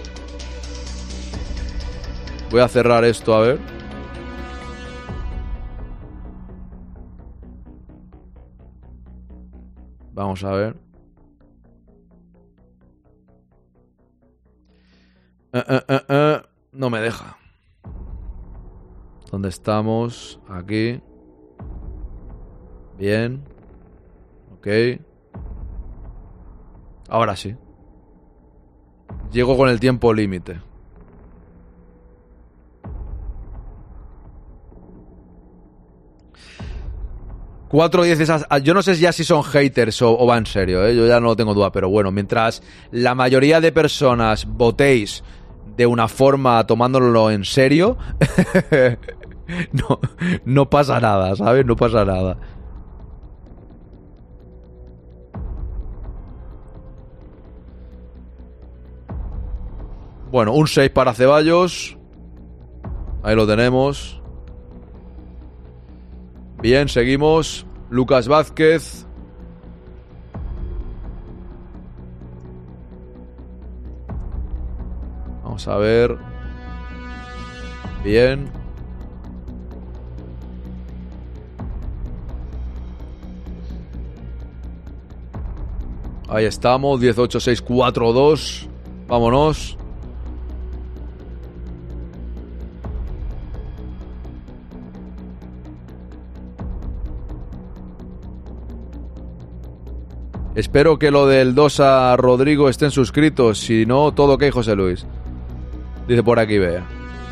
Voy a cerrar esto, a ver. Vamos a ver. No me deja. ¿Dónde estamos? Aquí. Bien. Ok. Ahora sí. Llego con el tiempo límite. Cuatro 10 yo no sé ya si son haters o va en serio, ¿eh? Yo ya no tengo duda, pero bueno, mientras la mayoría de personas votéis de una forma tomándolo en serio, no pasa nada, ¿sabes? No pasa nada. Bueno, un 6 para Ceballos. Ahí lo tenemos. Bien, seguimos. Lucas Vázquez. Vamos a ver. Bien. Ahí estamos. 18, 6, 4, 2. Vámonos. Espero que lo del 2 a Rodrigo estén suscritos. Si no, todo ok, José Luis. Dice por aquí, vea.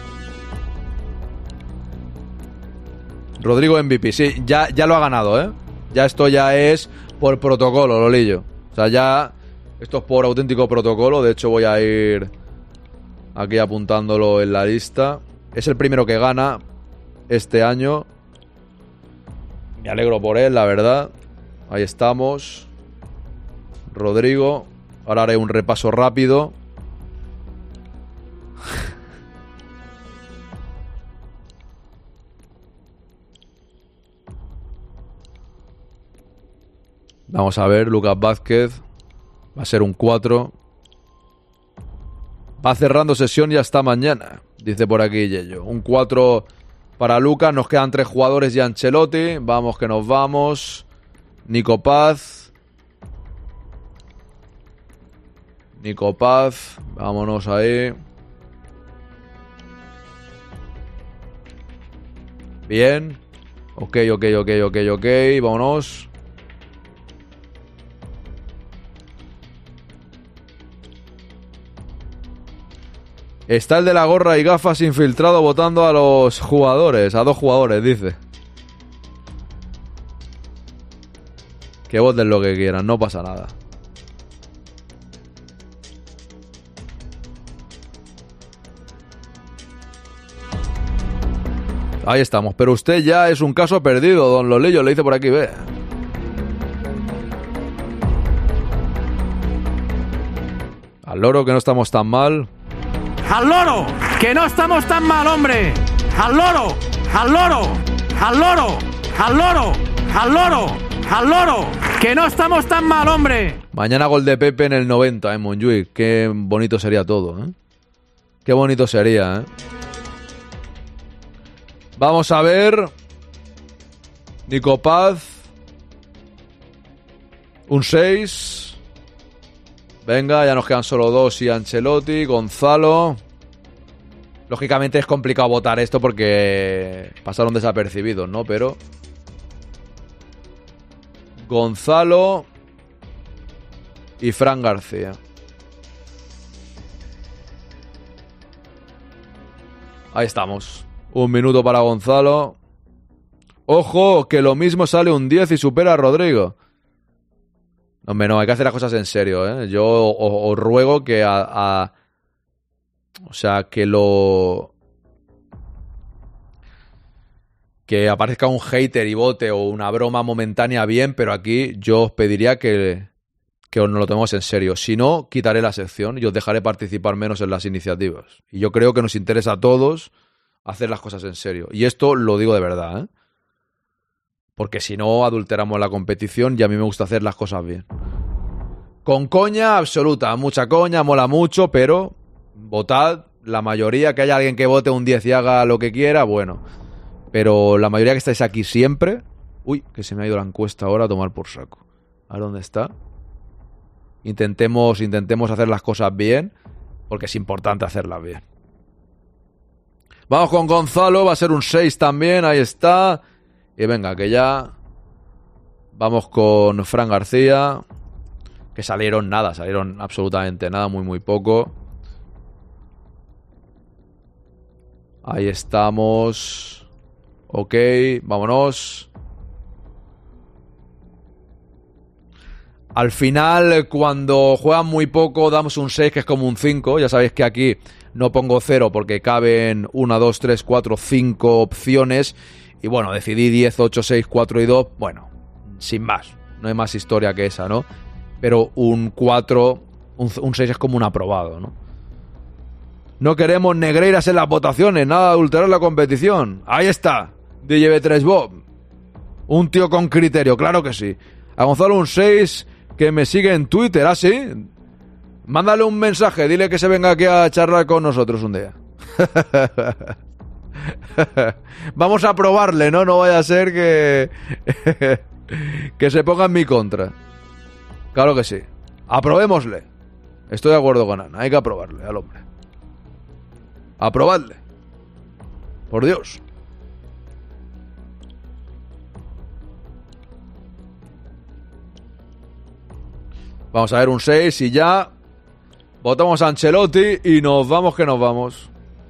Rodrigo MVP. Sí, ya lo ha ganado, ¿eh? Ya esto ya es por protocolo, Lolillo. O sea, ya esto es por auténtico protocolo. De hecho, voy a ir aquí apuntándolo en la lista. Es el primero que gana este año. Me alegro por él, la verdad. Ahí estamos. Rodrigo. Ahora haré un repaso rápido. Vamos a ver, Lucas Vázquez. Va a ser un 4. Va cerrando sesión y hasta mañana, dice por aquí Yello. Un 4 para Lucas. Nos quedan 3 jugadores y Ancelotti. Vamos que nos vamos. Nico Paz. Nico Paz, vámonos ahí. Bien. Ok, vámonos. Está el de la gorra y gafas infiltrado votando a los jugadores, a 2 jugadores, dice. Que voten lo que quieran, no pasa nada. Ahí estamos, pero usted ya es un caso perdido, don Lolillo, le dice por aquí, ve. Al loro, que no estamos tan mal. ¡Al loro! ¡Que no estamos tan mal, hombre! ¡Al loro! ¡Al loro! ¡Al loro! ¡Al loro! ¡Al loro! ¡Al loro! ¡Que no estamos tan mal, hombre! Mañana gol de Pepe en el 90, Montjuic. Qué bonito sería todo, ¿eh? Qué bonito sería, ¿eh? Vamos a ver. Nico Paz. Un 6. Venga, ya nos quedan solo 2 y Ancelotti. Gonzalo. Lógicamente es complicado votar esto porque pasaron desapercibidos, ¿no? Pero Gonzalo y Fran García. Ahí estamos. 1 minuto para Gonzalo. ¡Ojo! Que lo mismo sale un 10 y supera a Rodrigo. Hombre, no, hay que hacer las cosas en serio, ¿eh? Yo os ruego que o sea, que aparezca un hater y vote o una broma momentánea bien, pero aquí yo os pediría que os lo tomemos en serio. Si no, quitaré la sección y os dejaré participar menos en las iniciativas. Y yo creo que nos interesa a todos hacer las cosas en serio. Y esto lo digo de verdad, ¿eh? Porque si no, adulteramos la competición y a mí me gusta hacer las cosas bien. Con coña absoluta, mucha coña, mola mucho, pero votad, la mayoría, que haya alguien que vote un 10 y haga lo que quiera, bueno. Pero la mayoría que estáis aquí siempre... Uy, que se me ha ido la encuesta ahora a tomar por saco. ¿A dónde está? Intentemos hacer las cosas bien, porque es importante hacerlas bien. Vamos con Gonzalo, va a ser un 6 también, ahí está. Y venga, que ya vamos con Fran García, que salieron absolutamente nada, muy poco. Ahí estamos. Ok, vámonos. Al final, cuando juegan muy poco, damos un 6, que es como un 5. Ya sabéis que aquí no pongo 0 porque caben 1, 2, 3, 4, 5 opciones. Y bueno, decidí 10, 8, 6, 4 y 2. Bueno, sin más. No hay más historia que esa, ¿no? Pero un 4, un 6 es como un aprobado, ¿no? No queremos negreiras en las votaciones. Nada de adulterar la competición. Ahí está. DJB3 Bob. Un tío con criterio, claro que sí. A Gonzalo un 6, que me sigue en Twitter. ¿Ah, sí? Mándale un mensaje. Dile que se venga aquí a charlar con nosotros un día. Vamos a probarle, ¿no? No vaya a ser que que se ponga en mi contra. Claro que sí. Aprobémosle. Estoy de acuerdo con Ana. Hay que aprobarle al hombre. Aprobadle. Por Dios. Vamos a ver un 6 y ya votamos a Ancelotti y nos vamos que nos vamos.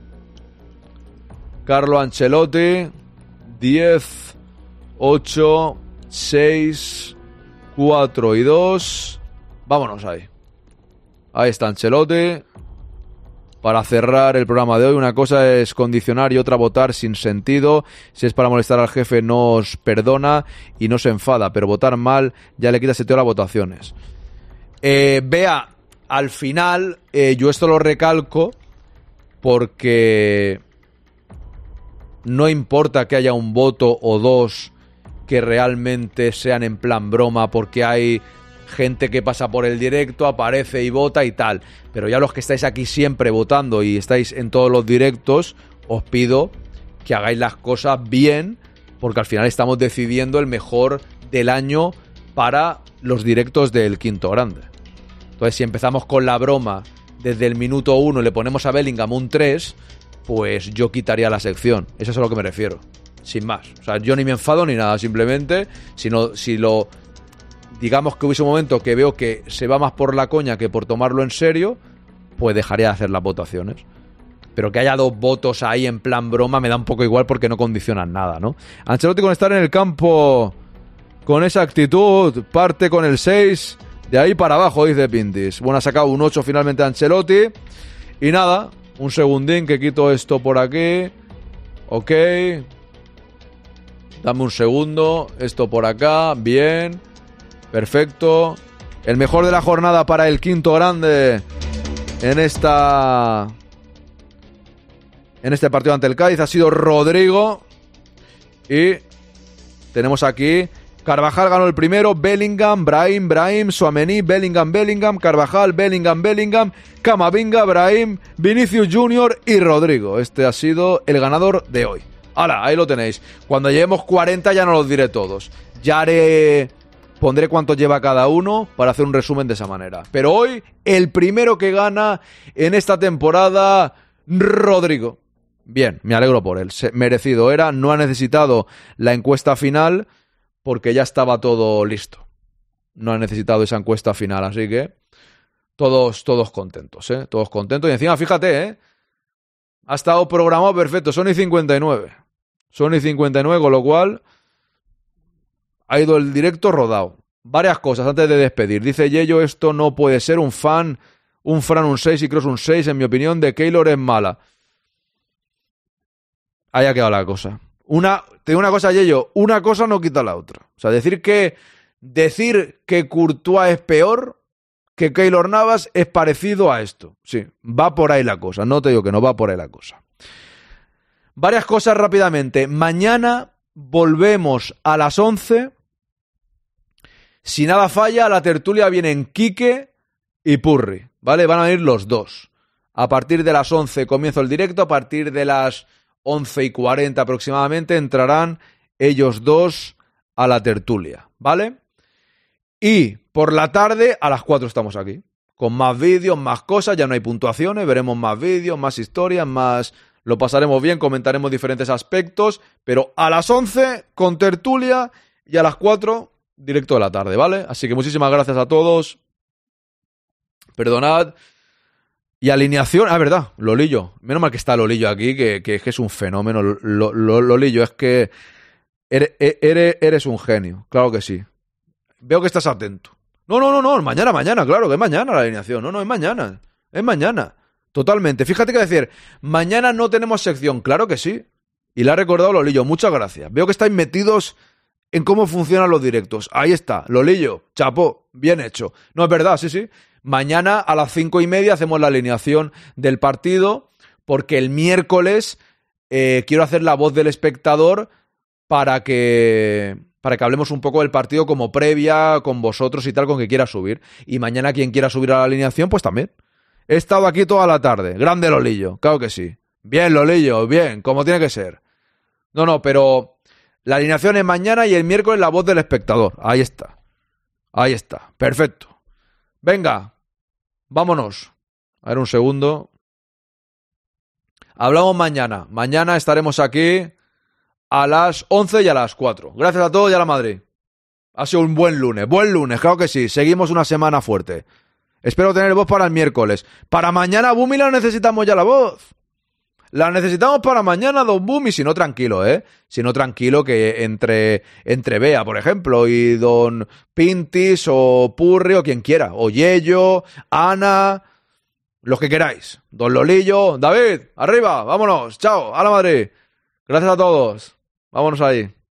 Carlo Ancelotti, 10, 8, 6, 4 y 2. Vámonos ahí. Ahí está Ancelotti. Para cerrar el programa de hoy, una cosa es condicionar y otra votar sin sentido. Si es para molestar al jefe, nos perdona y no se enfada, pero votar mal ya le quita sentido a las votaciones. Vea, al final, yo esto lo recalco porque no importa que haya un voto o dos que realmente sean en plan broma, porque hay gente que pasa por el directo, aparece y vota y tal. Pero ya los que estáis aquí siempre votando y estáis en todos los directos, os pido que hagáis las cosas bien, porque al final estamos decidiendo el mejor del año para los directos del Quinto Grande. Entonces, si empezamos con la broma desde el minuto 1 y le ponemos a Bellingham un 3, pues yo quitaría la sección. Eso es a lo que me refiero. Sin más. O sea, yo ni me enfado ni nada. Simplemente, digamos que hubiese un momento que veo que se va más por la coña que por tomarlo en serio, pues dejaría de hacer las votaciones. Pero que haya dos votos ahí en plan broma me da un poco igual porque no condicionan nada, ¿no? Ancelotti, con estar en el campo con esa actitud, parte con el 6... De ahí para abajo, dice Pintis. Bueno, ha sacado un 8 finalmente Ancelotti. Y nada, un segundín que quito esto por aquí. Ok. Dame un segundo. Esto por acá. Bien. Perfecto. El mejor de la jornada para el Quinto Grande en este partido ante el Cádiz ha sido Rodrigo. Y tenemos aquí... Carvajal ganó el primero, Bellingham, Brahim, Tchouaméni, Bellingham, Carvajal, Bellingham, Camavinga, Brahim, Vinicius Junior y Rodrigo. Este ha sido el ganador de hoy. ¡Hala! Ahí lo tenéis. Cuando lleguemos 40 ya no los diré todos. Ya pondré cuántos lleva cada uno para hacer un resumen de esa manera. Pero hoy, el primero que gana en esta temporada, Rodrigo. Bien, me alegro por él. Merecido era, no ha necesitado la encuesta final, porque ya estaba todo listo. No ha necesitado esa encuesta final, así que todos contentos, ¿eh? Todos contentos. Y encima, fíjate, Ha estado programado perfecto. Son y 59. Son y 59, con lo cual ha ido el directo rodado. Varias cosas antes de despedir. Dice Yello, esto no puede ser un Fran un 6 y Cross un 6. En mi opinión, de Keylor es mala. Ahí ha quedado la cosa. Te digo una cosa, Yello, una cosa no quita la otra. O sea, decir que Courtois es peor que Keylor Navas es parecido a esto. Sí, va por ahí la cosa. No te digo que no, va por ahí la cosa. Varias cosas rápidamente. Mañana volvemos a las 11. Si nada falla, a la tertulia vienen Quique y Purri, ¿vale? Van a venir los dos. A partir de las 11 comienzo el directo. A partir de las 11:40 aproximadamente entrarán ellos dos a la tertulia, ¿vale? Y por la tarde a las 4 estamos aquí. Con más vídeos, más cosas, ya no hay puntuaciones, veremos más vídeos, más historias, más... Lo pasaremos bien, comentaremos diferentes aspectos, pero a las 11 con tertulia y a las 4 directo de la tarde, ¿vale? Así que muchísimas gracias a todos. Perdonad. Y alineación, verdad, Lolillo. Menos mal que está Lolillo aquí, que es un fenómeno. Lolillo, es que eres un genio, claro que sí. Veo que estás atento. No, mañana, claro que es mañana la alineación. No, es mañana. Totalmente. Fíjate que decir, mañana no tenemos sección, claro que sí. Y la ha recordado Lolillo, muchas gracias. Veo que estáis metidos en cómo funcionan los directos. Ahí está, Lolillo, chapó, bien hecho. No, es verdad, sí. Mañana a las 5:30 hacemos la alineación del partido, porque el miércoles quiero hacer la voz del espectador para que hablemos un poco del partido como previa con vosotros y tal, con que quiera subir. Y mañana quien quiera subir a la alineación, pues también. He estado aquí toda la tarde. Grande Lolillo, claro que sí. Bien, Lolillo, bien, como tiene que ser. No, pero la alineación es mañana y el miércoles la voz del espectador. Ahí está. Perfecto. Venga, vámonos. A ver un segundo. Hablamos mañana. Mañana estaremos aquí a las 11 y a las 4. Gracias a todos y a la Madrid. Ha sido un buen lunes, claro que sí. Seguimos una semana fuerte. Espero tener voz para el miércoles. Para mañana, Bumi, la necesitamos ya la voz. La necesitamos para mañana, don Bumi. Si no, tranquilo, Si no, tranquilo que entre Bea, por ejemplo, y don Pintis o Purri o quien quiera. O Yello, Ana, los que queráis. Don Lolillo, David, arriba, vámonos. Chao, a la Madrid. Gracias a todos. Vámonos ahí.